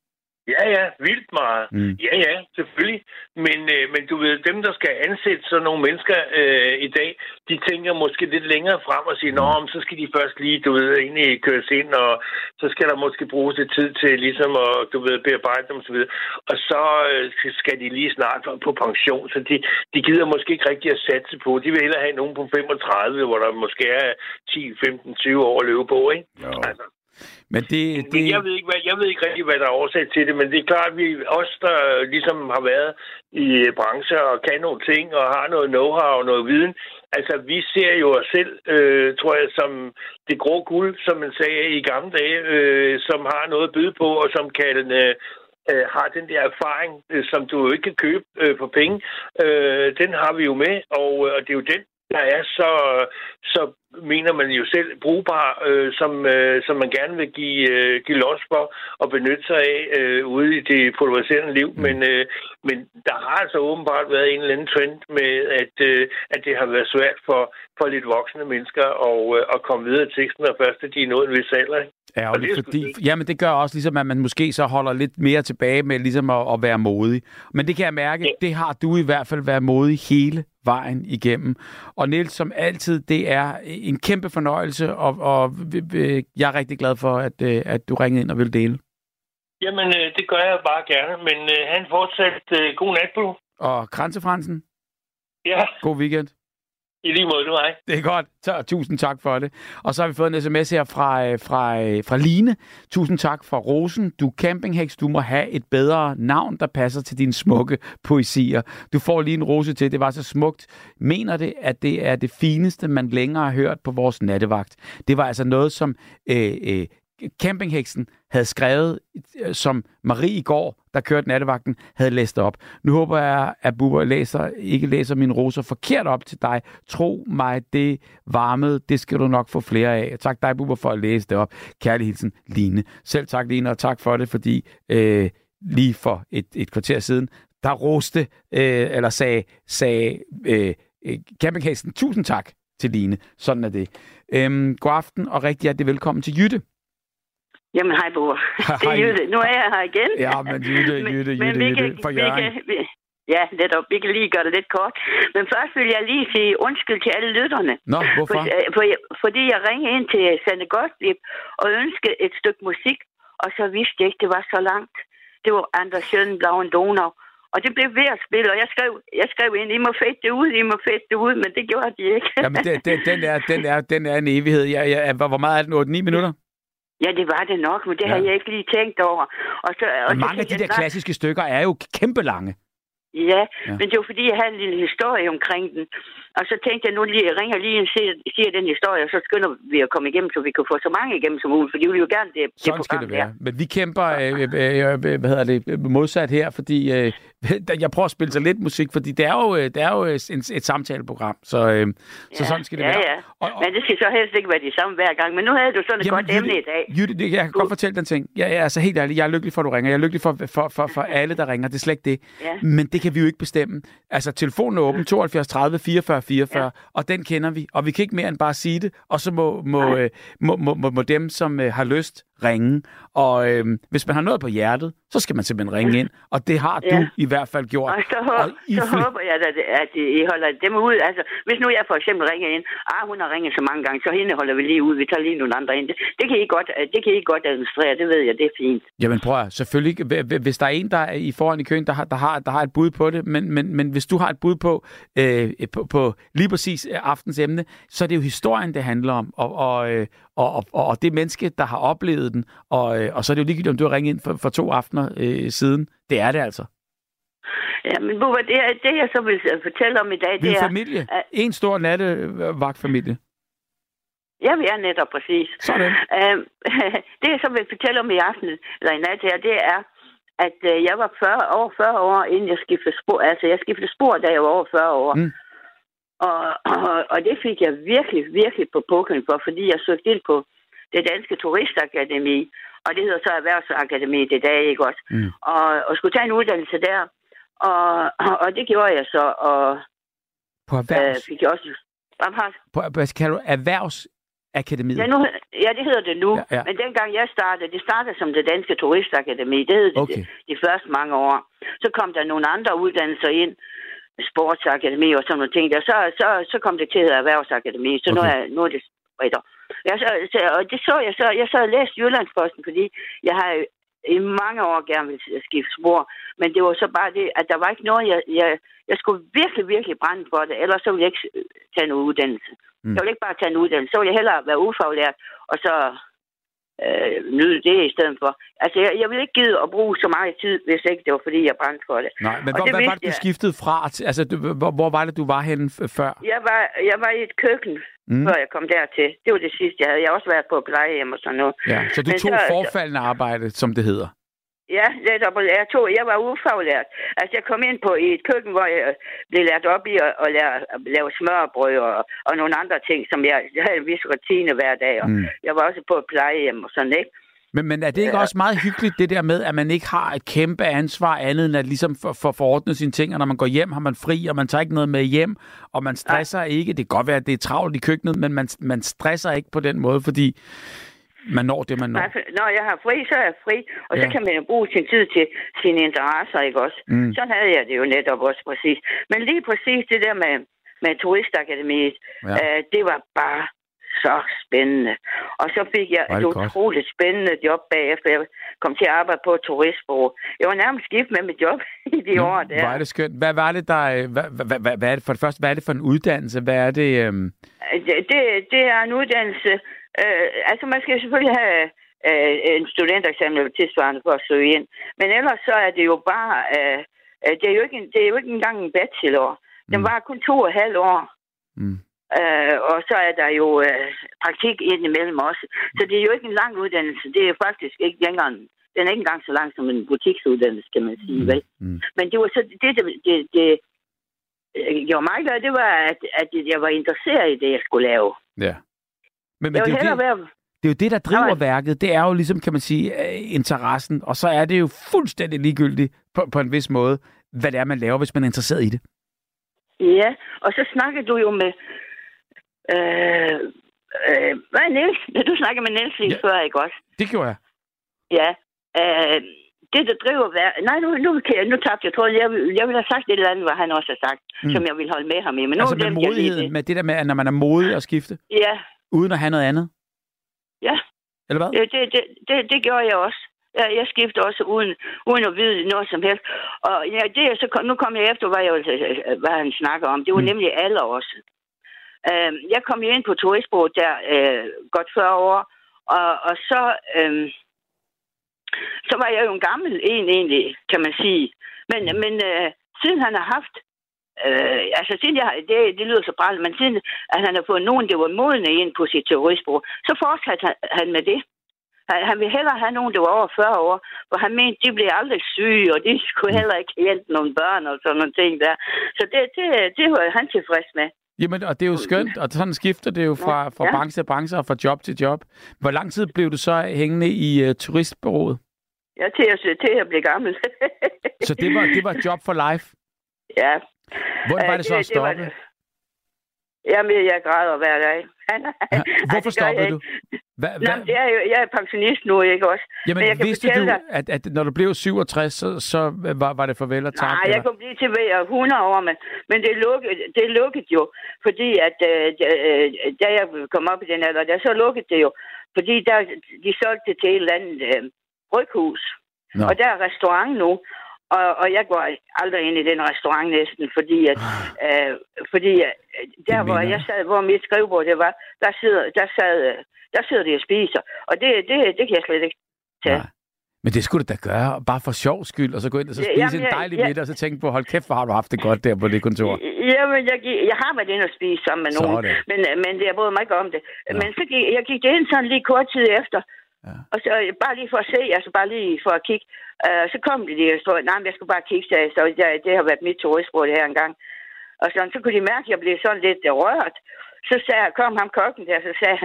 S8: Ja, ja, vildt meget. Mm. Ja, ja, selvfølgelig. Men, øh, men du ved, dem, der skal ansætte sådan nogle mennesker øh, i dag, de tænker måske lidt længere frem og siger, nå, men så skal de først lige, du ved, egentlig køres ind, og så skal der måske bruges lidt tid til ligesom at, du ved, bearbejde dem og så videre. Og så øh, skal de lige snart på pension, så de, de gider måske ikke rigtig at satse på. De vil hellere have nogen på femogtredive, hvor der måske er ti, femten, tyve år at løbe på, ikke?
S4: Jo.
S8: Altså.
S4: Men, det, det...
S8: men jeg ved ikke, hvad, jeg ved ikke rigtig, hvad der er årsag til det, men det er klart, at vi os, der ligesom har været i brancher og kan nogle ting og har noget know-how og noget viden, altså vi ser jo os selv, øh, tror jeg, som det grå guld, som man sagde i gamle dage, øh, som har noget at byde på, og som kan øh, øh, har den der erfaring, øh, som du jo ikke kan købe øh, for penge. Øh, den har vi jo med, og, og det er jo den, der er så, så mener man jo selv brugbar, øh, som, øh, som man gerne vil give, øh, give los for og benytte sig af øh, ude i det polariserende liv. Mm. Men, øh, men der har altså åbenbart været en eller anden trend med, at, øh, at det har været svært for, for lidt voksne mennesker at, øh, at komme videre i teksten, og først at de er nået en vis alder.
S4: Ja, og det, fordi, jamen det gør også ligesom, at man måske så holder lidt mere tilbage med ligesom at, at være modig. Men det kan jeg mærke, ja. Det har du i hvert fald været modig hele vejen igennem. Og Niels, som altid, det er en kæmpe fornøjelse, og, og jeg er rigtig glad for, at, at du ringede ind og vil dele.
S8: Jamen, det gør jeg bare gerne, men han fortsat uh, god nat på.
S4: Og Kransefransen?
S8: Ja.
S4: God weekend.
S8: I lige måde, du mig.
S4: Det er godt. Så, tusind tak for det. Og så har vi fået en sms her fra, fra, fra Line. Tusind tak for rosen. Du campingheks, du må have et bedre navn, der passer til dine smukke poesier. Du får lige en rose til. Det var så smukt. Mener det, at det er det fineste, man længere har hørt på vores nattevagt. Det var altså noget, som øh, øh, campingheksen havde skrevet, som Marie i går, der kørte nattevagten, havde læst op. Nu håber jeg, at Bubber læser, ikke læser mine roser forkert op til dig. Tro mig, det varmede, det skal du nok få flere af. Tak dig, Bubber, for at læse det op. Kærlig hilsen, Line. Selv tak, Line, og tak for det, fordi øh, lige for et, et kvarter siden, der roste, øh, eller sagde, sagde øh, campingheksen, tusind tak til Line. Sådan er det. Øhm, god aften, og rigtig hjertelig velkommen til Jytte.
S9: Jamen, hej, Bor. Det er Jytte. Nu er jeg her igen.
S4: Ja, men Jytte, Jytte, Jytte, Jytte, for Jørgen.
S9: Ja, netop. Vi kan lige gøre det lidt kort. Men først vil jeg lige sige undskyld til alle lytterne.
S4: Nå, hvorfor?
S9: For, for, fordi jeg ringede ind til Sanne Gottlieb og ønskede et stykke musik, og så vidste jeg ikke, det var så langt. Det var Anders Schönblauen Donau. Og det blev ved at spille, og jeg skrev, jeg skrev ind, I må fætte det ud, I må fætte det ud, men det gjorde de ikke.
S4: Jamen, den, den, den, er, den, er, den er en evighed. Jeg, jeg, hvor meget er den? otte ni minutter?
S9: Ja, det var det nok, men det ja. har jeg ikke lige tænkt over. Og så, og
S4: men mange af de der klassiske stykker er jo kæmpe lange.
S9: Ja, ja, men det var fordi, jeg havde en lille historie omkring den. Og så tænkte jeg, nu lige, jeg ringer lige og siger, siger den historie, og så skynder vi at komme igennem, så vi kan få så mange igennem som muligt, for de vil jo gerne det, det
S4: Sådan skal det være. Der. Men vi kæmper øh, øh, hvad hedder det, modsat her, fordi øh, jeg prøver at spille så lidt musik, fordi det er jo, det er jo et, et samtaleprogram, så, øh,
S9: ja,
S4: så sådan skal det
S9: ja,
S4: være.
S9: Ja, og, og, men det skal så helst ikke være de samme hver gang. Men nu havde du sådan et jamen, godt Jytte, emne i dag.
S4: Jytte, det, jeg kan godt fortælle den ting. Jeg er altså helt ærlig, jeg er lykkelig for, at du ringer. Jeg er lykkelig for, for, for, for alle, der ringer. Det er slet ikke det. Ja. Men det kan vi jo ikke bestemme. Altså, telefonen er åben tooghalvfjerds tredive fireogfyrre fireogfyrre, ja. Og den kender vi. Og vi kan ikke mere end bare sige det. Og så må, må, øh, må, må, må, må dem, som øh, har lyst, ringe. Og øh, hvis man har noget på hjertet, så skal man simpelthen ringe ind. Og det har du ja. i hvert fald gjort.
S9: Og så, og så fl- håber jeg, at, at I holder dem ud. Altså, hvis nu jeg for eksempel ringer ind, ah, hun har ringet så mange gange, så hende holder vi lige ud. Vi tager lige nogle andre ind. Det, det kan I godt, det kan I godt administrere. Det ved jeg, det er fint.
S4: Jamen prøv at, selvfølgelig, hvis der er en, der er i foran i køen, der har, der har, der har et bud på det, men, men, men hvis du har et bud på, øh, på, på lige præcis aftens emne, så er det jo historien, det handler om, og, og, og, og, og det menneske, der har oplevet den, og, og så er det jo ligegyldigt, om du har ringet ind for, for to aftener øh, siden. Det er det altså.
S9: Ja, men Bubba, det, det jeg så vil fortælle om i dag,
S4: vi
S9: det er...
S4: familie. At... En stor nattevagtfamilie.
S9: Ja, vi er netop præcis.
S4: Sådan.
S9: Øh, det jeg så vil fortælle om i aften, eller i nat her, det er, at øh, jeg var fyrre, over fyrre år, inden jeg skiftede spor. Altså, jeg skiftede spor, da jeg var over fyrre år. Mm. Og, og, og det fik jeg virkelig, virkelig på puklen for, fordi jeg søgte ind på det Danske Turistakademi, og det hedder så Erhvervsakademi det dag, ikke også? Mm. Og, og skulle tage en uddannelse der, og, og, og det gjorde jeg så, og
S4: på erhvervs...
S9: øh, fik jeg også...
S4: På, hvad skal du? Erhvervsakademiet?
S9: Ja, nu, ja, det hedder det nu,
S4: ja, ja.
S9: Men dengang jeg startede, det startede som det Danske Turistakademi, det hed okay. det de, de første mange år. Så kom der nogle andre uddannelser ind, sportsakademi og sådan nogle ting der, så, så, så kom det til at hedde Erhvervsakademi, så okay. nu, er, nu er det bredere. Ja, så, så, og det så jeg så, jeg så læste Jyllandsposten, fordi jeg har i mange år gerne vil skifte spor, men det var så bare det, at der var ikke noget, jeg, jeg, jeg skulle virkelig, virkelig brænde for det, ellers så ville jeg ikke tage en uddannelse. Mm. Jeg ville ikke bare tage en uddannelse, så ville jeg hellere være ufaglært, og så øh, nyde det i stedet for. Altså, jeg, jeg ville ikke gide at bruge så meget tid, hvis ikke det var, fordi jeg brændte for det.
S4: Nej, men hvor, hvad var det, du skiftede fra? Altså, du, hvor, hvor var det, du var henne før?
S9: Jeg var, jeg var i et køkken, mm. før jeg kom dertil. Det var det sidste, jeg havde. Jeg har også været på plejehjem og sådan noget.
S4: Ja, så du men tog så, forfaldende arbejde, som det hedder?
S9: Ja, jeg, tog, jeg var ufaglært. Altså, jeg kom ind på i et køkken, hvor jeg blev lært op i at, at, lære, at lave smørbrød og, og nogle andre ting, som jeg, jeg havde en vis rutine hver dag. Og mm. jeg var også på et plejehjem og sådan, ikke?
S4: Men, men er det ikke også meget hyggeligt, det der med, at man ikke har et kæmpe ansvar andet, end at ligesom for, for forordne sine ting, og når man går hjem, har man fri, og man tager ikke noget med hjem, og man stresser ja. ikke. Det kan godt være, at det er travlt i køkkenet, men man, man stresser ikke på den måde, fordi man når det, man når.
S9: Når jeg har fri, så er jeg fri, og ja. så kan man jo bruge sin tid til sine interesser, ikke også? Mm. Sådan havde jeg det jo netop også præcis. Men lige præcis det der med, med Turistakademiet, ja. øh, det var bare så spændende. Og så fik jeg et utroligt spændende job bagefter. Jeg kom til at arbejde på et turistbureau. Jeg var nærmest gift med mit job i de mm, år der.
S4: Var det skønt. Hvad var det, der... Hvad, hvad, hvad, hvad er det for det første? Hvad er det for en uddannelse? Hvad er det... Øhm...
S9: Det, det, det er en uddannelse... Øh, altså, man skal selvfølgelig have øh, en studentereksamen eller tilsvarende for at søge ind. Men ellers så er det jo bare... Øh, det, er jo ikke, det er jo ikke engang en bachelor. Den mm. var kun to og et halvt år. Mm. Øh, og så er der jo øh, praktik ind imellem også. Så det er jo ikke en lang uddannelse. Det er faktisk ikke længere... Den er ikke engang så lang som en butiksuddannelse, kan man sige, mm. vel? Mm. Men det var så... Det, det, det, det gjorde mig glad, det var, at, at jeg var interesseret i det, jeg skulle lave.
S4: Ja. Men, men det, er det, være... det er jo det, der driver ja. værket. Det er jo ligesom, kan man sige, interessen. Og så er det jo fuldstændig ligegyldigt på, på en vis måde, hvad det er, man laver, hvis man er interesseret i det.
S9: Ja, og så snakkede du jo med... Øh, øh, hvad er Niels? Du snakkede med Niels lige ja. før, ikke også?
S4: Det gjorde jeg.
S9: Ja. Øh, det, der driver værket... Nej, nu, nu, nu tabte jeg tråden. Jeg, jeg ville have sagt et eller andet, hvad han også har sagt, mm. som jeg ville holde med ham i. Men nu
S4: altså med modigheden, det. med det der med, at når man er modig at skifte?
S9: Ja.
S4: Uden at have noget andet?
S9: Ja.
S4: Eller hvad?
S9: Det, det, det, det, det gjorde jeg også. Jeg, jeg skiftede også uden, uden at vide noget som helst. Og ja, det, så kom, nu kom jeg efter, hvad, jeg, hvad han snakker om. Det var mm. nemlig alder også. Uh, jeg kom jo ind på turistbureauet der uh, godt fyrre år, og, og så, um, så var jeg jo en gammel en egentlig, kan man sige. Men, mm. men uh, siden han har haft, øh, altså siden jeg, det, det lyder så bræt, men siden at han har fået nogen, der var modne ind på sit terroristbureau, så fortsatte han, han med det. Han, han ville hellere have nogen, der var over fyrre år, for han mente, de blev aldrig syge, og de skulle heller ikke hjælpe nogle børn og sådan nogle ting der. Så det, det, det var han tilfreds med.
S4: Jamen, og det er jo skønt, og sådan skifter det jo fra, fra ja. branche til branche og fra job til job. Hvor lang tid blev du så hængende i uh, turistbureauet?
S9: Ja, til at, til at blive gammel.
S4: Så det var, det var job for life?
S9: Ja.
S4: Hvordan var det så at stoppe?
S9: Jamen, jeg græder hver dag.
S4: Hvorfor stoppede du? Hva,
S9: hva? Nå, det er jo, jeg er pensionist nu, ikke også?
S4: Jamen,
S9: men jeg kan
S4: vidste du, at, at når du blev syvogtres, så, så var, var det farvel og tak?
S9: Nej,
S4: eller?
S9: jeg kunne blive til hundrede år, men, men det, lukkede, det lukkede jo, fordi at øh, da jeg kom op i den alder, der så lukkede det jo, fordi der, de solgte det til et eller andet øh, bryghus, Nå. Og der er restaurant nu, og, og jeg går aldrig ind i den restaurant næsten, fordi at, øh, fordi der, hvor jeg sad, hvor mit skrivebord det var, der sidder, der sad, der sidder de og spiser, og det, det, det kan jeg slet ikke tage.
S4: Nej. Men det skulle du da gøre, bare for sjov skyld, og så gå ind og så spise Jamen, en dejlig middag, og så tænke på, hold kæft, hvor har du haft det godt der på det kontor.
S9: Jamen, jeg, jeg har været inde og spise sammen med nogen, men, men det, jeg bryder mig ikke om det. Ja. Men så gik, jeg gik det ind sådan lige kort tid efter, ja. Og så bare lige for at se, altså bare lige for at kigge, uh, så kom de lige og stod, nej, men jeg skulle bare kigge, så, så det, det har været mit turistbrug det her engang. Og sådan, så kunne de mærke, at jeg blev sådan lidt rørt. Så sagde, kom ham kokken der, så sagde han,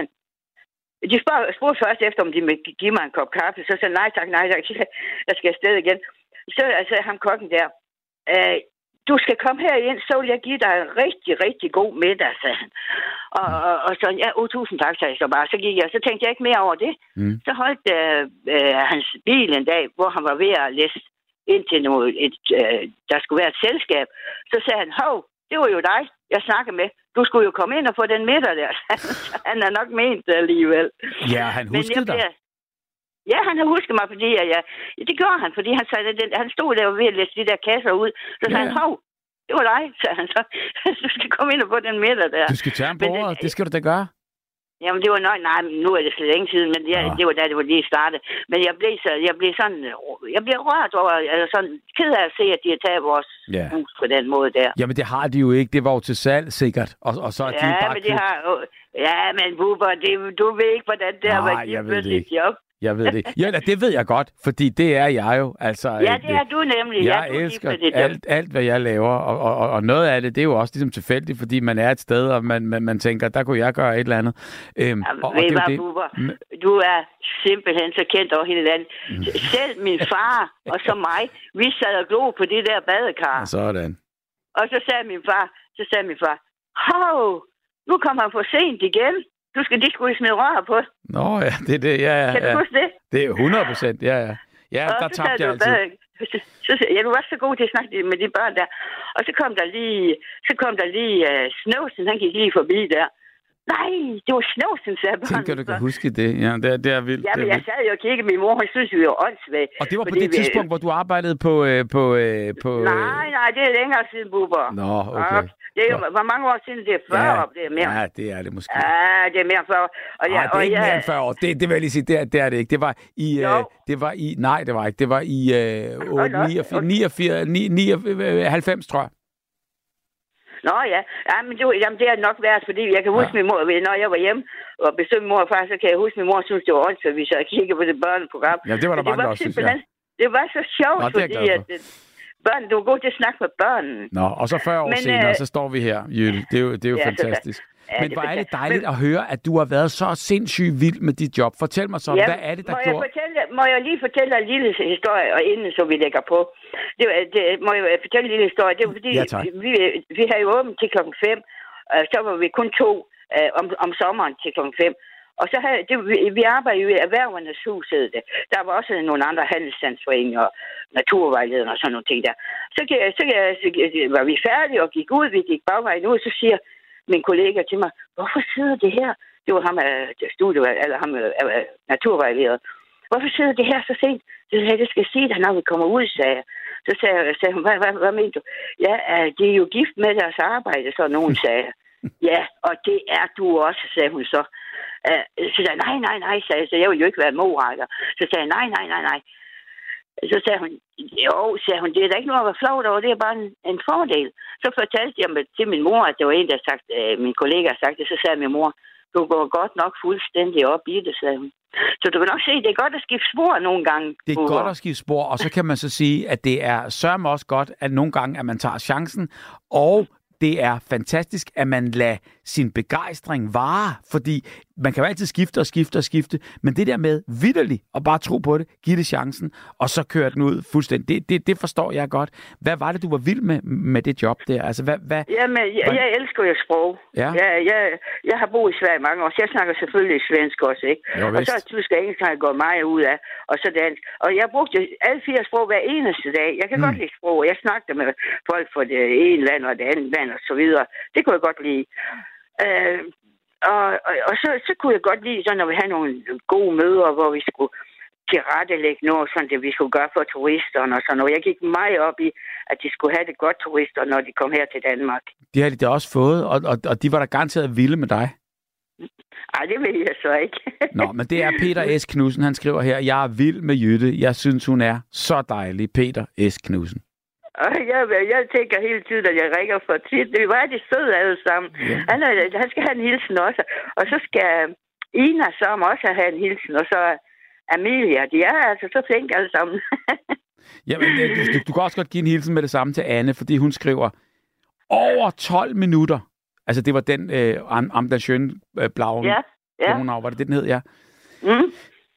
S9: de spurgte, spurgte først efter, om de ville give mig en kop kaffe, så sagde nej tak, nej tak, jeg skal afsted igen. Så altså, ham kokken der, øh, du skal komme her ind, så vil jeg give dig en rigtig, rigtig god middag, sagde han. Og, og, og så, ja, oh, tusind tak, sagde jeg så bare. Så gik jeg, så tænkte jeg ikke mere over det. Mm. Så holdt øh, øh, hans bil en dag, hvor han var ved at læse ind til noget, et, øh, der skulle være et selskab. Så sagde han, hov, det var jo dig, jeg snakker med. Du skulle jo komme ind og få den middag der. Han er nok ment det alligevel.
S4: Ja, han huskede dig.
S9: Ja, han har husket mig, fordi jeg, ja, det gjorde han, fordi han, sagde, den, han stod der ved at læse de der kasser ud. Så sagde ja. han, hov, det var dig, sagde han så. Du skal komme ind og få den middag der.
S4: Du skal tage ham på ordet, det skal du da gøre.
S9: Jamen, det var nok, nej, nu er det slet længe siden, men ja, det var da, det var lige startet. Men jeg blev, så, jeg blev sådan, jeg blev rørt over, altså sådan ked af at se, at de har taget vores ja. hus på den måde der.
S4: Jamen, det har de jo ikke, det var jo til salg, sikkert, og, og så er
S9: ja,
S4: de jo bare
S9: men de har, ja, men Bubber, det, du ved ikke, hvordan det har været givet med dit job.
S4: Jeg ved det. Ja, det ved jeg godt, fordi det er jeg jo. Altså,
S9: ja, det er du nemlig.
S4: Jeg
S9: ja,
S4: elsker alt, alt, hvad jeg laver, og, og, og noget af det, det er jo også ligesom tilfældigt, fordi man er et sted, og man, man, man tænker, der kunne jeg gøre et eller andet. Øhm,
S9: ja,
S4: og,
S9: ved
S4: og
S9: hvad, Bubber? Du er simpelthen så kendt over hele landet. Mm. Selv min far og så mig, vi sad og glod på det der badekar.
S4: Sådan.
S9: Og så sagde min far, så sagde min far, hov, nu kommer han for sent igen. Du skal, de skulle smide rør på.
S4: Nå ja, det er det, ja, ja.
S9: Kan du huske det?
S4: Det er hundrede procent, ja, ja. Ja, og der tabte jeg altid.
S9: Så, så, ja, du var så god til at snakke med de børn der. Og så kom der lige, så kom der lige uh, Snøvsen, han gik lige forbi der. Nej, det var Snøvsen, sagde børn.
S4: Tænker du kan huske det? Ja, det er, det er vildt.
S9: Ja, men jeg sad jo og kiggede, min mor, hun synes, vi var åndssvagt.
S4: Og det var på det vi... tidspunkt, hvor du arbejdede på... Øh, på, øh, på øh...
S9: Nej, nej, det er længere siden, Bubber.
S4: Nå, okay. Og
S9: det er jo, hvor mange år siden det er fyrre
S4: ja,
S9: år, det er mere.
S4: Ja, det er det måske.
S9: Ja, det er mere end fyrre år. Og
S4: ja, det er ikke mere end fyrre år. Det, det vil jeg lige sige, det er det, er det ikke. Det var i... Øh, det var i... Nej, det var ikke. Det var i øh, nioghalvfems, tror jeg.
S9: Nå ja, ja men det, jamen, det er nok værd, fordi jeg kan huske ja. min mor, når jeg var hjemme og besøgte min mor og far, så kan jeg huske, min mor synes, det var åndssvagt, hvis jeg kiggede på det børneprogram.
S4: Ja, det var der mange, der også synes, ja.
S9: Det var så sjovt,
S4: Nå,
S9: fordi at børn, du var god til at snakke med børnene.
S4: Nå, og så fyrre år men, senere, øh, så står vi her, Jytte. Det er jo, det er jo ja, fantastisk. Ja, men hvor er det dejligt men, at høre, at du har været så sindssygt vild med dit job. Fortæl mig så, ja, hvad er det, der
S9: må
S4: gjorde...
S9: Jeg fortælle, må jeg lige fortælle en lille historie, og inden så vi lægger på. Det, det, må jeg fortælle en lille historie? Det var fordi,
S4: ja,
S9: vi, vi havde jo åbent til klokken fem, og så var vi kun to uh, om, om sommeren til klokken fem. Og så havde, det, vi, vi arbejdede jo i Erhververnes Hus, det. Der var også nogle andre handelsstandsforeninger og naturvejledere og sådan nogle ting der. Så, så, så, så var vi færdige og gik ud, vi gik bagvejen ud, og så siger min kollega til mig, hvorfor sidder det her? Det var ham af studiet, eller ham af naturvejleder. Hvorfor sidder det her så sent? Så sagde jeg, det skal sige dig, når vi kommer ud, sagde jeg. Så sagde, sagde hun, hvad, hvad, hvad mener du? Ja, de er jo gift med deres arbejde, så nogen sagde jeg. Ja, og det er du også, sagde hun så. Så sagde jeg, nej, nej, nej, sagde jeg, så jeg vil jo ikke være morrækker. Så sagde jeg, nej, nej, nej, nej. Så sagde hun, jo, sagde hun, det er da ikke noget at være flot over, det er bare en, en fordel. Så fortalte jeg mig til min mor, at det var en, der sagt, øh, min kollega har sagt det, så sagde min mor, du går godt nok fuldstændig op i det, sagde hun. Så du kan nok se, det er godt at skifte spor nogle gange.
S4: Det er godt at skifte spor, og så kan man så sige, at det er sørme også godt, at nogle gange, at man tager chancen, og det er fantastisk, at man lader sin begejstring vare, fordi man kan jo altid skifte og skifte og skifte, men det der med vitterligt og bare tro på det, give det chancen, og så køre den ud fuldstændig, det, det, det forstår jeg godt. Hvad var det, du var vild med, med det job der? Altså, hvad, hvad,
S9: Jamen, jeg, jeg elsker jo sprog.
S4: Ja.
S9: Jeg, jeg, jeg har boet i Sverige mange år, så jeg snakker selvfølgelig svensk også, ikke?
S4: Jo,
S9: og så er tysk og engelsk, har jeg gået meget ud af, og så dansk. Og jeg brugte alle fire sprog hver eneste dag. Jeg kan mm. godt lide sprog, og jeg snakker med folk fra det ene land og det andet land og så videre. Det kunne jeg godt lide. Øh, og og, og så, så kunne jeg godt lide, så når vi havde nogle gode møder, hvor vi skulle tilrettelægge noget, sådan det vi skulle gøre for turisterne og sådan noget. Jeg gik meget op i, at de skulle have det godt turister, når de kom her til Danmark.
S4: Det har de da også fået, og, og, og de var da garanteret vilde med dig.
S9: Ej, det ved jeg så ikke.
S4: Nå, men det er Peter S. Knudsen, han skriver her, jeg er vild med Jytte. Jeg synes, hun er så dejlig. Peter S. Knudsen.
S9: Og jeg, jeg tænker hele tiden, at jeg ringer for tit. Det var de søde alle sammen. Ja. Han, er, han skal have en hilsen også. Og så skal Ina sammen også have en hilsen. Og så Amelia. De er altså så flinke alle sammen.
S4: Jamen, du, du, du kan også godt give en hilsen med det samme til Anne, fordi hun skriver over tolv minutter. Altså, det var den øh, Am, Am der Schöne øh, Blauen.
S9: Ja, ja.
S4: Var det det, den hed? Ja.
S9: Mm.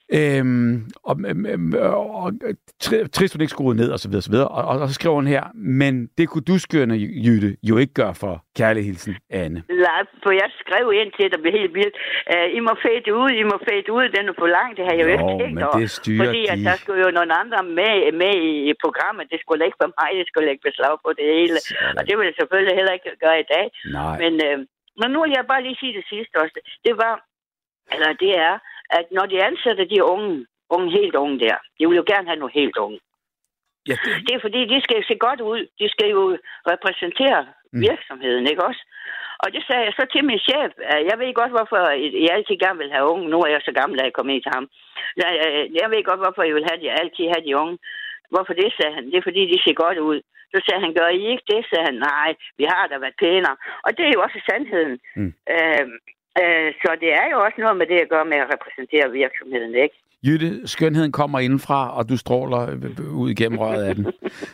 S4: Øhm, og, øhm, og trist, hun ikke skruede ned, og så videre, så videre. Og, og, og så skriver hun her, men det kunne du skønne, Jytte, jo ikke gøre for kærlig hilsen, Anne.
S9: Nej, for jeg skrev ind til dig ved helt vildt. Uh, I må fade ud, I må fade ud, den er for langt, det har jeg jo ikke tænkt over. Fordi at der skulle jo nogle andre med, med i programmet, det skulle ikke for mig, det skulle lægge beslag på det hele. Sådan. Og det vil jeg selvfølgelig heller ikke gøre i dag.
S4: Nej.
S9: Men, uh, men nu vil jeg bare lige sige det sidste også. Det var, eller det er, at når de ansætter de unge, unge, helt unge der, de vil jo gerne have nogle helt unge.
S4: Ja, det...
S9: det er fordi, de skal jo se godt ud. De skal jo repræsentere mm. virksomheden, ikke også? Og det sagde jeg så til min chef. Jeg ved godt, hvorfor jeg altid gerne vil have unge. Nu er jeg så gammel, at jeg kom ind til ham. Jeg ved godt, hvorfor jeg vil have de, altid have de unge. Hvorfor det, sagde han? Det er fordi, de ser godt ud. Så sagde han, gør I ikke det? Sagde han, nej, vi har da været pænere. Og det er jo også sandheden. Mm. Øh, øh, så det er jo også noget med det at gøre med at repræsentere virksomheden, ikke?
S4: Jytte, skønheden kommer indenfra, og du stråler ud igennem røret af den.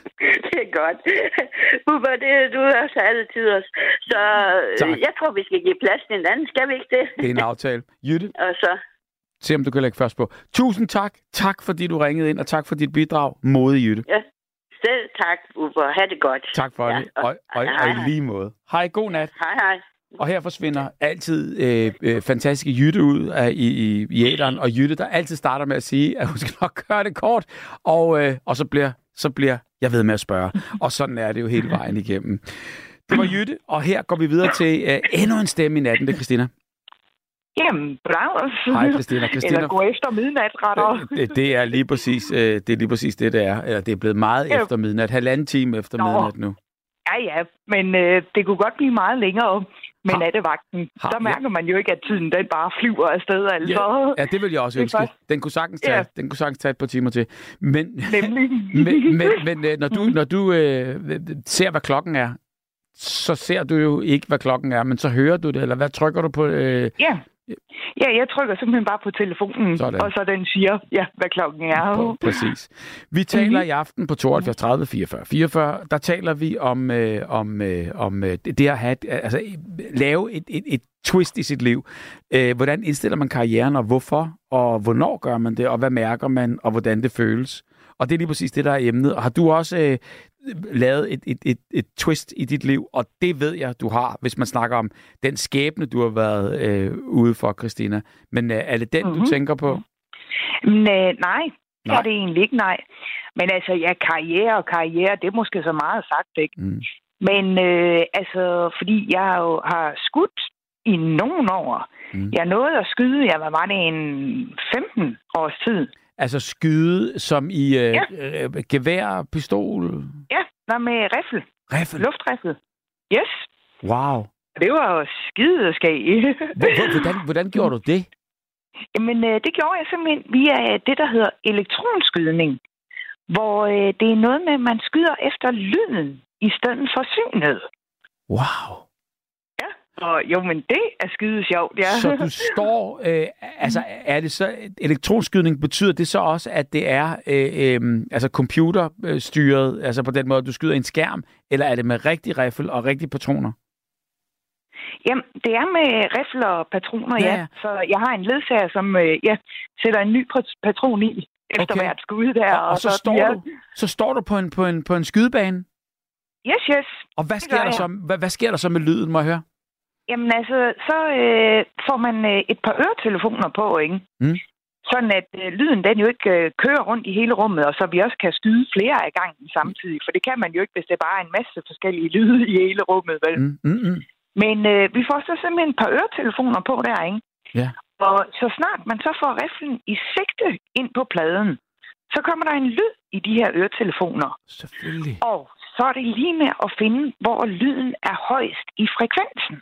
S9: Det er godt. Bubber, det er du også altid også. Så tak. Jeg tror, vi skal give plads til en anden. Skal vi ikke det?
S4: Det er en aftale. Jytte,
S9: og så...
S4: se om du kan lægge først på. Tusind tak. Tak, fordi du ringede ind, og tak for dit bidrag. Modig Jytte.
S9: Ja, selv tak, Bubber. Ha' det godt.
S4: Tak for ja, det. Og, og, og, og i lige måde. Hej, god nat.
S9: Hej, hej.
S4: Og her forsvinder altid øh, øh, fantastiske Jytte ud af, i, i, i æteren, og Jytte, der altid starter med at sige, at hun skal nok gøre det kort, og, øh, og så, bliver, så bliver jeg ved med at spørge. Og sådan er det jo hele vejen igennem. Det var Jytte, og her går vi videre til øh, endnu en stemme i natten. Det er Christina.
S10: Jamen, bra.
S4: Hej, Christina. Christina.
S10: Eller gå efter midnat, retter.
S4: Det, det, er lige præcis, øh, det er lige præcis det, det er. Eller det er blevet meget ja. efter midnat. Halvanden time efter Nå. midnat nu.
S10: Ja, ja, men øh, det kunne godt blive meget længere med ha. nattevagten. Ha. Der mærker man jo ikke, at tiden den bare flyver afsted. Altså.
S4: Ja, ja, det vil jeg også ønske. Faktisk... Den kunne sagtens tage, ja. den kunne sagtens tage et par timer til. Men,
S10: Nemlig.
S4: men, men, men øh, når du, når du øh, ser, hvad klokken er, så ser du jo ikke, hvad klokken er, men så hører du det, eller hvad trykker du på? Øh...
S10: Ja. Ja, jeg trykker simpelthen bare på telefonen, Sådan. og så den siger, ja, hvad klokken er.
S4: Præcis. Vi taler mm-hmm. i aften på tooghalvfjerds tredive fireogfyrre fireogfyrre, der taler vi om, øh, om, øh, om øh, det at have, altså, lave et, et, et twist i sit liv. Øh, hvordan indstiller man karrieren, og hvorfor, og hvornår gør man det, og hvad mærker man, og hvordan det føles. Og det er lige præcis det, der er emnet. Og har du også øh, lavet et, et, et, et twist i dit liv, og det ved jeg, du har, hvis man snakker om den skæbne, du har været øh, ude for, Christina. Men øh, er det den, mm-hmm. du tænker på?
S10: Næ, nej, det er det egentlig ikke, nej. Men altså, ja, karriere og karriere, det er måske så meget sagt, ikke? Mm. Men øh, altså, fordi jeg jo har skudt i nogle år. Mm. Jeg nåede at skyde, jeg var det en femten års tid.
S4: Altså skyde som i øh, ja. øh, gevær, pistol?
S10: Ja, der med riffel.
S4: Riffel?
S10: Luftriffel. Yes.
S4: Wow.
S10: Det var jo skide skæg.
S4: hvordan, hvordan gjorde du det?
S10: Jamen, øh, det gjorde jeg simpelthen via det, der hedder elektronskydning. hvor øh, det er noget med, at man skyder efter lyden i stedet for synet.
S4: Wow.
S10: Ja, og jo, men det er skide sjovt, ja.
S4: Så du står... Øh, altså, er det så... Elektronskydning, betyder det så også, at det er øh, øh, altså computerstyret, altså på den måde, du skyder en skærm, eller er det med rigtig riffel og rigtige patroner?
S10: Jamen, det er med riffel og patroner, ja.
S4: Ja.
S10: ja. Så jeg har en ledsager, som øh, ja, sætter en ny patron i efter
S4: Okay.
S10: hvert skud der.
S4: Og, og så,
S10: så,
S4: står
S10: ja.
S4: du, så står du på en, på en, på en skydebane?
S10: Yes, yes.
S4: Og hvad
S10: Det
S4: sker,
S10: gør
S4: der
S10: jeg.
S4: så, hvad, hvad sker der så med lyden, må jeg høre?
S10: Jamen altså, så øh, får man øh, et par øretelefoner på, ikke?
S4: Mm.
S10: Sådan at øh, lyden, den jo ikke øh, kører rundt i hele rummet, og så vi også kan skyde flere af gangen samtidig. For det kan man jo ikke, hvis det bare er en masse forskellige lyde i hele rummet, vel?
S4: Mm, mm, mm.
S10: Men øh, vi får så simpelthen et par øretelefoner på der, ikke?
S4: Ja.
S10: Og så snart man så får riflen i sigte ind på pladen, så kommer der en lyd i de her øretelefoner.
S4: Selvfølgelig.
S10: Og så er det lige med at finde, hvor lyden er højst i frekvensen.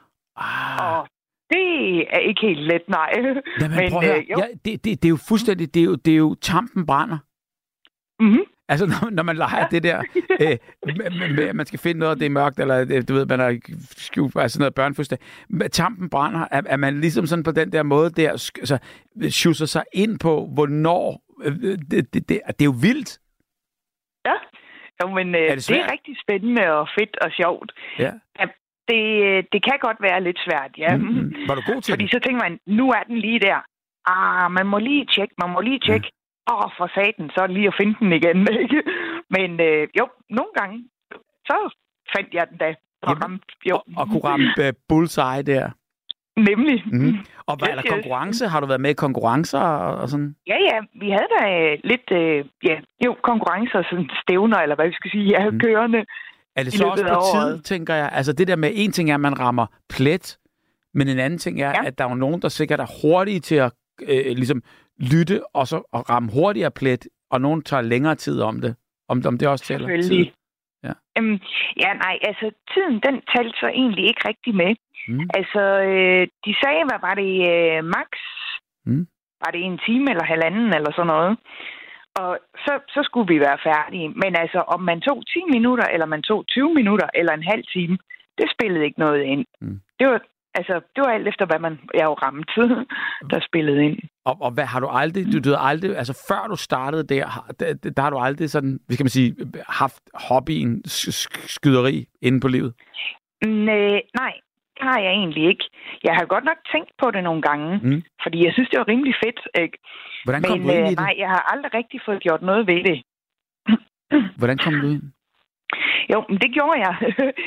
S4: Ah.
S10: Og det er ikke helt let, nej.
S4: Jamen, Men, prøv at høre.
S10: øh, jo.
S4: Ja, det, det, det er jo fuldstændig... Det er jo, det er jo tampen brænder.
S10: Mm-hmm.
S4: Altså, når, når man leger ja. det der, øh, med, med, med, man skal finde noget, det er mørkt, eller øh, du ved, man har skjult, altså noget børnefødselsdag. Tampen brænder, er, er man ligesom sådan på den der måde der, sk- altså, schusser sig ind på, hvornår, øh, det, det, det, det er jo vildt.
S10: Ja, jo, men øh,
S4: Er det
S10: det,
S4: svært?
S10: det er rigtig spændende og fedt og sjovt.
S4: Ja.
S10: Ja, det, det kan godt være lidt svært, ja.
S4: Mm-hmm. Var du god til
S10: Fordi
S4: det?
S10: så tænker man, nu er den lige der. Ah, man må lige tjekke, man må lige tjekke. Ja. Åh, oh, for satan, så er det lige at finde den igen, ikke? Men øh, jo, nogle gange, så fandt jeg den da. Og,
S4: Jamen,
S10: ramte, jo.
S4: og, og kunne ramme uh, bullseye der.
S10: Nemlig.
S4: Mm-hmm. Og hvad er der
S10: Yes, yes.
S4: konkurrence? Har du været med i konkurrencer og, og sådan?
S10: Ja, ja, vi havde da øh, lidt, øh, ja, jo, konkurrencer, sådan stævner, eller hvad vi skal sige, ja,
S4: Mm.
S10: kørende.
S4: Er det
S10: I
S4: så
S10: løbet
S4: også
S10: af
S4: på
S10: året.
S4: tid, tænker jeg? Altså det der med, en ting er, at man rammer plet, men en anden ting er, ja. at der er jo nogen, der sikkert er hurtige til at øh, ligesom lytte og så og ramme hurtigere plet, og nogen tager længere tid om det. Om, om det også tæller tid.
S10: Selvfølgelig.
S4: Ja.
S10: Øhm, ja, nej, altså tiden, den talte så egentlig ikke rigtig med.
S4: Mm.
S10: Altså, øh, de sagde, hvad var det, øh, max?
S4: Mm.
S10: Var det en time eller halvanden eller sådan noget? Og så, så skulle vi være færdige. Men altså, om man tog ti minutter, eller man tog tyve minutter, eller en halv time, det spillede ikke noget ind.
S4: Mm.
S10: Det var, altså, det var alt efter, hvad man jeg jo ramte, der spillede ind.
S4: Og, og hvad har du aldrig, du, du har aldrig, altså før du startede der, har- der, der har du aldrig sådan, hvad skal man sige, haft hobbyen sk- sk- skyderi inde på livet?
S10: Næh, nej, det har jeg egentlig ikke. Jeg har godt nok tænkt på det nogle gange,
S4: Mm.
S10: fordi jeg synes, det var rimelig fedt, ikke?
S4: Hvordan kom
S10: Men
S4: du ind i
S10: øh,
S4: det?
S10: nej, jeg har aldrig rigtig fået gjort noget ved det.
S4: Hvordan kom du ind?
S10: Jo, men det gjorde jeg.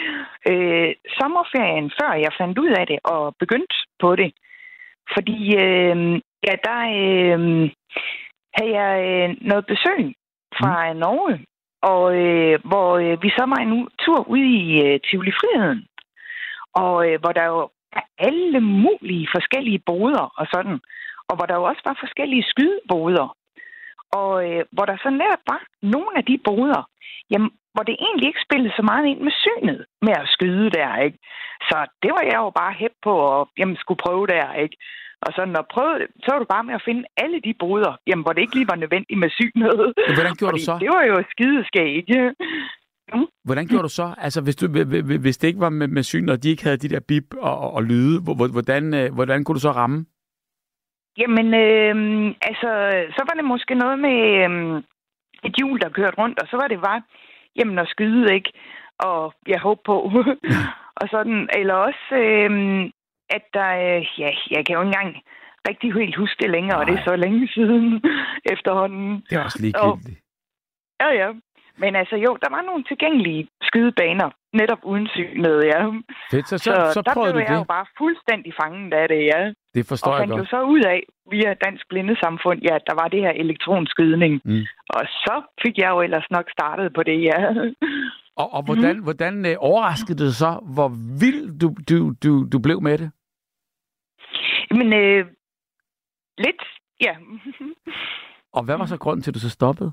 S10: øh, sommerferien, før jeg fandt ud af det og begyndte på det. Fordi, øh, ja, der øh, havde jeg øh, noget besøg fra mm. Norge, og øh, hvor øh, vi så var en tur ude i øh, Tivoli Friheden, og øh, hvor der jo er alle mulige forskellige boder og sådan, og hvor der jo også var forskellige skydeboder. Og øh, hvor der så netop var nogle af de boder, jamen, hvor det egentlig ikke spillede så meget ind med synet med at skyde der, ikke? Så det var jeg jo bare hæb på at jamen, skulle prøve der, ikke? Og så når jeg prøvede det, så var det bare med at finde alle de boder, jamen, hvor det ikke lige var nødvendigt med synet.
S4: Hvordan gjorde du så?
S10: Det var jo skideskæg. Mm.
S4: Hvordan gjorde du så? Altså, hvis, du, hvis det ikke var med, med syn, og de ikke havde de der bip og, og, og lyde, hvordan, øh, hvordan kunne du så ramme?
S10: Jamen, øh, altså, så var det måske noget med øh, et hjul, der kørte rundt, og så var det bare, jamen, at skyde, ikke? Og jeg håber på. og sådan, eller også, øh, at der, øh, ja, jeg kan jo ikke engang rigtig helt huske det længere, og det er så længe siden efterhånden.
S4: Det er også ligegyldigt.
S10: Ja, ja. Men altså jo, der var nogle tilgængelige skydebaner, netop uden synet, ja.
S4: Fedt, så, så,
S10: så,
S4: så
S10: der
S4: prøvede
S10: blev
S4: du
S10: jeg
S4: det.
S10: jo bare fuldstændig fanget af det, ja.
S4: Det forstår
S10: og
S4: jeg
S10: fandt
S4: godt.
S10: jo så ud af, via Dansk Blindesamfund, ja, der var det her elektronskydning.
S4: Mm.
S10: Og så fik jeg jo ellers nok startet på det, ja.
S4: Og, og hvordan, mm. hvordan øh, overraskede det så, hvor vild du, du, du, du blev med det?
S10: Men øh, lidt, ja.
S4: Og hvad var så grunden til, at du så stoppede?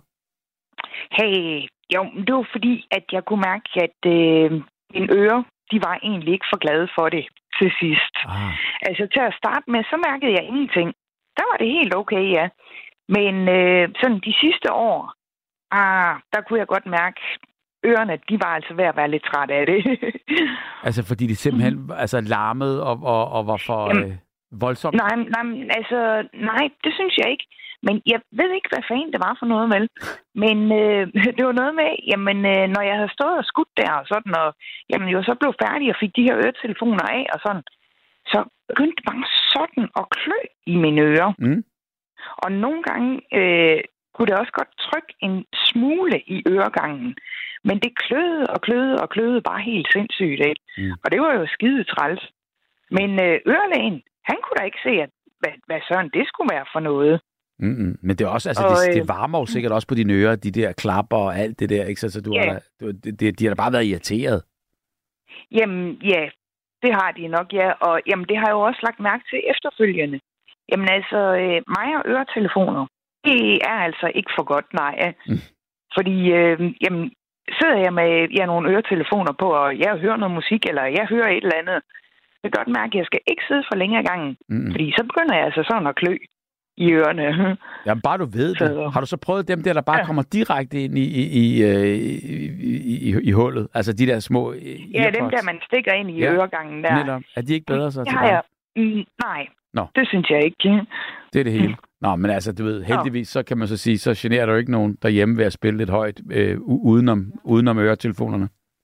S10: Hey, jo, det var fordi, at jeg kunne mærke, at øh, mine ører, de var egentlig ikke for glade for det til sidst.
S4: Ah.
S10: Altså til at starte med, så mærkede jeg ingenting. Der var det helt okay, ja. Men øh, sådan de sidste år, ah, der kunne jeg godt mærke, ørerne, de var altså ved at være lidt trætte af det.
S4: Altså, fordi de simpelthen mm. altså, larmede og, og, og var for øh, voldsomt?
S10: Nej, nej, altså, nej, det synes jeg ikke. Men jeg ved ikke, hvad fanden det var for noget, vel? Men øh, det var noget med, jamen, øh, når jeg havde stået og skudt der og sådan, og jamen, jeg så blev færdig og fik de her øretelefoner af og sådan, så begyndte det bare sådan at klø i mine ører.
S4: Mm.
S10: Og nogle gange øh, kunne det også godt trykke en smule i øregangen. Men det kløede og kløede og kløede bare helt sindssygt, ikke? Mm. Og det var jo skide træls. Men øh, ørelægen, han kunne da ikke se, at, hvad, hvad sådan det skulle være for noget.
S4: Mm-hmm. Men det er også, altså,
S10: og,
S4: det, det varmer jo sikkert også på dine ører, de der klapper og alt det der, ikke? Så du
S10: ja.
S4: har, du, de, de har da bare været irriteret.
S10: Jamen, ja, det har de nok, ja. Og jamen, det har jeg jo også lagt mærke til efterfølgende. Jamen altså, øh, mig og øretelefoner, det er altså ikke for godt, nej. Mm. Fordi, øh, jamen, sidder jeg med ja, nogle øretelefoner på, og jeg hører noget musik, eller jeg hører et eller andet, jeg kan godt mærke, at jeg skal ikke sidde for længe ad gangen. Mm. Fordi så begynder jeg altså sådan at klø i ørerne. Jamen,
S4: bare du ved så... det. Har du så prøvet dem der, der bare ja. kommer direkte ind i, i, i, i, i, i, i hullet? Altså de der små...
S10: Ja, dem der, man stikker ind i ja. øregangen der.
S4: Netop. Er de ikke bedre så
S10: ja,
S4: til dig?
S10: Ja. Mm, nej,
S4: Nå.
S10: Det synes jeg ikke.
S4: Det er det hele. Nå, men altså, du ved, heldigvis, så kan man så sige, så generer du ikke nogen derhjemme ved at spille lidt højt øh, udenom, udenom øretelefonerne.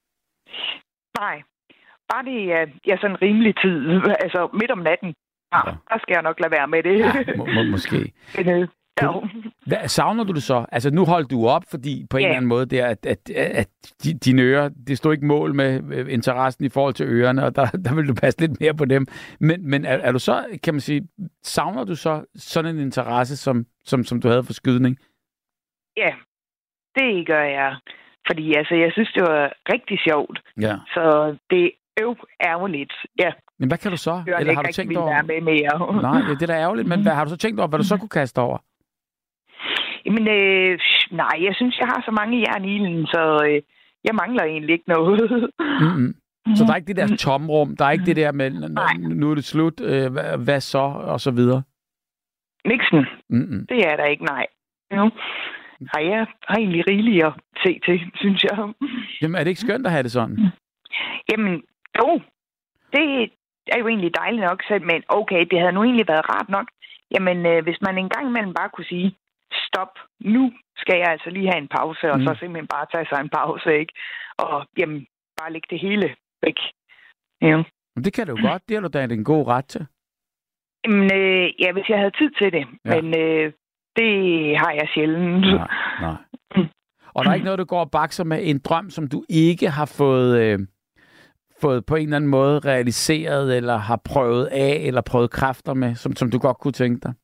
S10: Nej. Bare det er ja, sådan en rimelig tid, altså midt om natten. Ja, ja. Der skal jeg nok lade være med det.
S4: Ja, må, må, måske.
S10: Men, ja.
S4: Hvad, savner du det så? Altså, nu holdt du op, fordi på en ja. eller anden måde, det er, at, at, at dine ører, det stod ikke mål med interessen i forhold til ørerne, og der, der vil du passe lidt mere på dem. Men, men er, er du så, kan man sige, savner du så sådan en interesse, som, som, som du havde for skydning?
S10: Ja, det gør jeg. Fordi altså, jeg synes, det var rigtig sjovt.
S4: Ja.
S10: Så det øv ærgerligt, ja.
S4: Men hvad kan du så?
S10: Jeg
S4: Eller har du tænkt over?
S10: Med mere.
S4: Nej, det er da ærgerligt, men hvad, har du så tænkt over, hvad du så kunne kaste over?
S10: Jamen, øh, nej, jeg synes, jeg har så mange jern i ilden, så øh, jeg mangler egentlig ikke noget.
S4: Mm-hmm. Så der er ikke det der tomrum, der er ikke det der med, nu er det slut, øh, hvad, hvad så, og så videre?
S10: Niksen.
S4: Mm-hmm.
S10: Det er der ikke, nej. Jo. Nej, jeg har egentlig rigeligt at se til, synes jeg.
S4: Jamen, er det ikke skønt at have det sådan?
S10: Jamen, jo. Det er jo egentlig dejligt nok selv, men okay, det havde nu egentlig været rart nok. Jamen, øh, hvis man en gang imellem bare kunne sige, stop, nu skal jeg altså lige have en pause, og mm. så simpelthen bare tage sig en pause, ikke? Og jamen, bare lægge det hele væk. Ja.
S4: Men det kan du jo godt. Det har du da en god ret til.
S10: Jamen, øh, ja, hvis jeg havde tid til det. Ja. Men øh, det har jeg sjældent.
S4: Nej, nej. Og der er ikke noget, du går og bakser med en drøm, som du ikke har fået... Øh... fået på en eller anden måde realiseret, eller har prøvet af, eller prøvet kræfter med, som, som du godt kunne tænke dig?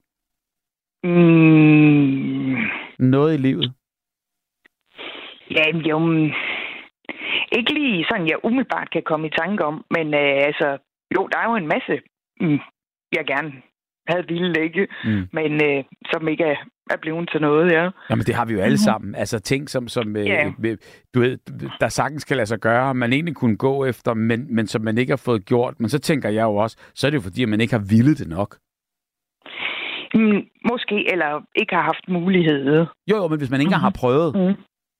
S10: Mm.
S4: Noget i livet?
S10: Ja, jo... Ikke lige sådan, jeg umiddelbart kan komme i tanke om, men øh, altså, jo, der er jo en masse, mm, jeg gerne havde ville, ikke? Mm. Men øh, som ikke er, er blevet til noget, ja.
S4: Jamen, det har vi jo alle sammen. Altså, ting, som, som yeah. øh, du ved, der sagtens kan lade sig gøre, man egentlig kunne gå efter, men, men som man ikke har fået gjort. Men så tænker jeg jo også, så er det jo fordi, at man ikke har villet det nok.
S10: Mm, måske, eller ikke har haft mulighed.
S4: Jo, jo, men hvis man ikke mm-hmm. har prøvet... Mm.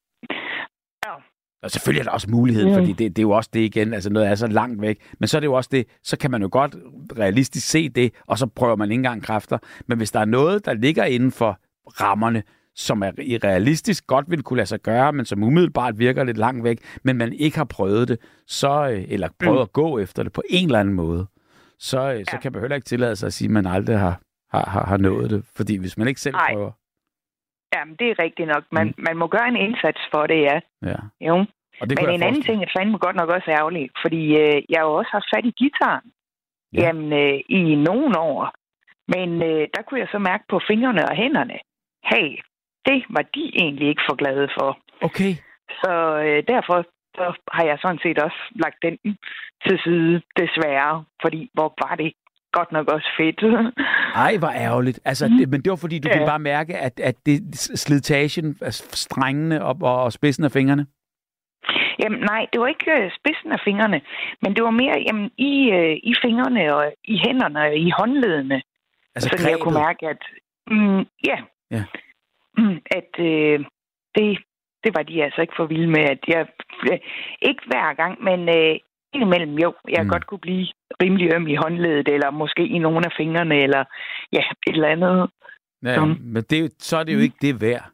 S4: Og selvfølgelig er der også mulighed, mm. fordi det, det er jo også det igen, altså noget er så langt væk. Men så er det jo også det, så kan man jo godt realistisk se det, og så prøver man ikke engang kræfter. Men hvis der er noget, der ligger inden for rammerne, som er realistisk godt vil kunne lade sig gøre, men som umiddelbart virker lidt langt væk, men man ikke har prøvet det, så, eller prøvet mm. at gå efter det på en eller anden måde, så, ja. så kan man heller ikke tillade sig at sige, at man aldrig har, har, har, har nået det. Fordi hvis man ikke selv
S10: Ej.
S4: prøver...
S10: Jamen, det er rigtigt nok. Man, mm. man må gøre en indsats for det, ja.
S4: ja.
S10: Jo.
S4: Og det
S10: men en anden ting er fandme godt nok også ærgerligt, fordi øh, jeg har jo også haft fat i guitaren ja. jamen, øh, i nogle år. Men øh, der kunne jeg så mærke på fingrene og hænderne, hey, det var de egentlig ikke for glade for.
S4: Okay.
S10: Så øh, derfor så har jeg sådan set også lagt den til side, desværre, fordi hvor var det godt nok også fedt.
S4: Ej, hvor ærgerligt. Altså, det, men det var fordi, du ja. kunne bare mærke, at, at det slidtagen, altså strengene op og, og spidsen af fingrene?
S10: Jamen nej, det var ikke øh, spidsen af fingrene, men det var mere jamen, i, øh, i fingrene og i hænderne og i håndledene.
S4: Altså
S10: så jeg kunne mærke, at mm, ja,
S4: ja.
S10: at øh, det det var de altså ikke for vilde med. At jeg, ikke hver gang, men øh, indimellem jo. Jeg mm. godt kunne blive rimelig øm i håndledet, eller måske i nogle af fingrene, eller ja, et eller andet.
S4: Ja, men det, er jo- så er det jo ikke det værd.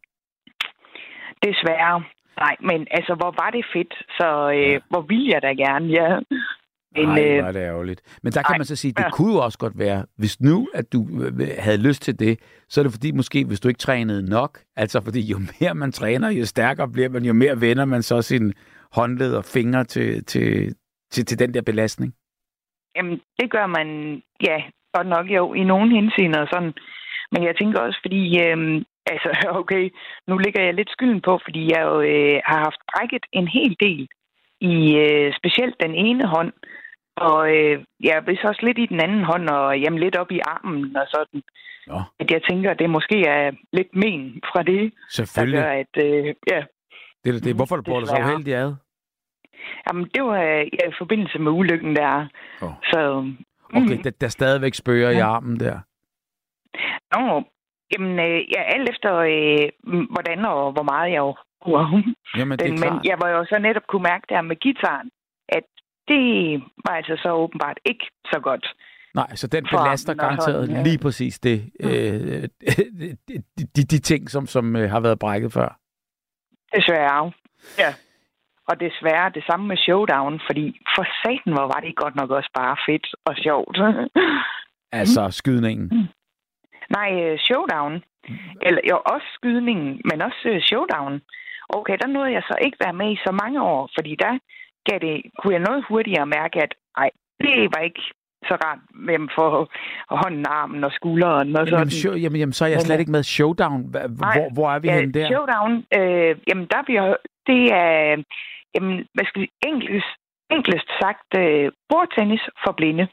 S10: Desværre. Nej, men altså, hvor var det fedt, så øh, ja. hvor ville jeg da gerne, ja. Men,
S4: Nej,
S10: øh,
S4: var det ærgerligt. Men der kan
S10: ej,
S4: man så sige, det
S10: ja.
S4: kunne jo også godt være, hvis nu, at du øh, havde lyst til det, så er det fordi måske, hvis du ikke trænede nok, altså fordi jo mere man træner, jo stærkere bliver man, jo mere vender man så sin håndled og fingre til, til, til, til den der belastning.
S10: Jamen, det gør man, ja, godt nok jo, i nogle henseender og sådan. Men jeg tænker også, fordi, øhm, altså, okay, nu ligger jeg lidt skylden på, fordi jeg jo øh, har haft brækket en hel del i øh, specielt den ene hånd. Og øh, jeg er vist også lidt i den anden hånd, og jamen, lidt op i armen og sådan.
S4: Nå.
S10: At jeg tænker, at det måske er lidt men fra det, der
S4: Selvfølgelig.
S10: gør, at, øh, ja,
S4: Det er det. Hvorfor du bor du så
S10: Desværre.
S4: uheldig ad?
S10: jamen, det var øh, ja, i forbindelse med ulykken der.
S4: Åh.
S10: Så,
S4: Okay,
S10: mm.
S4: der, der stadigvæk spørger i armen der.
S10: Nå, jamen, øh, ja, alt efter, øh, m- hvordan og hvor meget jeg jo bruger.
S4: Jamen, det er
S10: Men,
S4: klart.
S10: men jeg var jo så netop kunne mærke der med guitaren, at det var altså så åbenbart ikke så godt.
S4: Nej, så den
S10: For
S4: belaster
S10: armen og
S4: garanteret
S10: hånden, ja.
S4: lige præcis det. Øh, de, de, de ting, som, som øh, har været brækket før.
S10: Desværre. Ja. Og desværre det samme med Showdown, fordi for satan, hvor var det godt nok også bare fedt og sjovt.
S4: Altså skydningen.
S10: Nej, øh, Showdown. Eller jo, også skydningen, men også øh, Showdown. Okay, der nåede jeg så ikke være med i så mange år, fordi der gav det, kunne jeg noget hurtigere mærke, at ej, det var ikke så rart med for hånden, armen og skulderen og sådan.
S4: Jamen, show, jamen, jamen, så er jeg slet ikke med Showdown. Hva- Hvor, hvor er vi
S10: ja,
S4: henne der?
S10: Showdown, øh, jamen der bliver, det er, jamen, hvad skal vi, enklest, enklest sagt, øh, bordtennis for blinde.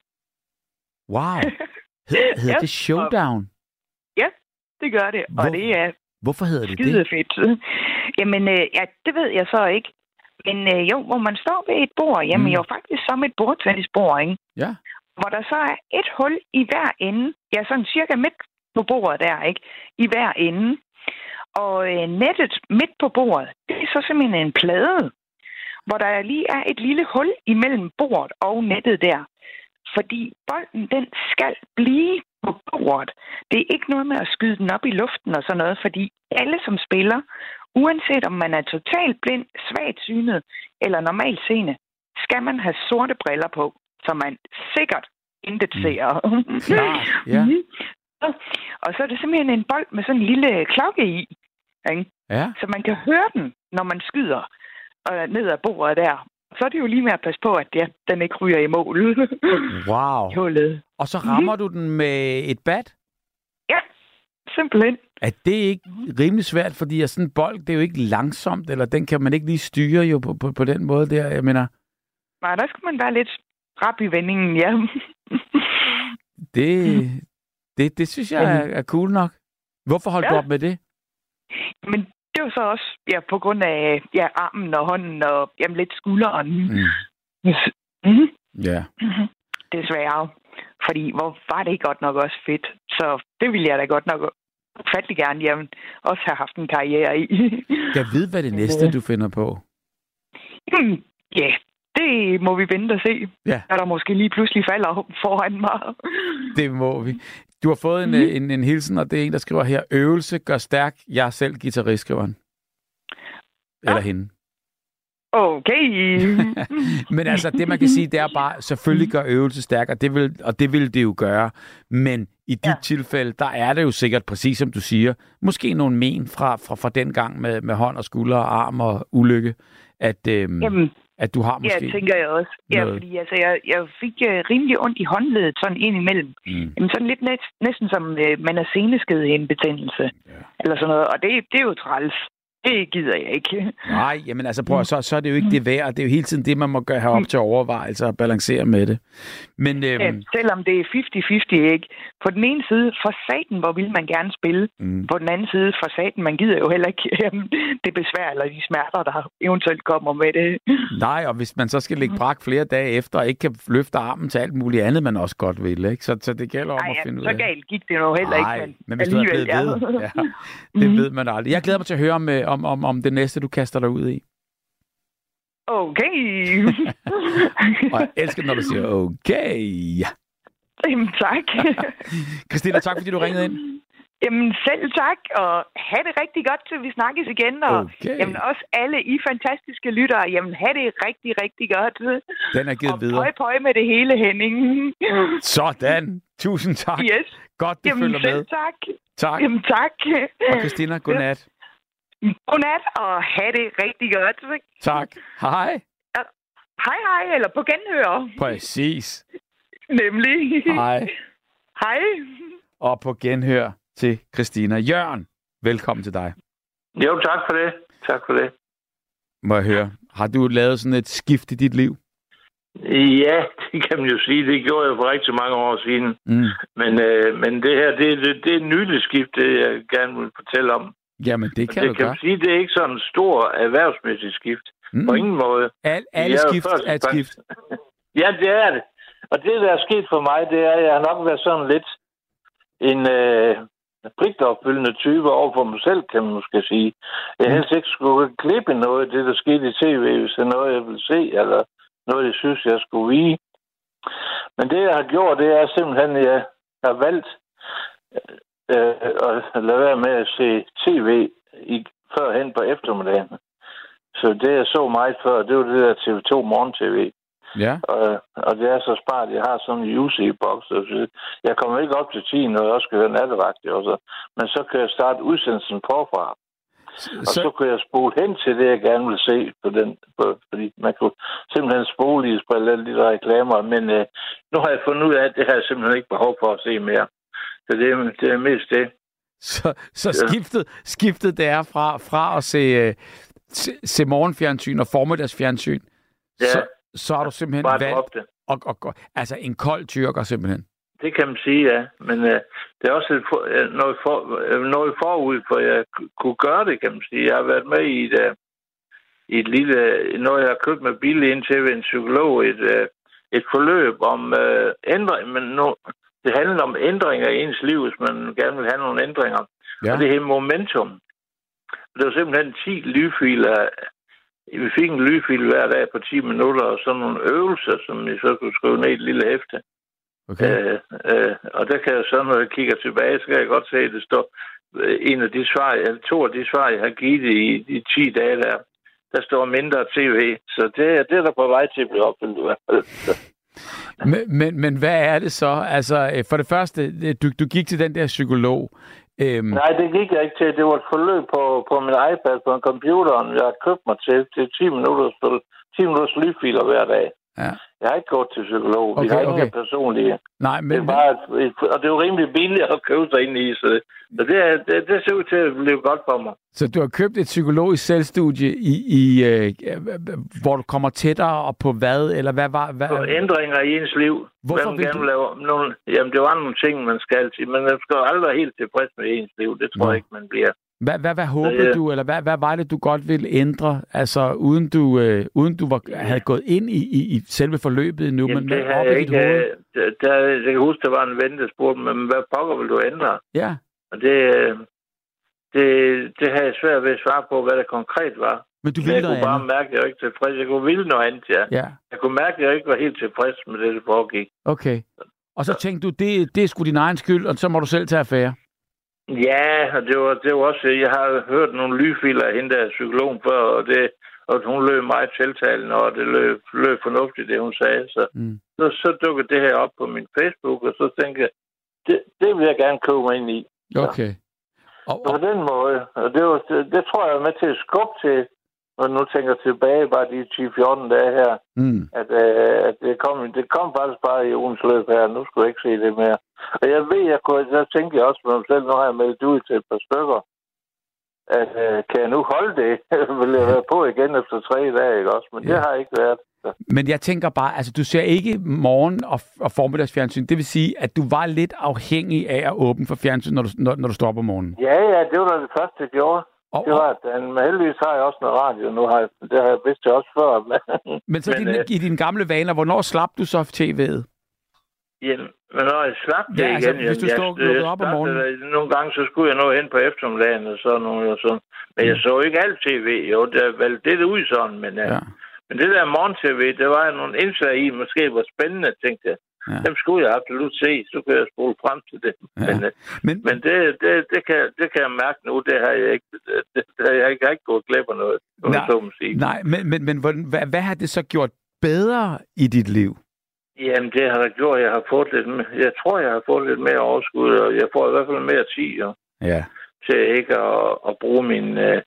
S4: Wow. Hed, hedder
S10: Ja,
S4: det Showdown?
S10: Ja, det gør det,
S4: Hvor-
S10: og det er
S4: Hvorfor hedder det
S10: skide
S4: det?
S10: fedt. Jamen, øh, ja, det ved jeg så ikke. Men øh, jo, hvor man står ved et bord, jamen
S4: Mm.
S10: jo faktisk som et bordtennisbord, ikke?
S4: Ja.
S10: Hvor der så er et hul i hver ende, ja, sådan cirka midt på bordet der, ikke? I hver ende. Og øh, nettet midt på bordet, det er så simpelthen en plade, hvor der lige er et lille hul imellem bordet og nettet der. Fordi bolden, den skal blive på bordet. Det er ikke noget med at skyde den op i luften og sådan noget, fordi alle som spiller, uanset om man er totalt blind, svagt synet eller normalt seende, skal man have sorte briller på, så man sikkert intet ser.
S4: Klart, ja.
S10: Mhm. Og så er det simpelthen en bold med sådan en lille klokke i, ikke?
S4: Ja.
S10: Så man kan høre den, når man skyder øh, ned ad bordet der. Så er det jo lige med at passe på, at ja, den ikke ryger i mål.
S4: Wow.
S10: Hullet.
S4: Og så rammer du den med et bat?
S10: Ja, simpelthen.
S4: Er det ikke rimelig svært, fordi at sådan en bold, det er jo ikke langsomt, eller den kan man ikke lige styre jo på, på, på den måde der, jeg mener.
S10: Nej, der skal man være lidt rap i vendingen, ja.
S4: Det, det, det synes jeg er, er cool nok. Hvorfor holdt
S10: Ja.
S4: du op med det?
S10: Men det var så også ja, på grund af ja, armen og hånden og jamen, lidt skulderen.
S4: Mm.
S10: Mm.
S4: Ja.
S10: Desværre. Fordi hvor var det godt nok også fedt. Så det ville jeg da godt nok ufattelig gerne jamen, også have haft en karriere i.
S4: Jeg ved, hvad det næste, du finder på.
S10: Hmm, Ja, det må vi vente og se.
S4: Ja.
S10: Når der måske lige pludselig falder foran mig.
S4: Det må vi. Du har fået en,
S10: Mhm.
S4: en, en hilsen, og det er en, der skriver her, øvelse gør stærk, jeg er selv guitarist, skriver han. Eller hende.
S10: Okay.
S4: Men altså, det man kan sige, det er bare, selvfølgelig gør øvelse stærk, og det vil, og det vil det jo gøre. Men i dit ja. tilfælde, der er det jo sikkert, præcis som du siger, måske nogle men fra, fra, fra den gang med, med hånd og skulder og arm og ulykke, at, øhm,
S10: Jamen,
S4: at du har måske...
S10: ja, tænker jeg også. Ja,
S4: noget.
S10: fordi altså, jeg, jeg fik uh, rimelig ondt i håndledet sådan ind imellem.
S4: Mm.
S10: Jamen, sådan lidt næ- næsten som uh, man er seneskede-betændelse. Ja. Eller sådan noget. Og det, det er jo træls. Det gider jeg ikke.
S4: Nej, jamen altså prøv, så, så er det jo ikke det værd, og det er jo hele tiden det, man må gøre, have op til overvejelse og balancere med det. Men, øhm,
S10: ja, selvom det er halvtreds halvtreds, ikke? På den ene side, for satan, hvor vil man gerne spille.
S4: Mm.
S10: På den anden side, for satan, man gider jo heller ikke jamen, det besvær eller de smerter, der eventuelt kommer med det.
S4: Nej, og hvis man så skal ligge brak flere dage efter, og ikke kan løfte armen til alt muligt andet, man også godt vil, ikke? Så, så det gælder om
S10: Ej,
S4: at finde
S10: ja,
S4: ud af.
S10: så galt gik det jo heller
S4: Nej,
S10: ikke. Men,
S4: men hvis du er blevet ved, ja, det ved man aldrig. Jeg glæder mig til at høre om, om, om, om det næste, du kaster dig ud i.
S10: Okay.
S4: Og jeg elsker, når du siger, okay.
S10: Jamen, tak.
S4: Christina, tak fordi du ringede ind.
S10: Jamen, selv tak, og have det rigtig godt, til vi snakkes igen. Og
S4: okay.
S10: Jamen, også alle I fantastiske lyttere, jamen, have det rigtig, rigtig godt.
S4: Den er givet
S10: og
S4: videre.
S10: Og pøj, pøj med det hele, Henning.
S4: Sådan. Tusind tak.
S10: Yes.
S4: Godt, du
S10: jamen,
S4: følger med.
S10: selv tak.
S4: Tak.
S10: Jamen, tak.
S4: Og Christina, godnat.
S10: Godnat, og have det rigtig godt.
S4: Tak. Hej.
S10: Ja. Hej, hej, eller på genhør.
S4: Præcis.
S10: Nemlig.
S4: Hej.
S10: Hej.
S4: Og på genhør til Christina. Jørgen, velkommen til dig.
S11: Jo, tak for det. Tak for det.
S4: Må jeg høre, har du lavet sådan et skift i dit liv?
S11: Ja, det kan man jo sige. Det gjorde jeg for rigtig mange år siden.
S4: Mm.
S11: Men, øh, men det her, det, det, det er et nyligt skift, det jeg gerne vil fortælle om.
S4: Jamen, det kan
S11: det
S4: du
S11: kan
S4: gøre.
S11: sige, det er ikke sådan en stor erhvervsmæssig skift. Mm. På ingen måde.
S4: Al, alle skift er et skift.
S11: Ja, det er det. Og det, der er sket for mig, det er, at jeg har nok været sådan lidt en øh, pligtopfyldende type over for mig selv, kan man måske sige. Jeg helst ikke skulle klippe noget af det, der skete i tv, hvis det er noget, jeg vil se, eller noget, jeg synes, jeg skulle vige. Men det, jeg har gjort, det er simpelthen, at jeg har valgt øh, at lade være med at se tv i, førhen på eftermiddagen. Så det, jeg så meget før, det var det der T V to morgen-tv.
S4: Ja.
S11: Og, og det er så smart, jeg har sådan en U C-boks. Jeg kommer ikke op til ti, når jeg også skal høre nattevagt. Også. Men så kan jeg starte udsendelsen forfra. Så... Og så kunne jeg spole hen til det, jeg gerne vil se. På den, på, fordi man kunne simpelthen spole i og lidt lidt reklamer. Men øh, nu har jeg fundet ud af, at det har jeg simpelthen ikke behov for at se mere. Så det, er, det er mest det.
S4: Så, så skiftet, skiftet det er fra, fra at se, øh, se, se morgenfjernsyn og formiddagsfjernsyn.
S11: Ja.
S4: Så, så har du simpelthen
S11: Bare
S4: valgt og, og, og, altså en kold tyrker simpelthen.
S11: Det kan man sige, ja. Men uh, det er også et for, uh, noget, for, uh, noget forud, for jeg kunne gøre det, kan man sige. Jeg har været med i et, uh, i et lille, noget jeg har købt med bil ind til ved en psykolog, et, uh, et forløb om uh, ændring, men no, det handler om ændringer i ens liv, hvis man gerne vil have nogle ændringer. Ja. Og det her momentum. Det var simpelthen ti lydfiler. Vi fik en lydfil hver dag på ti minutter, og sådan nogle øvelser, som vi så kunne skrive ned i et lille hæfte.
S4: Okay.
S11: Øh, øh, og der kan jeg så, når jeg kigger tilbage, så kan jeg godt se, at det står øh, en af de svar, eller to af de svar, jeg har givet i de ti dage der. Der står mindre tv, så det, det er der på vej til at blive opfyldt i hvert fald.
S4: men, men, men hvad er det så? Altså, for det første, du, du gik til den der psykolog. Øhm...
S11: Nej, det gik jeg ikke til. Det var et forløb på, på min iPad, på en computer, jeg har købt mig til. Det er ti minutters, ti minutters lydfiler hver dag.
S4: Ja.
S11: Jeg har ikke gået til psykolog.
S4: Okay,
S11: Vi har
S4: okay.
S11: ingen personlige.
S4: Nej, men...
S11: Det er bare et, et, og det er jo rimelig billigt at købe sig ind i. Så det, så det, er, det, det ser ud til at blive godt for mig.
S4: Så du har købt et psykologisk selvstudie, i, i, øh, hvor du kommer tættere og på hvad? Eller hvad var... Hvad...
S11: På ændringer i ens liv.
S4: Hvorfor
S11: man
S4: vil
S11: gerne
S4: du...
S11: lave nogle, jamen, det var nogle ting, man skal altid. Men man skal aldrig være helt tilfreds med ens liv. Det tror jeg ikke, man bliver.
S4: Hvad, hvad, hvad håbede du, eller hvad, hvad var det, du godt ville ændre, altså uden du, øh, uden du var, havde gået ind i, i, i selve forløbet nu,
S11: Jamen,
S4: men
S11: det
S4: hvad
S11: har
S4: op
S11: jeg
S4: i dit
S11: ikke,
S4: hoved?
S11: Der, der, jeg kan huske, der var en ven, der spurgte mig, men hvad pokker vil du ændre?
S4: Ja.
S11: Og det, det, det havde jeg svært ved at svare på, hvad det konkret var.
S4: Men du
S11: men
S4: ville
S11: jeg
S4: noget
S11: kunne bare
S4: andet.
S11: mærke, at jeg var ikke tilfreds. Jeg kunne ville noget andet, ja.
S4: Ja.
S11: Jeg kunne mærke, at jeg ikke var helt tilfreds med det, der foregik.
S4: Okay. Og så tænkte du, det, det er sgu din egen skyld, og så må du selv tage affære.
S11: Ja, og det var, det var også, jeg har hørt nogle lydfiler af hende der psykologen før, og, det, og hun løb meget tiltalende, og det løb, løb fornuftigt, det hun sagde. Så,
S4: mm.
S11: så, så dukkede det her op på min Facebook, og så tænkte jeg, det, det vil jeg gerne købe mig ind i.
S4: Okay.
S11: Og, og... På den måde, og det, var, det, det tror jeg var med til at skubbe til, når nu tænker tilbage, bare de ti fjorten dage her,
S4: mm.
S11: at, øh, at det, kom, det kom faktisk bare i ugens løb her. Nu skulle jeg ikke se det mere. Og jeg ved, jeg kunne, så tænkte jeg også med mig selv, nu har jeg meldt ud til et par stykker, at øh, kan jeg nu holde det? Vil jeg være på igen efter tre dage, ikke også? Men ja. Det har jeg ikke været. Så.
S4: Men jeg tænker bare, altså du ser ikke morgen- og, og formiddagsfjernsyn. Det vil sige, at du var lidt afhængig af at åbne for fjernsyn, når du, når, når du står op om morgenen.
S11: Ja, ja, det var da det første, jeg gjorde. Og, det var, at, men heldigvis har jeg også noget radio. Nu har jeg, det har jeg vidst også før. Men,
S4: men så
S11: men,
S4: din, øh, i dine gamle vaner, hvornår slap du så tv'et?
S11: Jamen, men når jeg slap det
S4: Ja, altså,
S11: igen...
S4: hvis du
S11: jeg,
S4: står
S11: jeg,
S4: lukket
S11: jeg
S4: op om
S11: slap
S4: morgenen.
S11: det, nogle gange, så skulle jeg nå hen på eftermiddagen og sådan noget. Og sådan. Men jeg så ikke alt tv. Jo, det er vel det er ud sådan, men...
S4: Ja.
S11: Men det der morgen-tv, det var nogle indslag i, måske var spændende, tænkte jeg. Ja. Dem skulle jeg absolut se, så kan jeg spole frem til det. Ja. Men, men, men det, det, det, kan, det kan jeg mærke nu, det har jeg ikke, det, det har jeg ikke, ikke gået glip af noget.
S4: Nej,
S11: så sige.
S4: nej men, men, men hvad, hvad har det så gjort bedre i dit liv?
S11: Jamen, det har der gjort, jeg har fået lidt mere, jeg tror, jeg har fået lidt mere overskud, og jeg får i hvert fald mere tid jo,
S4: ja.
S11: til ikke at, at bruge min... Uh,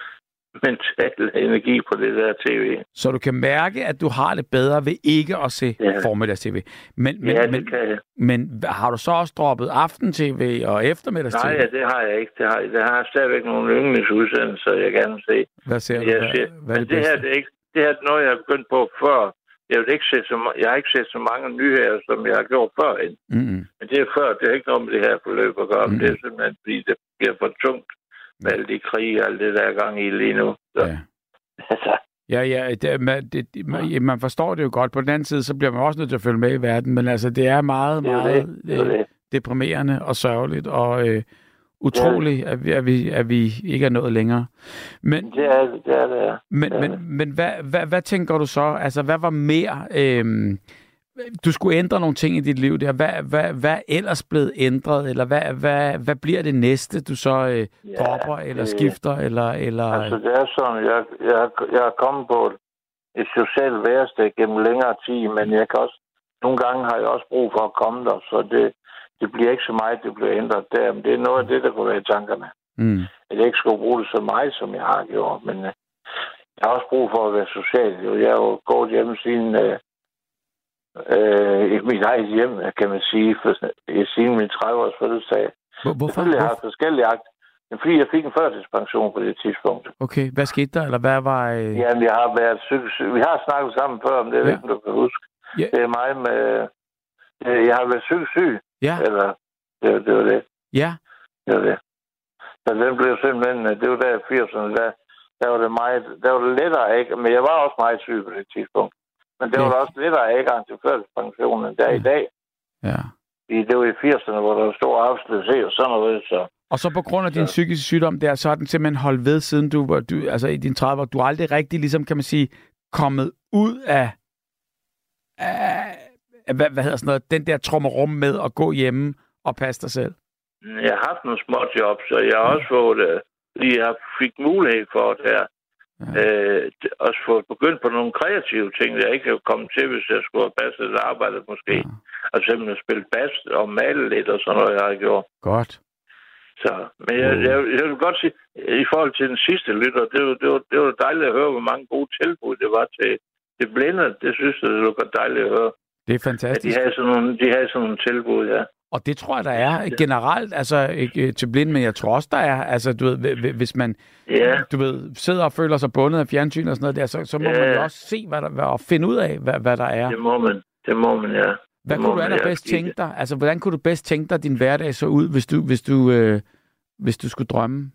S11: mental energi på det der tv.
S4: Så du kan mærke, at du har det bedre ved ikke at se ja. formiddags-tv. Men, men,
S11: ja, det
S4: men,
S11: kan jeg.
S4: Men har du så også droppet aften-tv og eftermiddags-tv?
S11: Nej, ja, det har jeg ikke. Det har, det har jeg stadigvæk nogle yndlingsudsendelser, jeg gerne vil se.
S4: Hvad ser du?
S11: Jeg
S4: Hvad,
S11: ser,
S4: hvad er det,
S11: det her, det er ikke, det her er noget, jeg har begyndt på før. Jeg, vil ikke se så, jeg har ikke set så mange nyheder, som jeg har gjort førhen. Mm-hmm. Men det er før, det er ikke noget med det her forløb at gøre, mm-hmm. men det er simpelthen, fordi det bliver for tungt med alle de krige og alt det, der er gang i lige nu. Så.
S4: Ja. Ja, ja, det, man, det, man, man forstår det jo godt. På den anden side, så bliver man også nødt til at følge med i verden, men altså, det er meget,
S11: det er
S4: meget
S11: det. Det er
S4: øh, deprimerende og sørgeligt, og øh, utroligt, ja. at, vi, at, vi, at vi ikke er nået længere. Men,
S11: det er det, det er det, ja.
S4: Men,
S11: det er
S4: men,
S11: det.
S4: men hvad, hvad, hvad tænker du så? Altså, hvad var mere... Øh, du skulle ændre nogle ting i dit liv der. Hvad, hvad, hvad er ellers blevet ændret? Eller hvad, hvad, hvad bliver det næste, du så øh, ja, dropper eller det, skifter? Eller, eller...
S11: Altså, det er sådan, jeg, jeg, jeg er kommet på et socialt værested gennem længere tid, men jeg kan også, nogle gange har jeg også brug for at komme der, så det, det bliver ikke så meget, det bliver ændret der. Men det er noget af det, der kunne være i tankerne. Mm. At jeg ikke skulle bruge det så meget, som jeg har gjort, men øh, jeg har også brug for at være social. Jeg har jo gået hjemme siden... Øh, Øh, i mit eget hjem, kan man sige, for, siden min tredive-års fødselsdag.
S4: Hvorfor?
S11: Selvfølgelig har jeg forskellige akt. Fordi jeg fik en førtidspension på det tidspunkt.
S4: Okay, hvad skete der, eller hvad var... Øh...
S11: Jamen, jeg har været psykisk... Vi har snakket sammen før om det, ja. Ikke, du kan huske. Ja. Det er mig med... Jeg har været psykisk syg.
S4: Ja.
S11: Eller, det, det var det.
S4: Ja.
S11: Det var det. Så den blev simpelthen... Det var der i firserne, der, der var det meget... Der var det lettere, ikke? Men jeg var også meget syg på det tidspunkt. Men det var ja. også lettere adgang til førtidspensionen der ja. i dag.
S4: Ja.
S11: Det var i firserne, hvor der var stor arbejdsløshed og sådan noget. Så.
S4: Og så på grund af din så. psykiske sygdom der, så har den simpelthen holdt ved, siden du var, du, altså i din tredive år, du aldrig rigtig, ligesom kan man sige, kommet ud af, af hvad, hvad hedder sådan noget, den der trommerum med at gå hjemme og passe dig selv.
S11: Jeg har haft nogle små jobs, så jeg har ja. også fået, fordi jeg fik mulighed for det her. Ja. Øh, også få begyndt på nogle kreative ting, jeg ikke kunne komme til, hvis jeg skulle have passet et arbejde måske. Ja. Altså simpelthen at spille bas og male lidt og sådan noget, jeg har gjort.
S4: Godt.
S11: Så, men jeg, jeg, jeg vil godt sige, i forhold til den sidste lytter, det var, det var, det var dejligt at høre, hvor mange gode tilbud det var til det blinde. Det synes jeg, det var dejligt at høre.
S4: Det er fantastisk.
S11: At de havde sådan nogle, de havde sådan nogle tilbud, ja.
S4: Og det tror jeg, der er generelt, altså ikke til blinde, men jeg tror også, der er, altså du ved, hvis man, yeah. du ved, sidder og føler sig bundet af fjernsyn og sådan noget der, så, så må yeah. man jo også se, hvad der, og finde ud af, hvad, hvad der er.
S11: Det må man, det må man, ja.
S4: Hvad kunne du allerbedst tænke dig, altså hvordan kunne du bedst tænke dig, at din hverdag så ud, hvis du, hvis du, øh, hvis du skulle drømme?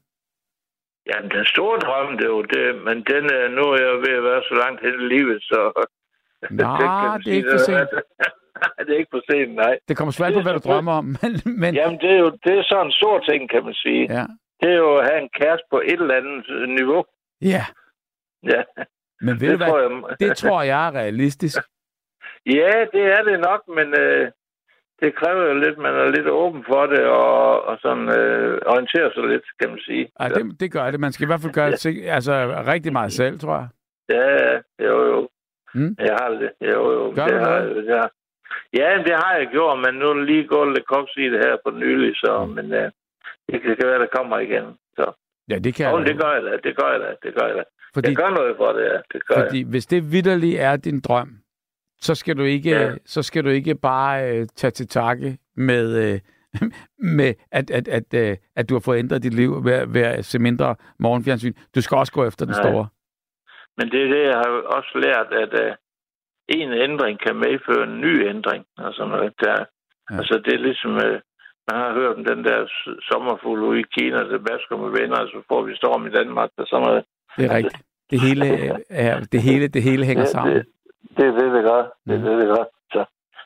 S11: Ja, den store drøm, det er jo det, men den, nu er jeg ved at være så langt hen i livet, så...
S4: Nå, det er ikke for sent.
S11: Det er ikke for sent, nej.
S4: Det kommer svært på, hvad du drømmer om. Men, men...
S11: Jamen, det er jo det er sådan en stor ting, kan man sige.
S4: Ja.
S11: Det er jo at have en kæreste på et eller andet niveau.
S4: Ja.
S11: Ja.
S4: Men ved det, du hvad? Jeg... Det tror jeg er realistisk.
S11: Ja, det er det nok, men øh, det kræver jo lidt, man er lidt åben for det, og, og sådan øh, orienterer sig lidt, kan man sige.
S4: Ej, det, det gør det. Man skal i hvert fald gøre det altså, rigtig meget selv, tror jeg.
S11: Ja, jo, jo. Hmm? Jeg har det. Jo, jo.
S4: Gør
S11: det
S4: du
S11: har,
S4: det?
S11: Ja. Ja, det har jeg gjort, men nu er det lige gået lidt koks i det her på nylig, så men, uh, det kan være, der kommer igen. Så.
S4: Ja, det kan
S11: oh,
S4: jeg
S11: det gør jeg da, det gør jeg da, det gør jeg da.
S4: Fordi,
S11: jeg gør noget for det, ja. Det gør
S4: fordi
S11: jeg.
S4: hvis det vitterligt er din drøm, så skal du ikke, ja. så skal du ikke bare uh, tage til takke med, uh, med at, at, at, uh, at du har fået ændret dit liv ved, ved at se mindre morgenfjernsyn. Du skal også gå efter den
S11: Nej.
S4: store.
S11: Men det er det, jeg har også lært, at uh, en ændring kan medføre en ny ændring. Og sådan noget der. Ja. Altså, det er ligesom... Uh, man har hørt om den der sommerfugl ude i Kina, der basker med venner, og så får vi storm i Danmark og sådan noget.
S4: Det er rigtigt. Det hele, er, det hele, det hele hænger
S11: det,
S4: sammen.
S11: Det, det er det, det gør. Det er det, det gør. Så,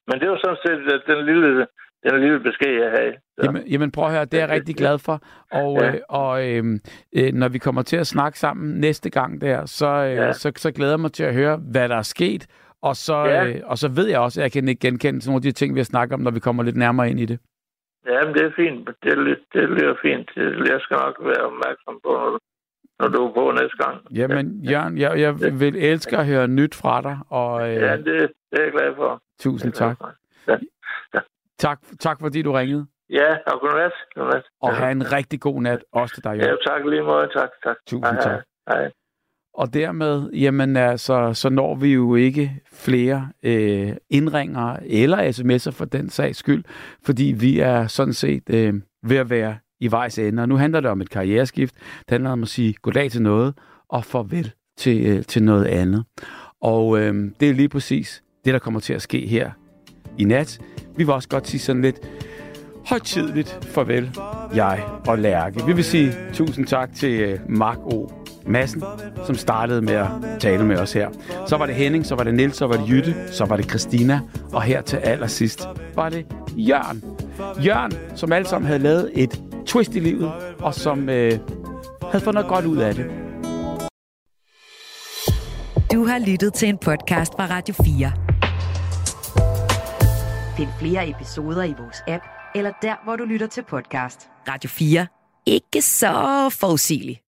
S11: Men det var sådan set den lille, den lille besked, jeg havde.
S4: Jamen, jamen prøv at høre, det er jeg rigtig glad for. Og, ja. øh, og øh, øh, når vi kommer til at snakke sammen næste gang der, så, øh, ja. så, så glæder jeg mig til at høre, hvad der er sket. Og så, ja. øh, og så ved jeg også, at jeg kan ikke genkende sådan nogle af de ting, vi har snakket om, når vi kommer lidt nærmere ind i det.
S11: Ja, men det er fint. Det, er lidt, det lyder fint. Jeg skal nok være opmærksom på, når, når du er på næste gang.
S4: Jamen, Jørgen, jeg, jeg vil elske at høre nyt fra dig. Og, øh,
S11: ja, det, det er jeg glad for.
S4: Tusind tak.
S11: Ja. Ja.
S4: tak. Tak, fordi du ringede.
S11: Ja, og godnat. godnat.
S4: Og have en rigtig god nat, også til dig, Jørgen.
S11: Ja, tak lige måde. Tak, tak.
S4: Tusind
S11: hej,
S4: tak.
S11: Hej.
S4: Og dermed, jamen altså, så når vi jo ikke flere øh, indringer eller sms'er for den sags skyld, fordi vi er sådan set øh, ved at være i vejs ende. Og nu handler det om et karriereskift. Det handler om at sige goddag til noget og farvel til, øh, til noget andet. Og øh, det er lige præcis det, der kommer til at ske her i nat. Vi vil også godt sige sådan lidt højtideligt farvel, jeg og Lærke. Vi vil sige tusind tak til øh, Mark O. Madsen, som startede med at tale med os her. Så var det Henning, så var det Niels, så var det Jytte, så var det Christina, og her til allersidst var det Jørgen. Jørgen, som alle sammen havde lavet et twist i livet, og som øh, havde fået noget godt ud af det.
S3: Du har lyttet til en podcast fra Radio fire. Find flere episoder i vores app, eller der, hvor du lytter til podcast. Radio fire. Ikke så forudsigeligt.